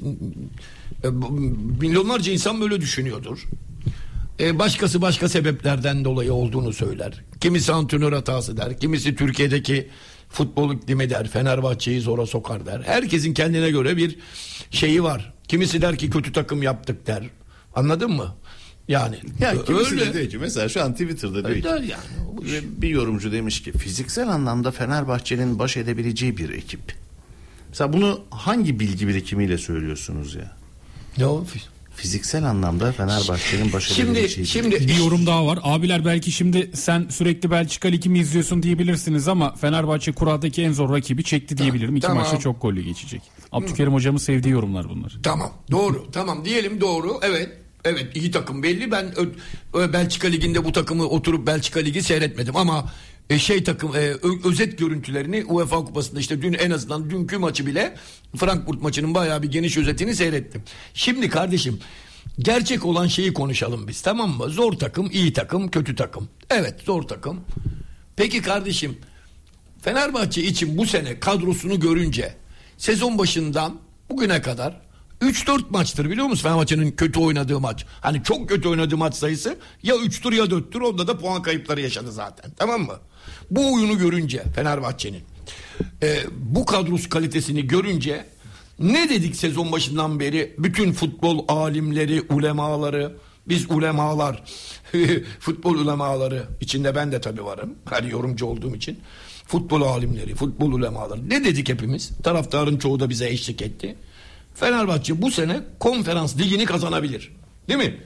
milyonlarca insan böyle düşünüyordur. Başkası başka sebeplerden dolayı olduğunu söyler. Kimisi antrenör hatası der. Kimisi Türkiye'deki futbol iklimi der. Fenerbahçe'yi zora sokar der. Herkesin kendine göre bir şeyi var. Kimisi der ki kötü takım yaptık der. Anladın mı? Yani kimisi öyle. De diyor ki mesela şu an Twitter'da diyor ki yani, bir yorumcu demiş ki fiziksel anlamda Fenerbahçe'nin baş edebileceği bir ekip. Mesela bunu hangi bilgi birikimiyle söylüyorsunuz ya? Ne o? Fiziksel anlamda Fenerbahçe'nin başarılı Şimdi bir yorum daha var. Abiler belki şimdi sen sürekli Belçika Ligi mi izliyorsun diyebilirsiniz ama Fenerbahçe kuradaki en zor rakibi çekti diyebilirim. İki maçta çok gollü geçecek. Abdülkerim hocamın sevdiği yorumlar bunlar. Tamam doğru tamam diyelim doğru evet iyi takım belli. Ben Belçika Ligi'nde bu takımı oturup Belçika Ligi seyretmedim ama takım özet görüntülerini UEFA Kupası'nda işte dün en azından dünkü maçı bile Frankfurt maçının bayağı bir geniş özetini seyrettim. Şimdi kardeşim gerçek olan şeyi konuşalım biz, tamam mı? Zor takım, iyi takım, kötü takım. Evet zor takım. Peki kardeşim, Fenerbahçe için bu sene kadrosunu görünce sezon başından bugüne kadar 3-4 maçtır biliyor musun Fenerbahçe'nin kötü oynadığı maç. Hani çok kötü oynadığı maç sayısı ya 3'tür ya 4'tür, onda da puan kayıpları yaşadı zaten, tamam mı? Bu oyunu görünce Fenerbahçe'nin bu kadrosu kalitesini görünce ne dedik sezon başından beri? Bütün futbol alimleri, ulemaları, biz ulemalar, futbol ulemaları içinde ben de tabii varım. Hani yorumcu olduğum için. Futbol alimleri, futbol ulemaları. Ne dedik hepimiz? Taraftarın çoğu da bize eşlik etti. Fenerbahçe bu sene konferans ligini kazanabilir. Değil mi?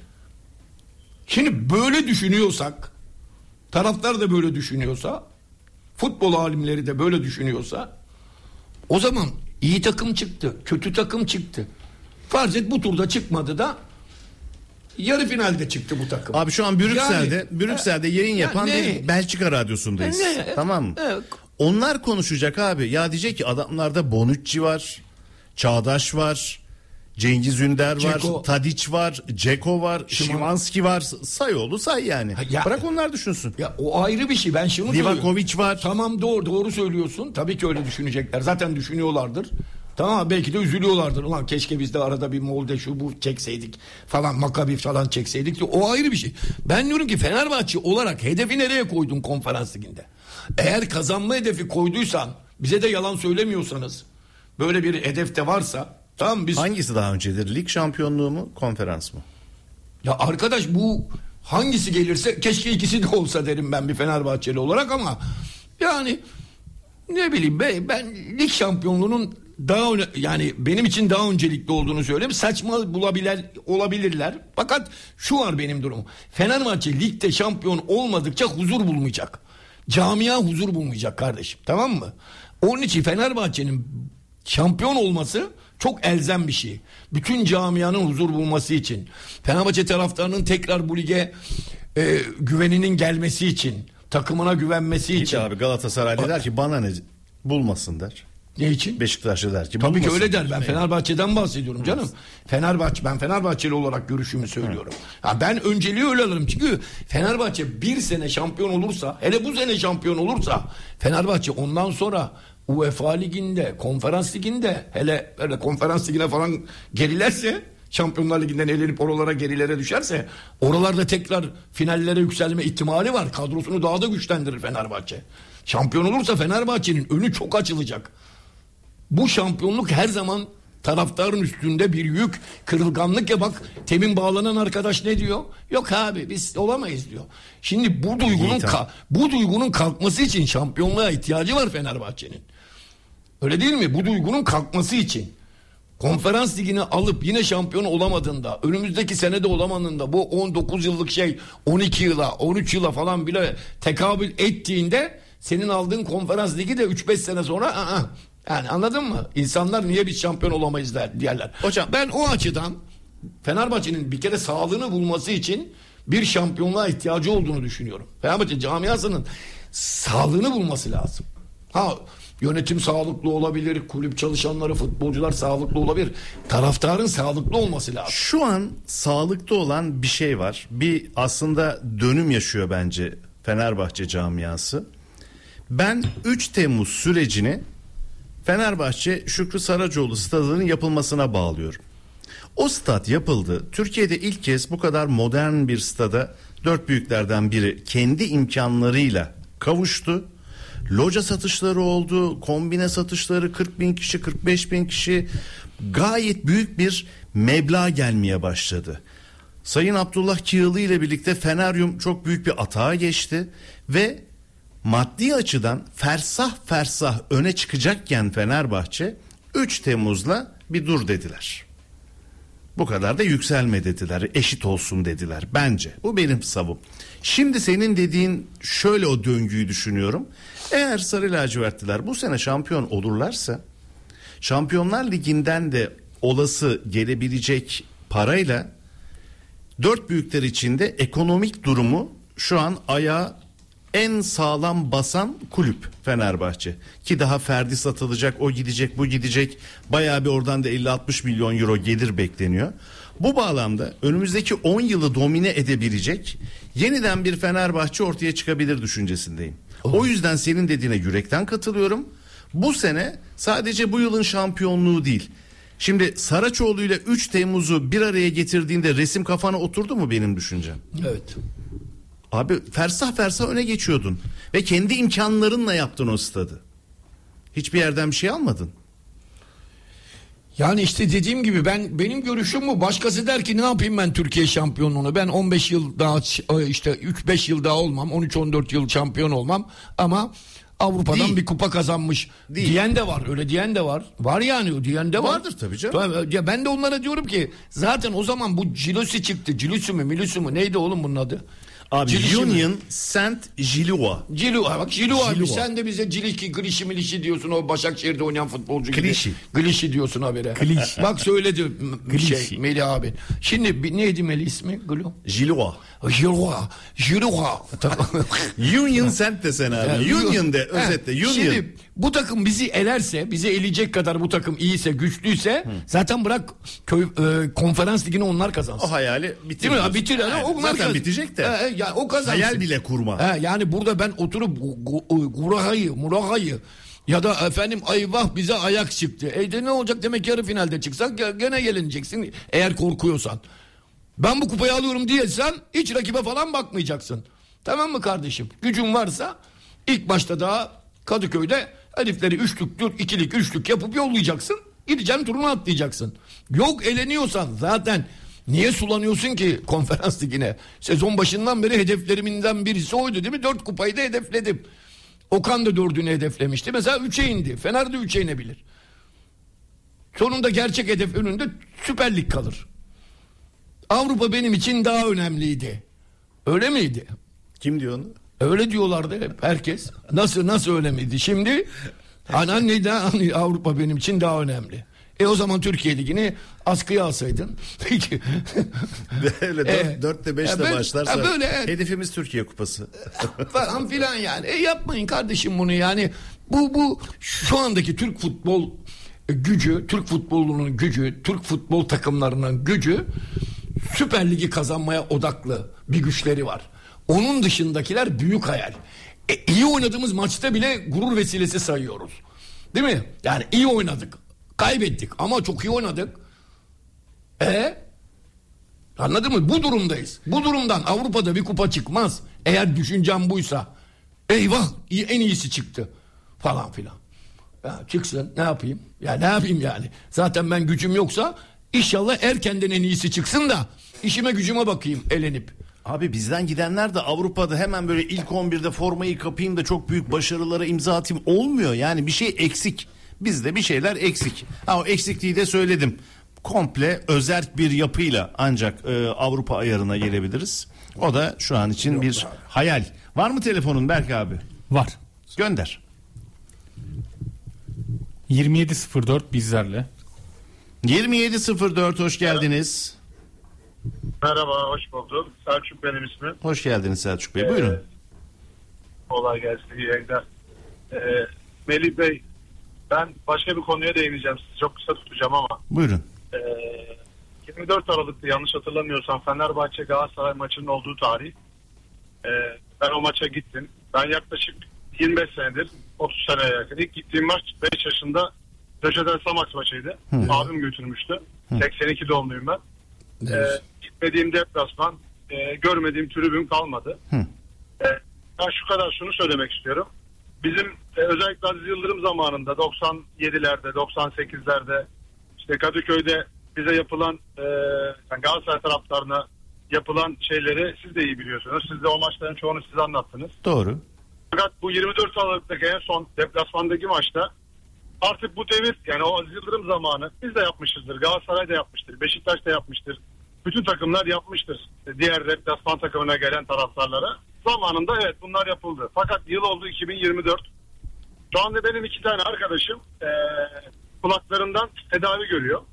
Şimdi böyle düşünüyorsak, taraftar da böyle düşünüyorsa, futbol alimleri de böyle düşünüyorsa, o zaman iyi takım çıktı, kötü takım çıktı. Farz et bu turda çıkmadı da yarı finalde çıktı bu takım. Abi şu an Brüksel'de yayın yapan bir Belçika radyosundayız. Tamam mı? Evet. Onlar konuşacak abi. Ya diyecek ki adamlarda Bonucci var, Çağdaş var, Cengiz Ünder var, Tadic var, Dzeko var, Szymanski var. Say oğlu say yani. Ya, bırak onlar düşünsün. Ya o ayrı bir şey. Ben şunu Livakovic var. Tamam, doğru söylüyorsun. Tabii ki öyle düşünecekler. Zaten düşünüyorlardır. Tamam, belki de üzülüyorlardır. Ulan keşke biz de arada bir Molde şu bu çekseydik falan, Makabi falan çekseydik. O ayrı bir şey. Ben diyorum ki Fenerbahçe olarak hedefi nereye koydun konferans liginde? Eğer kazanma hedefi koyduysan, bize de yalan söylemiyorsanız, böyle bir hedef de varsa, tamam biz... Hangisi daha öncedir? Lig şampiyonluğu mu, konferans mı? Ya arkadaş, bu hangisi gelirse keşke ikisi de olsa derim ben bir Fenerbahçeli olarak, ama yani ne bileyim ben lig şampiyonluğunun daha yani benim için daha öncelikli olduğunu söyleyeyim. Saçma olabilirler. Fakat şu var benim durumum. Fenerbahçe ligde şampiyon olmadıkça huzur bulmayacak. Camia huzur bulmayacak kardeşim. Tamam mı? Onun için Fenerbahçe'nin şampiyon olması çok elzem bir şey. Bütün camianın huzur bulması için. Fenerbahçe taraftarının tekrar bu lige güveninin gelmesi için. Takımına güvenmesi için. Abi Galatasaraylı der ki bana ne bulmasın der. Ne için? Beşiktaşlı der ki tabii ki öyle der. Ben Fenerbahçe'den bahsediyorum canım. Ben Fenerbahçeli olarak görüşümü söylüyorum. Ha, ben önceliği öyle alırım. Çünkü Fenerbahçe bir sene şampiyon olursa, hele bu sene şampiyon olursa, Fenerbahçe ondan sonra UEFA liginde, konferans liginde, hele konferans ligine falan gerilerse, Şampiyonlar Ligi'nden elenip oralara, gerilere düşerse, oralarda tekrar finallere yükselme ihtimali var. Kadrosunu daha da güçlendirir Fenerbahçe. Şampiyon olursa Fenerbahçe'nin önü çok açılacak. Bu şampiyonluk her zaman taraftarın üstünde bir yük, kırılganlık. Ya bak, temin bağlanan arkadaş ne diyor? Yok abi biz olamayız diyor. Şimdi bu duygunun kalkması için şampiyonluğa ihtiyacı var Fenerbahçe'nin. Öyle değil mi? Bu duygunun kalkması için. Konferans ligini alıp yine şampiyon olamadığında, önümüzdeki senede olamadığında, bu 19 yıllık şey 12 yıla, 13 yıla falan bile tekabül ettiğinde, senin aldığın konferans ligi de 3-5 sene sonra yani anladın mı? İnsanlar niye biz şampiyon olamayız derler. Hocam ben o açıdan Fenerbahçe'nin bir kere sağlığını bulması için bir şampiyonluğa ihtiyacı olduğunu düşünüyorum. Fenerbahçe camiasının sağlığını bulması lazım. Yönetim sağlıklı olabilir, kulüp çalışanları, futbolcular sağlıklı olabilir. Taraftarın sağlıklı olması lazım. Şu an sağlıklı olan bir şey var. Bir aslında dönüm yaşıyor bence Fenerbahçe camiası. Ben 3 Temmuz sürecini Fenerbahçe Şükrü Saracoğlu stadının yapılmasına bağlıyorum. O stat yapıldı. Türkiye'de ilk kez bu kadar modern bir stada dört büyüklerden biri kendi imkanlarıyla kavuştu. Loca satışları oldu, kombine satışları, 40 bin kişi, 45 bin kişi, gayet büyük bir meblağ gelmeye başladı. Sayın Abdullah Kiyılı ile birlikte Feneryum çok büyük bir atağa geçti ve maddi açıdan fersah öne çıkacakken Fenerbahçe 3 Temmuz'la bir dur dediler. Bu kadar da yükselme dediler, eşit olsun dediler bence. Bu benim savım. Şimdi senin dediğin şöyle, o döngüyü düşünüyorum. Eğer Sarı Lacivertliler bu sene şampiyon olurlarsa, Şampiyonlar Ligi'nden de olası gelebilecek parayla dört büyükler içinde ekonomik durumu şu an ayağa en sağlam basan kulüp Fenerbahçe. Ki daha Ferdi satılacak, o gidecek, bu gidecek. Bayağı bir oradan da 50-60 milyon euro gelir bekleniyor. Bu bağlamda önümüzdeki 10 yılı domine edebilecek yeniden bir Fenerbahçe ortaya çıkabilir düşüncesindeyim. O yüzden senin dediğine yürekten katılıyorum. Bu sene sadece bu yılın şampiyonluğu değil. Şimdi Saraçoğlu ile 3 Temmuz'u bir araya getirdiğinde resim kafana oturdu mu benim düşüncem? Evet. Abi fersah fersah öne geçiyordun. Ve kendi imkanlarınla yaptın o stadı. Hiçbir yerden bir şey almadın. Yani işte dediğim gibi benim görüşüm bu. Başkası der ki ne yapayım ben Türkiye şampiyonluğunu? Ben 15 yıl daha işte 3-5 yıl daha olmam. 13-14 yıl şampiyon olmam. Ama Avrupa'dan değil, bir kupa kazanmış değil diyen de var. Öyle diyen de var. Var yani o diyen de var. Vardır tabii canım. Ya ben de onlara diyorum ki zaten o zaman bu Cilosi çıktı. Cilosi mi Milusi mu neydi oğlum bunun adı? Abi Cilişi Union Saint Gillois. Gillois bak Gillois. Sen de bize Cilişi, Glişi, Milişi diyorsun o Başakşehir'de oynayan futbolcu gibi. Glişi diyorsun habere. Glişi. Bak söyledi Melih abi. Şimdi neydi Melih ismi? Gillois. Union Saint de sen abi. Union de özetle. Union. Şimdi bu takım bizi elerse, bizi eleyecek kadar bu takım iyiyse, güçlüyse zaten bırak konferans ligini onlar kazansın. O hayali bitir. Değil mi? Bitir. Yani zaten bitecek de. Ya o kazansın. Hayal bile kurma. Yani burada ben oturup Muraha'yı ya da efendim ayvah bize ayak çıktı. De ne olacak demek yarı finalde çıksak gene gelineceksin eğer korkuyorsan. Ben bu kupayı alıyorum diyesen hiç rakibe falan bakmayacaksın. Tamam mı kardeşim? Gücün varsa ilk başta daha Kadıköy'de herifleri 3'lük, 2'lik, 3'lük yapıp yollayacaksın. Gideceksin turunu atlayacaksın. Yok eleniyorsan zaten niye sulanıyorsun ki konferans ligine? Sezon başından beri hedeflerimden birisi oydu değil mi? 4 kupayı da hedefledim. Okan da 4'ünü hedeflemişti. Mesela 3'e indi. Fener de 3'e inebilir. Sonunda gerçek hedef önünde Süper Lig kalır. Avrupa benim için daha önemliydi. Öyle miydi? Kim diyor onu? Öyle diyorlardı hep herkes. Nasıl öyle miydi? Şimdi hani Avrupa benim için daha önemli. O zaman Türkiye Ligi'ni askıya alsaydın. Peki. Böyle 4'te 5'te başlarsa böyle, hedefimiz Türkiye Kupası. Falan filan yani. Yapmayın kardeşim bunu yani. Bu şu andaki Türk futbol gücü, Türk futbolunun gücü, Türk futbol takımlarının gücü Süper Ligi kazanmaya odaklı bir güçleri var. Onun dışındakiler büyük hayal. İyi oynadığımız maçta bile gurur vesilesi sayıyoruz. Değil mi? Yani iyi oynadık. Kaybettik ama çok iyi oynadık. Anladın mı? Bu durumdayız. Bu durumdan Avrupa'da bir kupa çıkmaz. Eğer düşüncem buysa. Eyvah en iyisi çıktı. Falan filan. Ya çıksın ne yapayım? Ya ne yapayım yani? Zaten ben gücüm yoksa inşallah erkenden en iyisi çıksın da işime gücüme bakayım elenip. Abi bizden gidenler de Avrupa'da hemen böyle ilk 11'de formayı kapayım da çok büyük başarılara imza atayım olmuyor. Yani bir şey eksik. Bizde bir şeyler eksik. O eksikliği de söyledim. Komple özerk bir yapıyla ancak Avrupa ayarına gelebiliriz. O da şu an için bir hayal. Var mı telefonun Berk abi? Var. Gönder. 2704 bizlerle. 2704 hoş geldiniz. Merhaba, hoş bulduk. Selçuk benim ismim. Hoş geldiniz Selçuk Bey, buyurun. Kolay gelsin, iyi yayınlar. Melih Bey, ben başka bir konuya değineceğim. Sizi çok kısa tutacağım ama. Buyurun. 24 Aralık'ta yanlış hatırlamıyorsam Fenerbahçe Galatasaray maçının olduğu tarih. Ben o maça gittim. Ben yaklaşık 25 senedir, 30 seneye yakın. İlk gittiğim maç 5 yaşında Döşeden Samax maçıydı. Abim götürmüştü. 82 doğumluyum ben. Gitmediğim deplasman, görmediğim tribün kalmadı. Ben şu kadar şunu söylemek istiyorum. Bizim özellikle Aziz Yıldırım zamanında 97'lerde, 98'lerde işte Kadıköy'de bize yapılan yani Galatasaray taraftarına yapılan şeyleri siz de iyi biliyorsunuz. Siz de o maçların çoğunu siz anlattınız. Doğru. Fakat bu 24 Aralık'taki en son deplasmandaki maçta artık bu devir yani o Aziz Yıldırım zamanı biz de yapmışızdır. Galatasaray da yapmıştır. Beşiktaş da yapmıştır. Bütün takımlar yapmıştır. Diğer deplasman takımına gelen taraftarlara. Zamanında evet bunlar yapıldı. Fakat yıl oldu 2024. Şu anda benim 2 tane arkadaşım kulaklarından tedavi görüyor.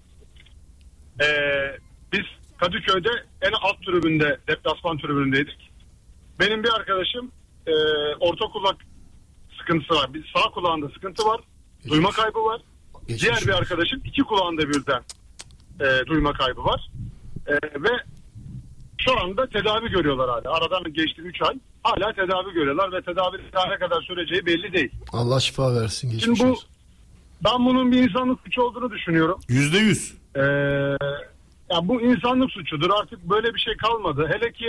Biz Kadıköy'de en alt tribünde, deplasman tribünündeydik. Benim bir arkadaşım orta kulak sıkıntısı var. Bir sağ kulağında sıkıntı var. Duyma kaybı var. Diğer bir arkadaşım 2 kulağında birden duyma kaybı var. Ve şu anda tedavi görüyorlar hala. Aradan geçti 3 ay. hala tedavi görüyorlar ve tedavi daha ne kadar süreceği belli değil. Allah şifa versin. Geçmiş Şimdi olsun. ben bunun bir insanlık suçu olduğunu düşünüyorum. %100. Ya bu insanlık suçudur. Artık böyle bir şey kalmadı. Hele ki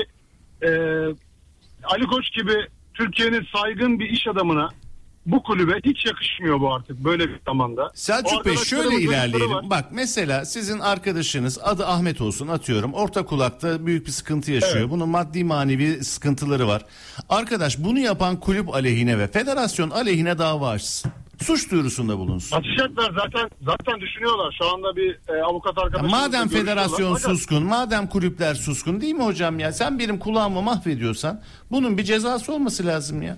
Ali Koç gibi Türkiye'nin saygın bir iş adamına bu kulübe hiç yakışmıyor bu artık böyle bir zamanda. Selçuk Bey şöyle ilerleyelim. Bak mesela sizin arkadaşınız adı Ahmet olsun atıyorum. Ortakulak'ta büyük bir sıkıntı yaşıyor. Evet. Bunun maddi manevi sıkıntıları var. Arkadaş bunu yapan kulüp aleyhine ve federasyon aleyhine dava açsın. Suç duyurusunda bulunsun. Açacaklar zaten düşünüyorlar. Şu anda bir avukat arkadaşımız. Madem federasyon suskun, madem kulüpler suskun değil mi hocam ya? Sen benim kulağımı mahvediyorsan bunun bir cezası olması lazım ya.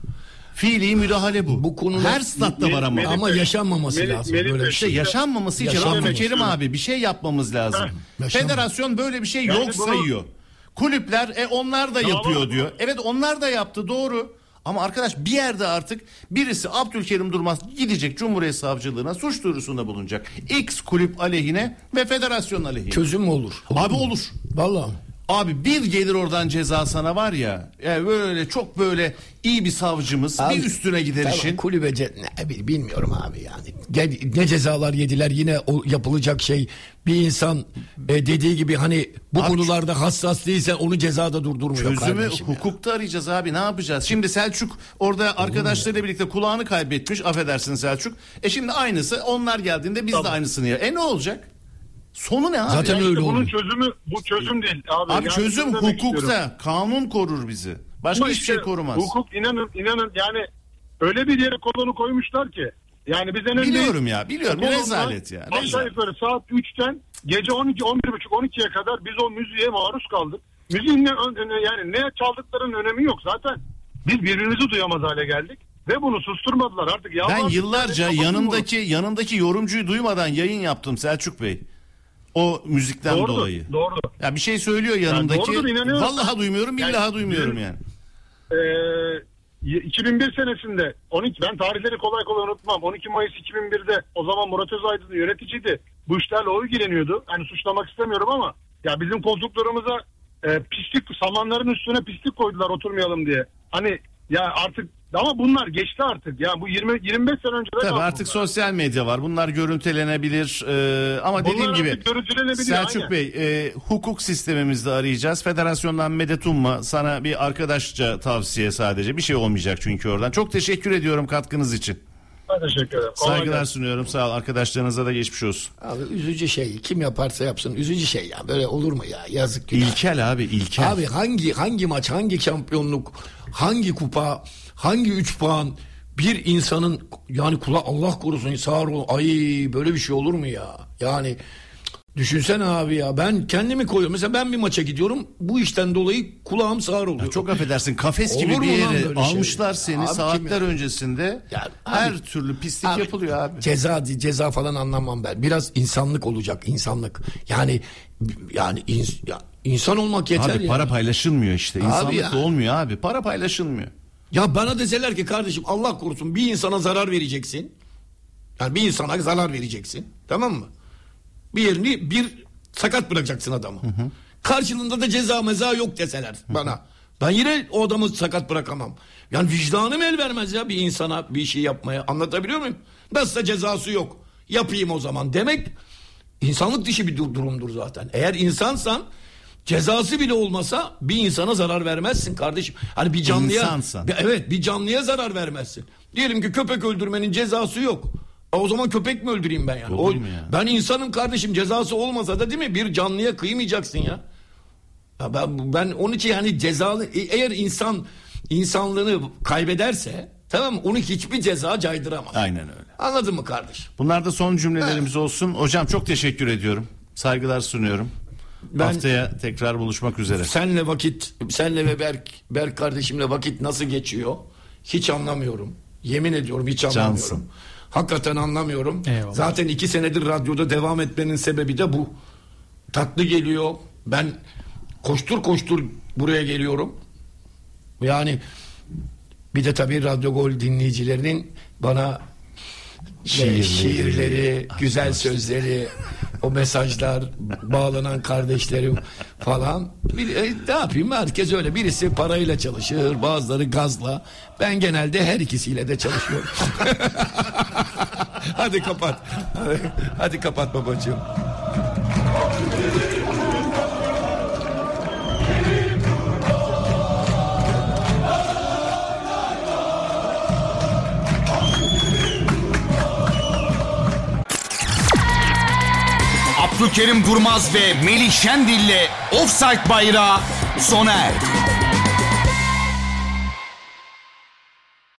Fiili müdahale bu. Bu konuda her statta var ama yaşanmaması lazım. Böyle işte yaşanmaması için Abdülkerim abi bir şey yapmamız lazım. Federasyon böyle bir şey yani yok sayıyor. Kulüpler onlar da yapıyor diyor. Evet onlar da yaptı doğru. Ama arkadaş bir yerde artık birisi Abdülkerim Durmaz gidecek Cumhuriyet Savcılığına suç duyurusunda bulunacak. X kulüp aleyhine ve federasyon aleyhine. Çözüm mü olur? Abi olur. Vallahi. Abi bir gelir oradan ceza sana var ya. Yani böyle çok böyle iyi bir savcımız abi, bir üstüne gider tamam, işin. Kulübece bilmiyorum abi yani. Ne cezalar yediler yine o yapılacak şey. Bir insan dediği gibi hani bu abi, konularda hassas değilsen onu cezada durdurmuyor. Çözümü hukukta arayacağız abi ne yapacağız? Şimdi Selçuk orada arkadaşlarıyla birlikte kulağını kaybetmiş affedersin Selçuk. Şimdi aynısı onlar geldiğinde biz de aynısını ya. Ne olacak? Sonu ne abi? Zaten yani öyle bunun olur. çözümü bu çözüm değil abi. Abi yani çözüm hukukta. Kanun korur bizi. Başka hiçbir şey korumaz. Hukuk inanın yani öyle bir yere kolonu koymuşlar ki. Yani biz en önce biliyorum bir rezalet ya. Aşağı yukarı saat 3'ten gece 12 11.30-12'ye kadar biz o müziğe maruz kaldık. Müziğin yani ne çaldıklarının önemi yok zaten. Biz birbirimizi duyamaz hale geldik. Ve bunu susturmadılar artık. Ben yıllarca yanındaki yorumcuyu duymadan yayın yaptım Selçuk Bey. O müzikten dolayı. Doğru. Ya bir şey söylüyor yanındaki. Yani vallahi duymuyorum, billahi duymuyorum yani. 2001 senesinde ben tarihleri kolay unutmam. 12 Mayıs 2001'de o zaman Murat Özaydın yöneticiydi. Bu işlerle o ilgileniyordu. Hani suçlamak istemiyorum ama ya bizim koltuklarımıza pislik samanların üstüne pislik koydular oturmayalım diye. Hani ya artık ama bunlar geçti artık. Ya bu 25 sene önce tabii artık bunlar. Sosyal medya var. Bunlar görüntülenebilir. Ama dediğim gibi Selçuk Bey hukuk sistemimizde arayacağız. Federasyondan medet umma. Sana bir arkadaşça tavsiye sadece. Bir şey olmayacak çünkü oradan. Çok teşekkür ediyorum katkınız için. Ben teşekkür ederim. Saygılar sunuyorum. Sağ ol. Arkadaşlarınıza da geçmiş olsun. Abi üzücü şey. Kim yaparsa yapsın. Üzücü şey ya. Böyle olur mu ya? Yazık günah. İlkel abi ilkel. Abi hangi maç, hangi şampiyonluk, hangi kupa, hangi 3 puan bir insanın yani Allah korusun sağır ol. Ay böyle bir şey olur mu ya? Yani düşünsene abi ya ben kendimi koyuyorum. Mesela ben bir maça gidiyorum. Bu işten dolayı kulağım sağır oluyor. Ya çok affedersin kafes gibi olur bir yere almışlar şey? Seni abi saatler öncesinde. Ya, her türlü pislik abi, yapılıyor abi. Ceza falan anlamam ben. Biraz insanlık olacak insanlık. Yani insan olmak yeter abi, para paylaşılmıyor işte. İnsanlık da olmuyor abi. Para paylaşılmıyor. Ya bana deseler ki kardeşim Allah korusun bir insana zarar vereceksin. Yani bir insana zarar vereceksin. Tamam mı? Bir yerini sakat bırakacaksın adamı. Hı. Karşılığında da ceza meza yok deseler bana. Ben yine o adamı sakat bırakamam. Yani vicdanım el vermez ya bir insana bir şey yapmaya. Anlatabiliyor muyum? Nasılsa cezası yok. Yapayım o zaman demek insanlık dışı bir durumdur zaten. Eğer insansan cezası bile olmasa bir insana zarar vermezsin kardeşim. Hani bir canlıya bir canlıya zarar vermezsin. Diyelim ki köpek öldürmenin cezası yok. O zaman köpek mi öldüreyim ben yani? Ben insanım kardeşim cezası olmasa da değil mi? Bir canlıya kıymayacaksın ya. Ben onun için yani cezalı eğer insanlığını kaybederse tamam mı? Onu hiçbir ceza caydıramaz. Aynen öyle. Anladın mı kardeşim? Bunlar da son cümlelerimiz olsun. Hocam çok teşekkür ediyorum. Saygılar sunuyorum. Haftaya tekrar buluşmak üzere. Senle ve Berk kardeşimle vakit nasıl geçiyor? Hiç anlamıyorum. Yemin ediyorum hiç anlamıyorum. Cansın. Hakikaten anlamıyorum. Eyvallah. Zaten 2 senedir radyoda devam etmenin sebebi de bu. Tatlı geliyor. Ben koştur buraya geliyorum. Yani bir de tabii Radyo Gol dinleyicilerinin bana şiirleri, güzel sözleri O mesajlar, bağlanan kardeşlerim falan. Ne yapayım, herkes öyle. Birisi parayla çalışır, bazıları gazla. Ben genelde her ikisiyle de çalışıyorum. Hadi kapat. Hadi kapat babacığım. Abdülkerim Durmaz ve Melih Şendil'le Offside Bayrağı sona erdi.